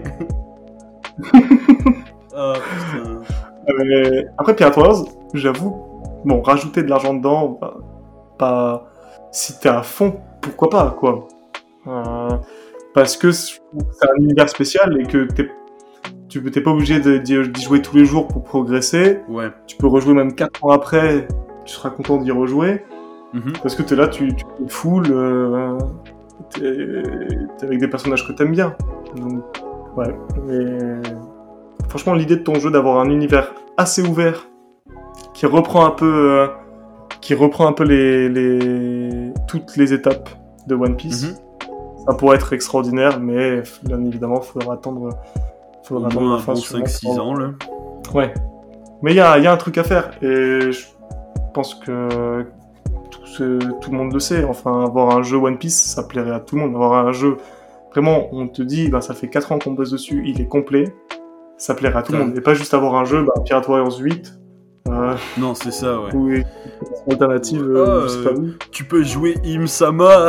Ah putain. Euh, après Pirate Warriors, j'avoue, bon, rajouter de l'argent dedans, bah, pas. Si t'es à fond, pourquoi pas, quoi. Euh, parce que c'est un univers spécial et que t'es, tu t'es pas obligé de- d'y d'y jouer tous les jours pour progresser. Ouais. Tu peux rejouer même quatre ans après, tu seras content d'y rejouer. Mhm. Parce que t'es là, tu, tu te full, euh, t'es, t'es avec des personnages que t'aimes bien. Donc, ouais, mais franchement, l'idée de ton jeu d'avoir un univers assez ouvert, qui reprend un peu, euh, qui reprend un peu les, les, toutes les étapes de One Piece, Mhm. ça pourrait être extraordinaire, mais bien évidemment, il faudra attendre, Au faudra attendre moins la un fin. bon sûrement, cinq six pour- ans là. Ouais. Mais il y a, y a un truc à faire, et je pense que tout, ce- tout le monde le sait. Enfin, avoir un jeu One Piece, ça plairait à tout le monde. Avoir un jeu, vraiment, on te dit, bah, ça fait quatre ans qu'on bosse dessus, il est complet, ça plairait à tout le Ouais. monde. Et pas juste avoir un jeu, bah, Pirate Warriors huit, euh, Non, c'est ça, ouais. ou une alternative, euh, Ah, je sais pas euh, où. Tu peux jouer Im-sama.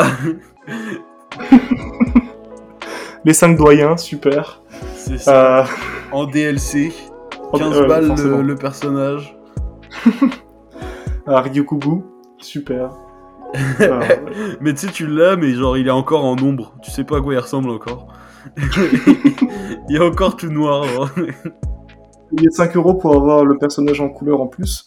Les cinq doyens, super. C'est ça. Euh, En D L C. oh, quinze euh, balles forcément. le, le personnage. Ah, Ryukubu, super. Euh, Mais tu sais, tu l'as, mais genre il est encore en ombre. Tu sais pas à quoi il ressemble encore. Il y a encore tout noir. Hein. Il y a cinq euros pour avoir le personnage en couleur en plus.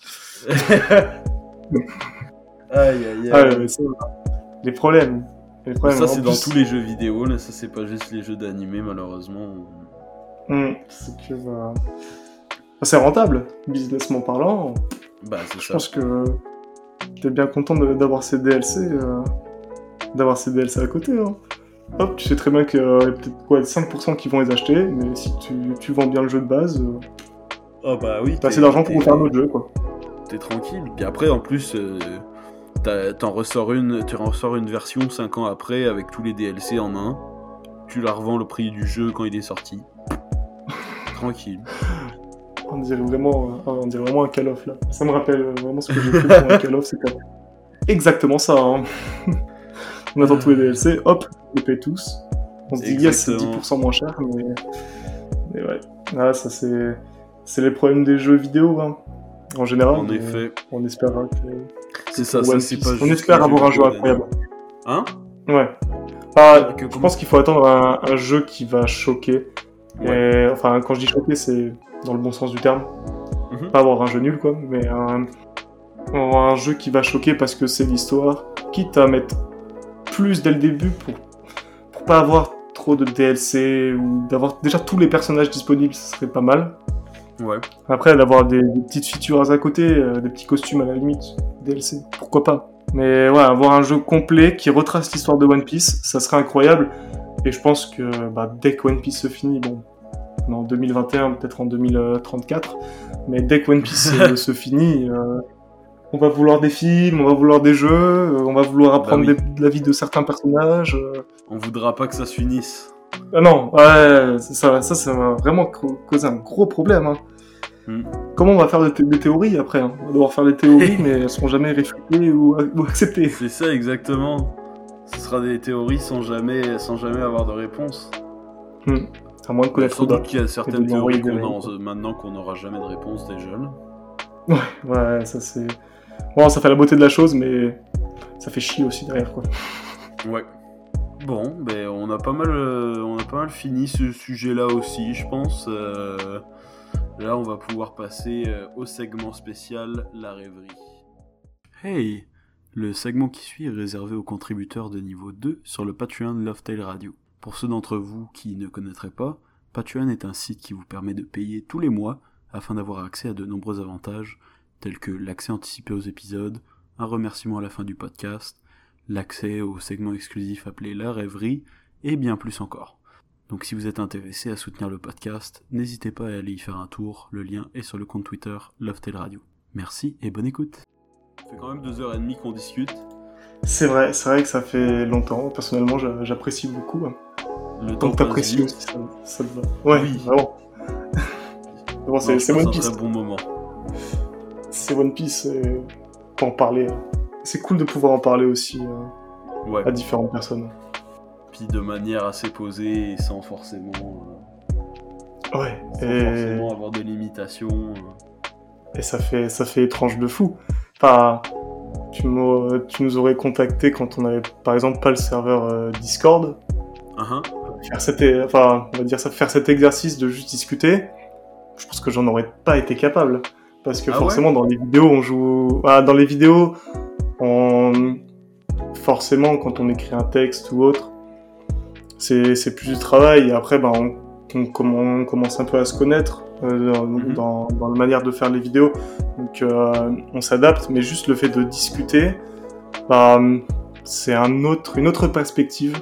Aïe aïe aïe. Ah, ouais, c'est... Les problèmes. Les problèmes. Ça, c'est en dans plus... tous les jeux vidéo, là. Ça, c'est pas juste les jeux d'animé, malheureusement. Mmh, c'est que. Bah... C'est rentable, businessment parlant. Bah, c'est Je ça. pense que t'es bien content de, d'avoir ces D L C. Euh... D'avoir ces D L C à côté. Hein. Hop, tu sais très bien qu'il y a peut-être quoi, cinq pour cent qui vont les acheter, mais si tu, tu vends bien le jeu de base, euh... oh, bah oui. t'as assez d'argent pour faire un autre jeu, quoi. T'es tranquille. Puis après, en plus, euh, t'en ressors une, tu ressors une version cinq ans après avec tous les D L C en un. Tu la revends le prix du jeu quand il est sorti. Tranquille. On dirait vraiment, on dirait vraiment un Call of là. Ça me rappelle vraiment ce que j'ai fait pour un Call of, c'est exactement ça. Hein. On attend tous les D L C, hop, on les paye tous. On se dit yes, c'est dix pour cent moins cher, mais, mais ouais. Ah, ça c'est, c'est les problèmes des jeux vidéo, hein. En général. En effet. On espère que. C'est ça, ça c'est pas juste. On espère avoir un jeu incroyable. Hein? Ouais. Ah, je comment... pense qu'il faut attendre un, un jeu qui va choquer. Ouais. Et, enfin, quand je dis choquer, c'est dans le bon sens du terme. Mm-hmm. Pas avoir un jeu nul, quoi, mais un, un jeu qui va choquer parce que c'est l'histoire. Quitte à mettre plus dès le début pour, pour pas avoir trop de D L C ou d'avoir déjà tous les personnages disponibles, ce serait pas mal. Ouais. Après, d'avoir des, des petites features à côté, euh, des petits costumes à la limite, D L C, pourquoi pas. Mais ouais, avoir un jeu complet qui retrace l'histoire de One Piece, ça serait incroyable. Et je pense que bah, dès que One Piece se finit, bon, en deux mille vingt et un, peut-être en deux mille trente-quatre, mais dès que One Piece euh, se finit, euh, on va vouloir des films, on va vouloir des jeux, euh, on va vouloir apprendre bah oui. des, de la vie de certains personnages. Euh... On voudra pas que ça se finisse. Ah non, ouais, ça, ça, ça va vraiment causer un gros problème. Hein. Mm. Comment on va faire des, thé- des théories après hein? On va devoir faire des théories, mais elles seront jamais réfutées ou, ou acceptées. C'est ça, exactement. Ce sera des théories sans jamais, sans jamais avoir de réponse. Mm. À moins de connaître sans doute qu'il y a certaines théories qu'on en, maintenant qu'on n'aura jamais de réponse déjà. Ouais, ouais, ça c'est... Bon, ça fait la beauté de la chose, mais ça fait chier aussi derrière, quoi. Ouais. Bon, ben on a pas mal, euh, on a pas mal fini ce sujet-là aussi, je pense. Euh, là, on va pouvoir passer euh, au segment spécial, la rêverie. Hey, le segment qui suit est réservé aux contributeurs de niveau deux sur le Patreon Loftail Radio. Pour ceux d'entre vous qui ne connaîtraient pas, Patreon est un site qui vous permet de payer tous les mois afin d'avoir accès à de nombreux avantages, tels que l'accès anticipé aux épisodes, un remerciement à la fin du podcast, l'accès au segment exclusif appelé La Rêverie, et bien plus encore. Donc si vous êtes intéressé à soutenir le podcast, n'hésitez pas à aller y faire un tour, le lien est sur le compte Twitter Loftail Radio. Merci et bonne écoute. Ça fait quand même deux heures et demie qu'on discute. C'est vrai, c'est vrai que ça fait longtemps, personnellement j'apprécie beaucoup. Le temps que t'apprécies aussi, ça, ça te va. Ouais, oui. Vraiment. Bon, c'est, non, c'est One Piece. C'est un bon moment. C'est One Piece, et pour en parler. C'est cool de pouvoir en parler aussi euh, ouais. à différentes personnes. Puis de manière assez posée et sans forcément. Euh, ouais. Sans et... forcément avoir de limitations. Euh. Et ça fait, ça fait étrange de fou. Enfin, tu, tu nous aurais contacté quand on avait, par exemple, pas le serveur euh, Discord. Uh-huh. Faire cet, enfin, on va dire ça, faire cet exercice de juste discuter. Je pense que j'en aurais pas été capable. Parce que ah forcément, ouais dans les vidéos, on joue... Ah, dans les vidéos, on... forcément, quand on écrit un texte ou autre, c'est, c'est plus du travail. Et après, bah, on... On, on commence un peu à se connaître euh, dans, mm-hmm. dans, dans la manière de faire les vidéos. Donc, euh, on s'adapte. Mais juste le fait de discuter, bah, c'est un autre, une autre perspective.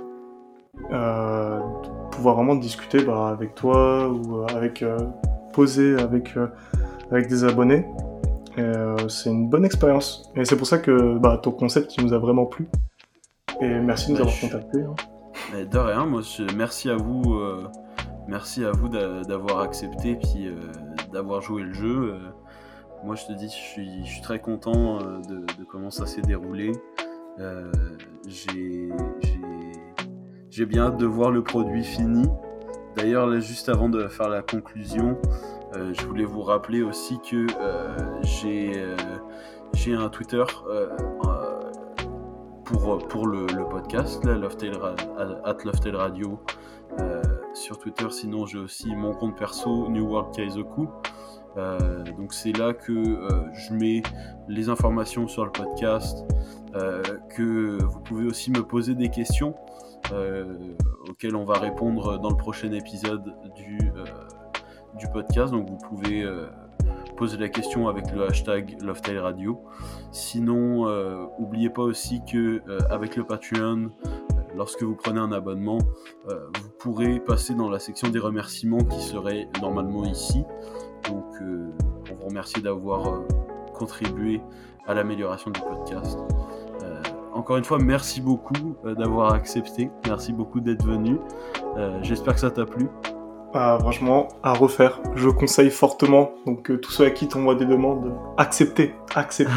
Euh, de pouvoir vraiment discuter bah, avec toi ou avec... Euh, poser avec... Euh, avec des abonnés, et euh, c'est une bonne expérience. Et c'est pour ça que bah, ton concept il nous a vraiment plu. Et merci de nous bah, avoir je... contactés. Hein. Mais de rien, moi je... merci à vous, euh... merci à vous d'a... d'avoir accepté puis euh, d'avoir joué le jeu. Euh... Moi je te dis, je suis, je suis très content euh, de... de comment ça s'est déroulé. Euh... J'ai... J'ai... J'ai bien hâte de voir le produit fini. D'ailleurs, là, juste avant de faire la conclusion, Euh, je voulais vous rappeler aussi que euh, j'ai, euh, j'ai un Twitter euh, euh, pour, pour le, le podcast, là, Loftail, at Loftail Radio. Euh, sur Twitter. Sinon, j'ai aussi mon compte perso, New World Kaizoku. Euh, donc c'est là que euh, je mets les informations sur le podcast, euh, que vous pouvez aussi me poser des questions euh, auxquelles on va répondre dans le prochain épisode du, euh, du podcast. Donc vous pouvez euh, poser la question avec le hashtag Lovetail Radio. Sinon, euh, n'oubliez pas aussi que euh, avec le Patreon, lorsque vous prenez un abonnement, euh, vous pourrez passer dans la section des remerciements qui serait normalement ici. Donc, euh, on vous remercie d'avoir euh, contribué à l'amélioration du podcast. Euh, encore une fois, merci beaucoup euh, d'avoir accepté. Merci beaucoup d'être venu. Euh, j'espère que ça t'a plu. Ah, franchement, à refaire. Je conseille fortement. Donc, euh, tous ceux à qui t'envoient des demandes, acceptez, acceptez.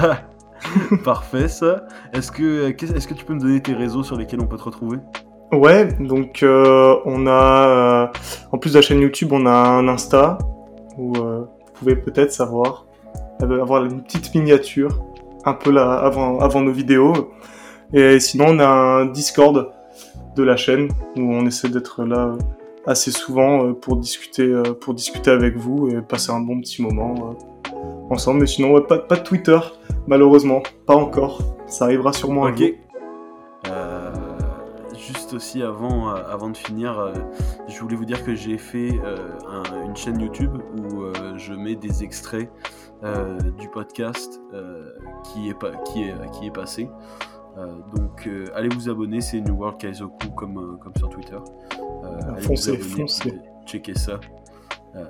Parfait, ça. Est-ce que, est-ce que tu peux me donner tes réseaux sur lesquels on peut te retrouver ? Ouais, donc euh, on a, euh, en plus de la chaîne YouTube, on a un Insta où euh, vous pouvez peut-être savoir, avoir une petite miniature un peu là avant, avant nos vidéos. Et sinon, on a un Discord de la chaîne où on essaie d'être là assez souvent pour discuter, pour discuter avec vous et passer un bon petit moment ensemble. Mais sinon, ouais, pas, pas de Twitter, malheureusement, pas encore. Ça arrivera sûrement un jour. Ok. Euh, juste aussi avant, euh, avant de finir, euh, je voulais vous dire que j'ai fait euh, un, une chaîne YouTube où euh, je mets des extraits euh, du podcast euh, qui, est pa- qui, est, qui est passé. Euh, donc euh, allez vous abonner, c'est New World Kaizoku comme, euh, comme sur Twitter. Euh, foncez, foncez. Checkez ça. Euh,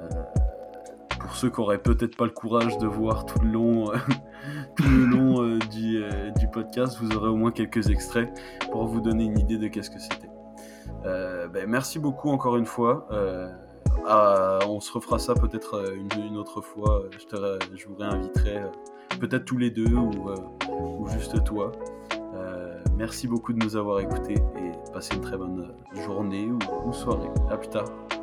pour ceux qui n'auraient peut-être pas le courage de voir tout le long, euh, tout le long euh, du, euh, du podcast, vous aurez au moins quelques extraits pour vous donner une idée de qu'est-ce que c'était. Euh, ben, merci beaucoup encore une fois. Euh, à, on se refera ça peut-être une, une autre fois. Je, te, je vous réinviterai euh, peut-être tous les deux ou, euh, ou juste toi. Euh, merci beaucoup de nous avoir écoutés et passez une très bonne journée ou, ou soirée. À plus tard.